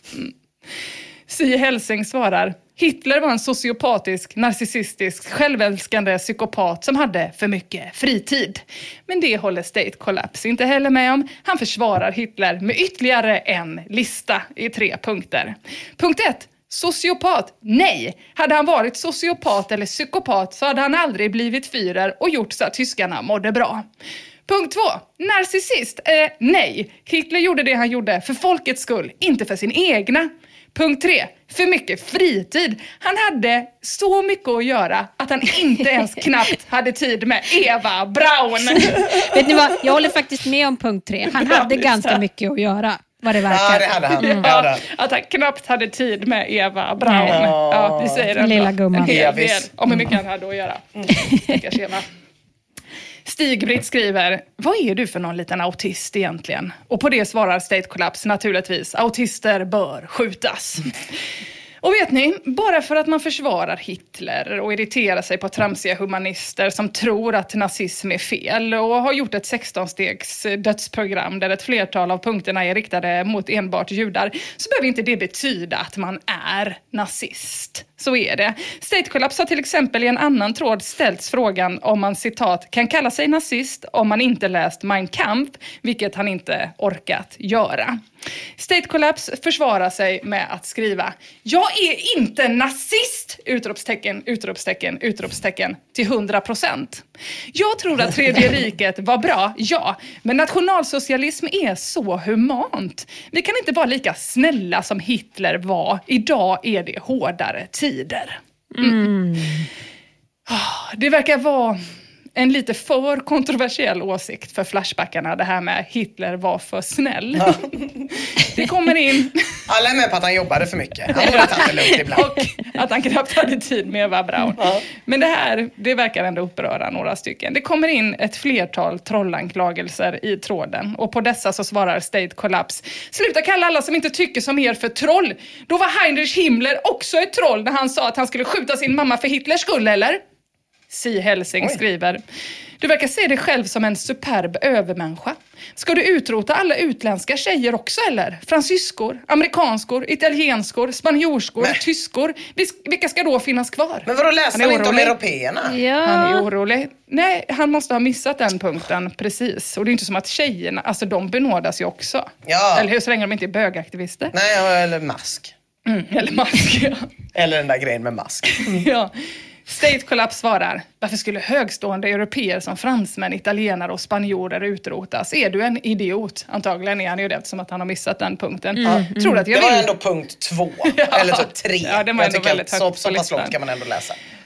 Si Helsing svarar, Hitler var en sociopatisk, narcissistisk, självälskande psykopat som hade för mycket fritid. Men det håller State Collapse inte heller med om. Han försvarar Hitler med ytterligare en lista i tre punkter. Punkt ett. Sociopat? Nej. Hade han varit sociopat eller psykopat så hade han aldrig blivit fyrer och gjort så att tyskarna mådde bra. Punkt två. Narcissist? Eh, nej. Hitler gjorde det han gjorde för folkets skull, inte för sin egna. Punkt tre. För mycket fritid. Han hade så mycket att göra att han inte ens knappt hade tid med Eva Braun. Vet ni vad? Jag håller faktiskt med om punkt tre. Han hade ganska mycket att göra. Vad det verkar. Ja, det hade han. Mm. Ja, att han knappt hade tid med Eva Braun. Ja, ja, vi säger det. Lilla gumman. En hel del om hur mycket han hade att göra. Mm. Stig-Britt skriver, vad är du för någon liten autist egentligen? Och på det svarar State Collapse naturligtvis, autister bör skjutas. Och vet ni, bara för att man försvarar Hitler och irriterar sig på tramsiga humanister som tror att nazism är fel och har gjort ett sexton-stegs dödsprogram där ett flertal av punkterna är riktade mot enbart judar, så behöver inte det betyda att man är nazist. Så är det. State Collapse har till exempel i en annan tråd ställts frågan om man, citat, kan kalla sig nazist om man inte läst Mein Kampf, vilket han inte orkat göra. State Collapse försvarar sig med att skriva, jag är inte nazist! Utropstecken, utropstecken, utropstecken till hundra procent. Jag tror att tredje riket var bra, ja, men nationalsocialism är så humant. Vi kan inte vara lika snälla som Hitler var. Idag är det hårdare tider. Mm. Det verkar vara en lite för kontroversiell åsikt för flashbackarna, det här med Hitler var för snäll. Ja. Det kommer in. Alla är med på att han jobbade för mycket. Han borde ta det lugnt ibland. Och att han knappt hade tid med Eva Braun. Ja. Men det här, det verkar ändå uppröra några stycken. Det kommer in ett flertal trollanklagelser i tråden. Och på dessa så svarar State Collapse, sluta kalla alla som inte tycker som er för troll. Då var Heinrich Himmler också ett troll när han sa att han skulle skjuta sin mamma för Hitlers skull, eller? Si Helsing Oj. skriver, du verkar se dig själv som en superb övermänniska. Ska du utrota alla utländska tjejer också, eller? Fransyskor, amerikanskor, italienskor, spanjorskor, Men. tyskor. Vilka ska då finnas kvar? Men vadå, läser han inte om européerna? Ja. Han är orolig. Nej, han måste ha missat den punkten, precis. Och det är inte som att tjejerna, alltså de benådas ju också. Ja. Eller hur, så länge de inte är bögaktivister. Nej, eller mask. Mm, eller mask, ja. Eller den där grejen med mask. Ja. State Collapse svarar, varför skulle högstående europeer som fransmän, italienare och spanjorer utrotas? Är du en idiot? Antagligen är han ju det eftersom att han har missat den punkten. Mm, mm. Tror att jag det var vill... ändå punkt två, ja. Eller typ tre. Ja, det var jag ändå väldigt högt så, så pass långt kan man ändå läsa.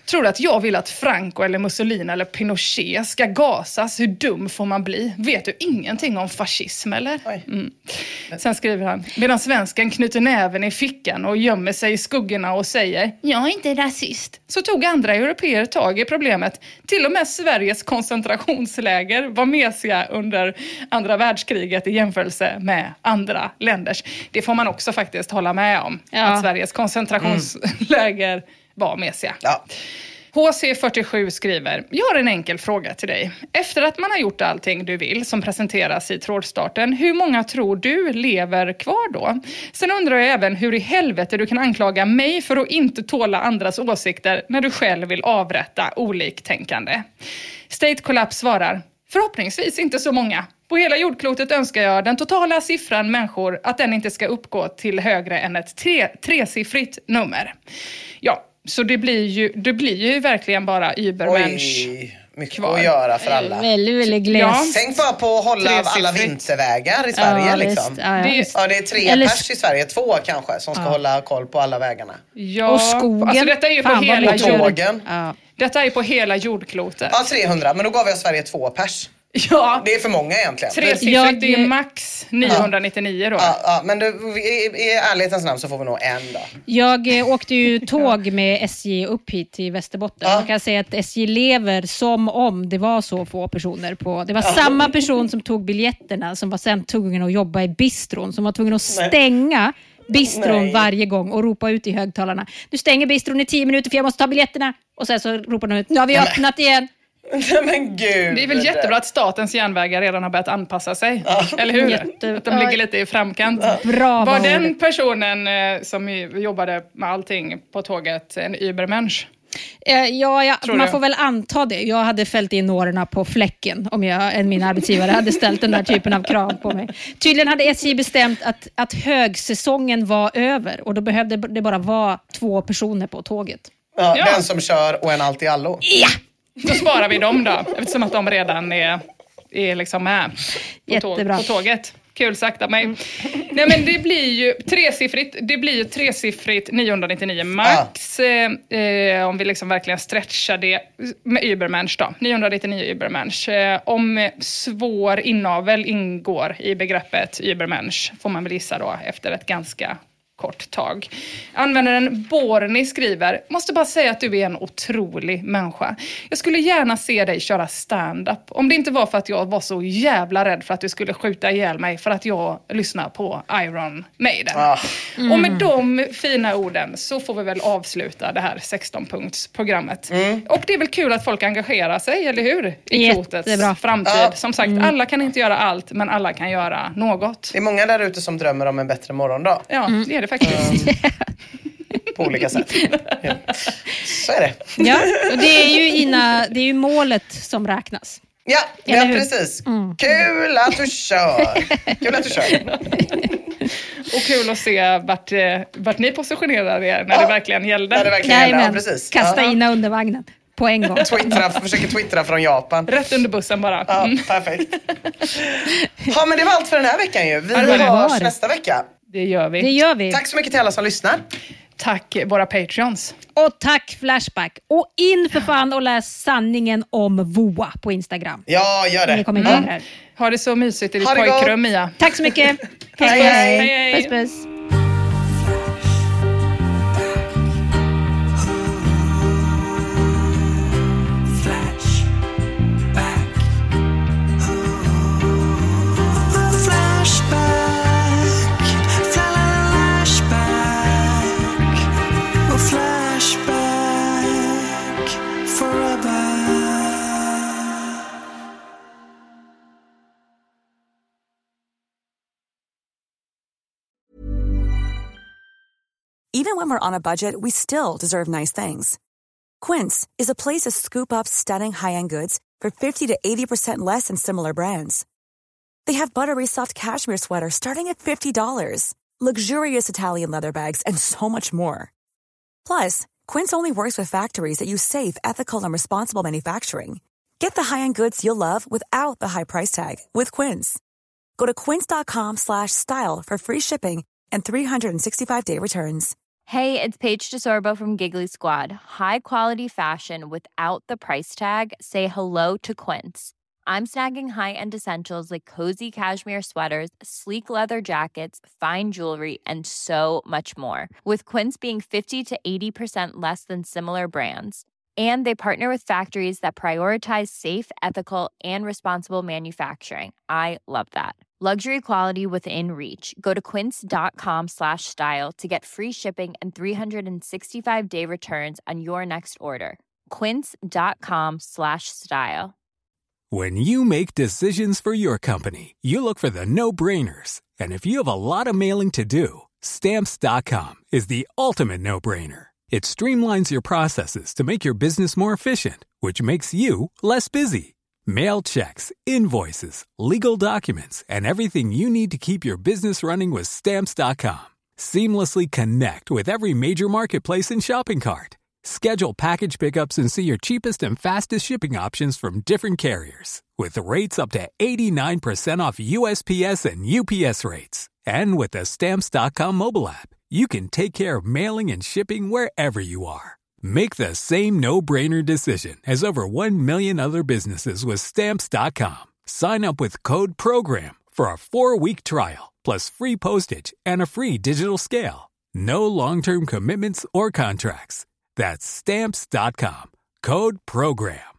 Tror du att jag vill att Franco eller Mussolini eller Pinochet ska gasas? Hur dum får man bli? Vet du ingenting om fascism eller? Mm. Sen skriver han, medan svensken knyter näven i fickan och gömmer sig i skuggorna och säger, jag är inte rasist. Så tog andra europeer tag i problemet. Till och med Sveriges koncentrationsläger var mesiga under andra världskriget i jämförelse med andra länders. Det får man också faktiskt hålla med om. Ja. Att Sveriges koncentrationsläger mm. var mesiga. Ja. H C fyrtiosju skriver, jag har en enkel fråga till dig. Efter att man har gjort allting du vill som presenteras i trådstarten, hur många tror du lever kvar då? Sen undrar jag även hur i helvete du kan anklaga mig för att inte tåla andras åsikter när du själv vill avrätta oliktänkande. State Collapse svarar, förhoppningsvis inte så många. På hela jordklotet önskar jag den totala siffran människor att den inte ska uppgå till högre än ett tre, tresiffrigt nummer. Ja, så det blir ju, det blir ju verkligen bara Übermensch. Oj, mycket kvar. Att göra för alla. Väldigt, väldigt gles. Ja. Tänk bara på att hålla av alla vintervägar i Sverige. Ja, liksom. Ja, det, är, ja, det är tre Eller... pers i Sverige, två kanske, som ska ja. hålla koll på alla vägarna. Ja, och skogen. Alltså detta är ju på hela tågen. Ja. Detta är på hela jordklotet. Ja, trehundra, men då gav jag Sverige två pers. Ja. Det är för många egentligen. Tresiffrigt, jag... det är max niohundranittionio då. Ja, ja, men du, i, i ärlighetens namn så får vi nog en då. Jag eh, åkte ju tåg med S J upp hit till Västerbotten. Ja. Man kan säga att S J lever som om det var så få personer på. Det var ja. samma person som tog biljetterna som var sen tvungen att jobba i bistron. Som var tvungen att stänga bistron Nej. varje gång och ropa ut i högtalarna. Du stänger bistron i tio minuter för jag måste ta biljetterna. Och sen så ropar de ut, nu har vi Nej. öppnat igen. Men gud. Det är väl jättebra att statens järnvägar redan har börjat anpassa sig. Ja. Eller hur? Jätte... Att de ligger lite i framkant. Ja. Bra, var den personen eh, som jobbade med allting på tåget en Übermensch? Eh, ja, ja man du? får väl anta det. Jag hade fällt in årorna på fläcken om jag, min arbetsgivare hade ställt den där typen av krav på mig. Tydligen hade S J bestämt att, att högsäsongen var över och då behövde det bara vara två personer på tåget. Ja, ja. Den som kör och en allt i allo. Ja! Då sparar vi dem då, eftersom att de redan är, är liksom med på, tåg, på tåget. Kul sagt av mig. Mm. Nej men det blir ju tresiffrigt, det blir ju tresiffrigt niohundranittionio max. Ah. Eh, om vi liksom verkligen stretchar det med Übermensch då. niohundranittionio Übermensch. Eh, om svår inavel ingår i begreppet Übermensch får man väl gissa då efter ett ganska kort tag. Användaren Borni skriver, måste bara säga att du är en otrolig människa. Jag skulle gärna se dig köra stand-up. Om det inte var för att jag var så jävla rädd för att du skulle skjuta ihjäl mig för att jag lyssnar på Iron Maiden. Ah. Mm. Och med de fina orden så får vi väl avsluta det här sexton-punktsprogrammet. Mm. Och det är väl kul att folk engagerar sig, eller hur? I klotets framtid. Ah. Som sagt, mm. alla kan inte göra allt, men alla kan göra något. Det är många där ute som drömmer om en bättre morgondag. Ja, mm. det är det faktiskt. På olika sätt. Ja. Så är det. Ja, och det är ju ina, det är ju målet som räknas. Ja, ja precis. Mm. Kul att du kör. Kul att du kör. Och kul att se vart, vart ni positionerar er när ja. det verkligen gällde. När det verkligen Nej, gällde, ja, precis. Kasta ja. in under vagnen. På en gång. Twittra, försöker twittra från Japan. Rätt under bussen bara. Ja, perfekt. Ja, men det var allt för den här veckan ju. Vi hörs nästa vecka. Det gör vi. Det gör vi. Tack så mycket till alla som lyssnar. Tack våra Patreons. Och tack Flashback. Och in för fan och läs sanningen om V O A på Instagram. Ja, gör det. Kommer mm. här. Ha det så mysigt i ditt pojkrum, Mia. Tack så mycket. Puss, hej, hej. Hej, hej. Puss, puss. Even when we're on a budget, we still deserve nice things. Quince is a place to scoop up stunning high-end goods for fifty to eighty percent less than similar brands. They have buttery soft cashmere sweaters starting at fifty dollars, luxurious Italian leather bags, and so much more. Plus, Quince only works with factories that use safe, ethical, and responsible manufacturing. Get the high-end goods you'll love without the high price tag with Quince. Go to quince dot com slash style for free shipping and three sixty-five day returns. Hey, it's Paige DeSorbo from Giggly Squad. High quality fashion without the price tag. Say hello to Quince. I'm snagging high-end essentials like cozy cashmere sweaters, sleek leather jackets, fine jewelry, and so much more. With Quince being fifty to eighty percent less than similar brands. And they partner with factories that prioritize safe, ethical, and responsible manufacturing. I love that. Luxury quality within reach. Go to quince.com slash style to get free shipping and three sixty-five day returns on your next order. Quince.com slash style. When you make decisions for your company, you look for the no-brainers. And if you have a lot of mailing to do, Stamps dot com is the ultimate no-brainer. It streamlines your processes to make your business more efficient, which makes you less busy. Mail checks, invoices, legal documents, and everything you need to keep your business running with Stamps dot com. Seamlessly connect with every major marketplace and shopping cart. Schedule package pickups and see your cheapest and fastest shipping options from different carriers. With rates up to eighty-nine percent off U S P S and U P S rates. And with the Stamps dot com mobile app, you can take care of mailing and shipping wherever you are. Make the same no-brainer decision as over one million other businesses with Stamps dot com. Sign up with code PROGRAM for a four-week trial, plus free postage and a free digital scale. No long-term commitments or contracts. That's Stamps dot com. Code PROGRAM.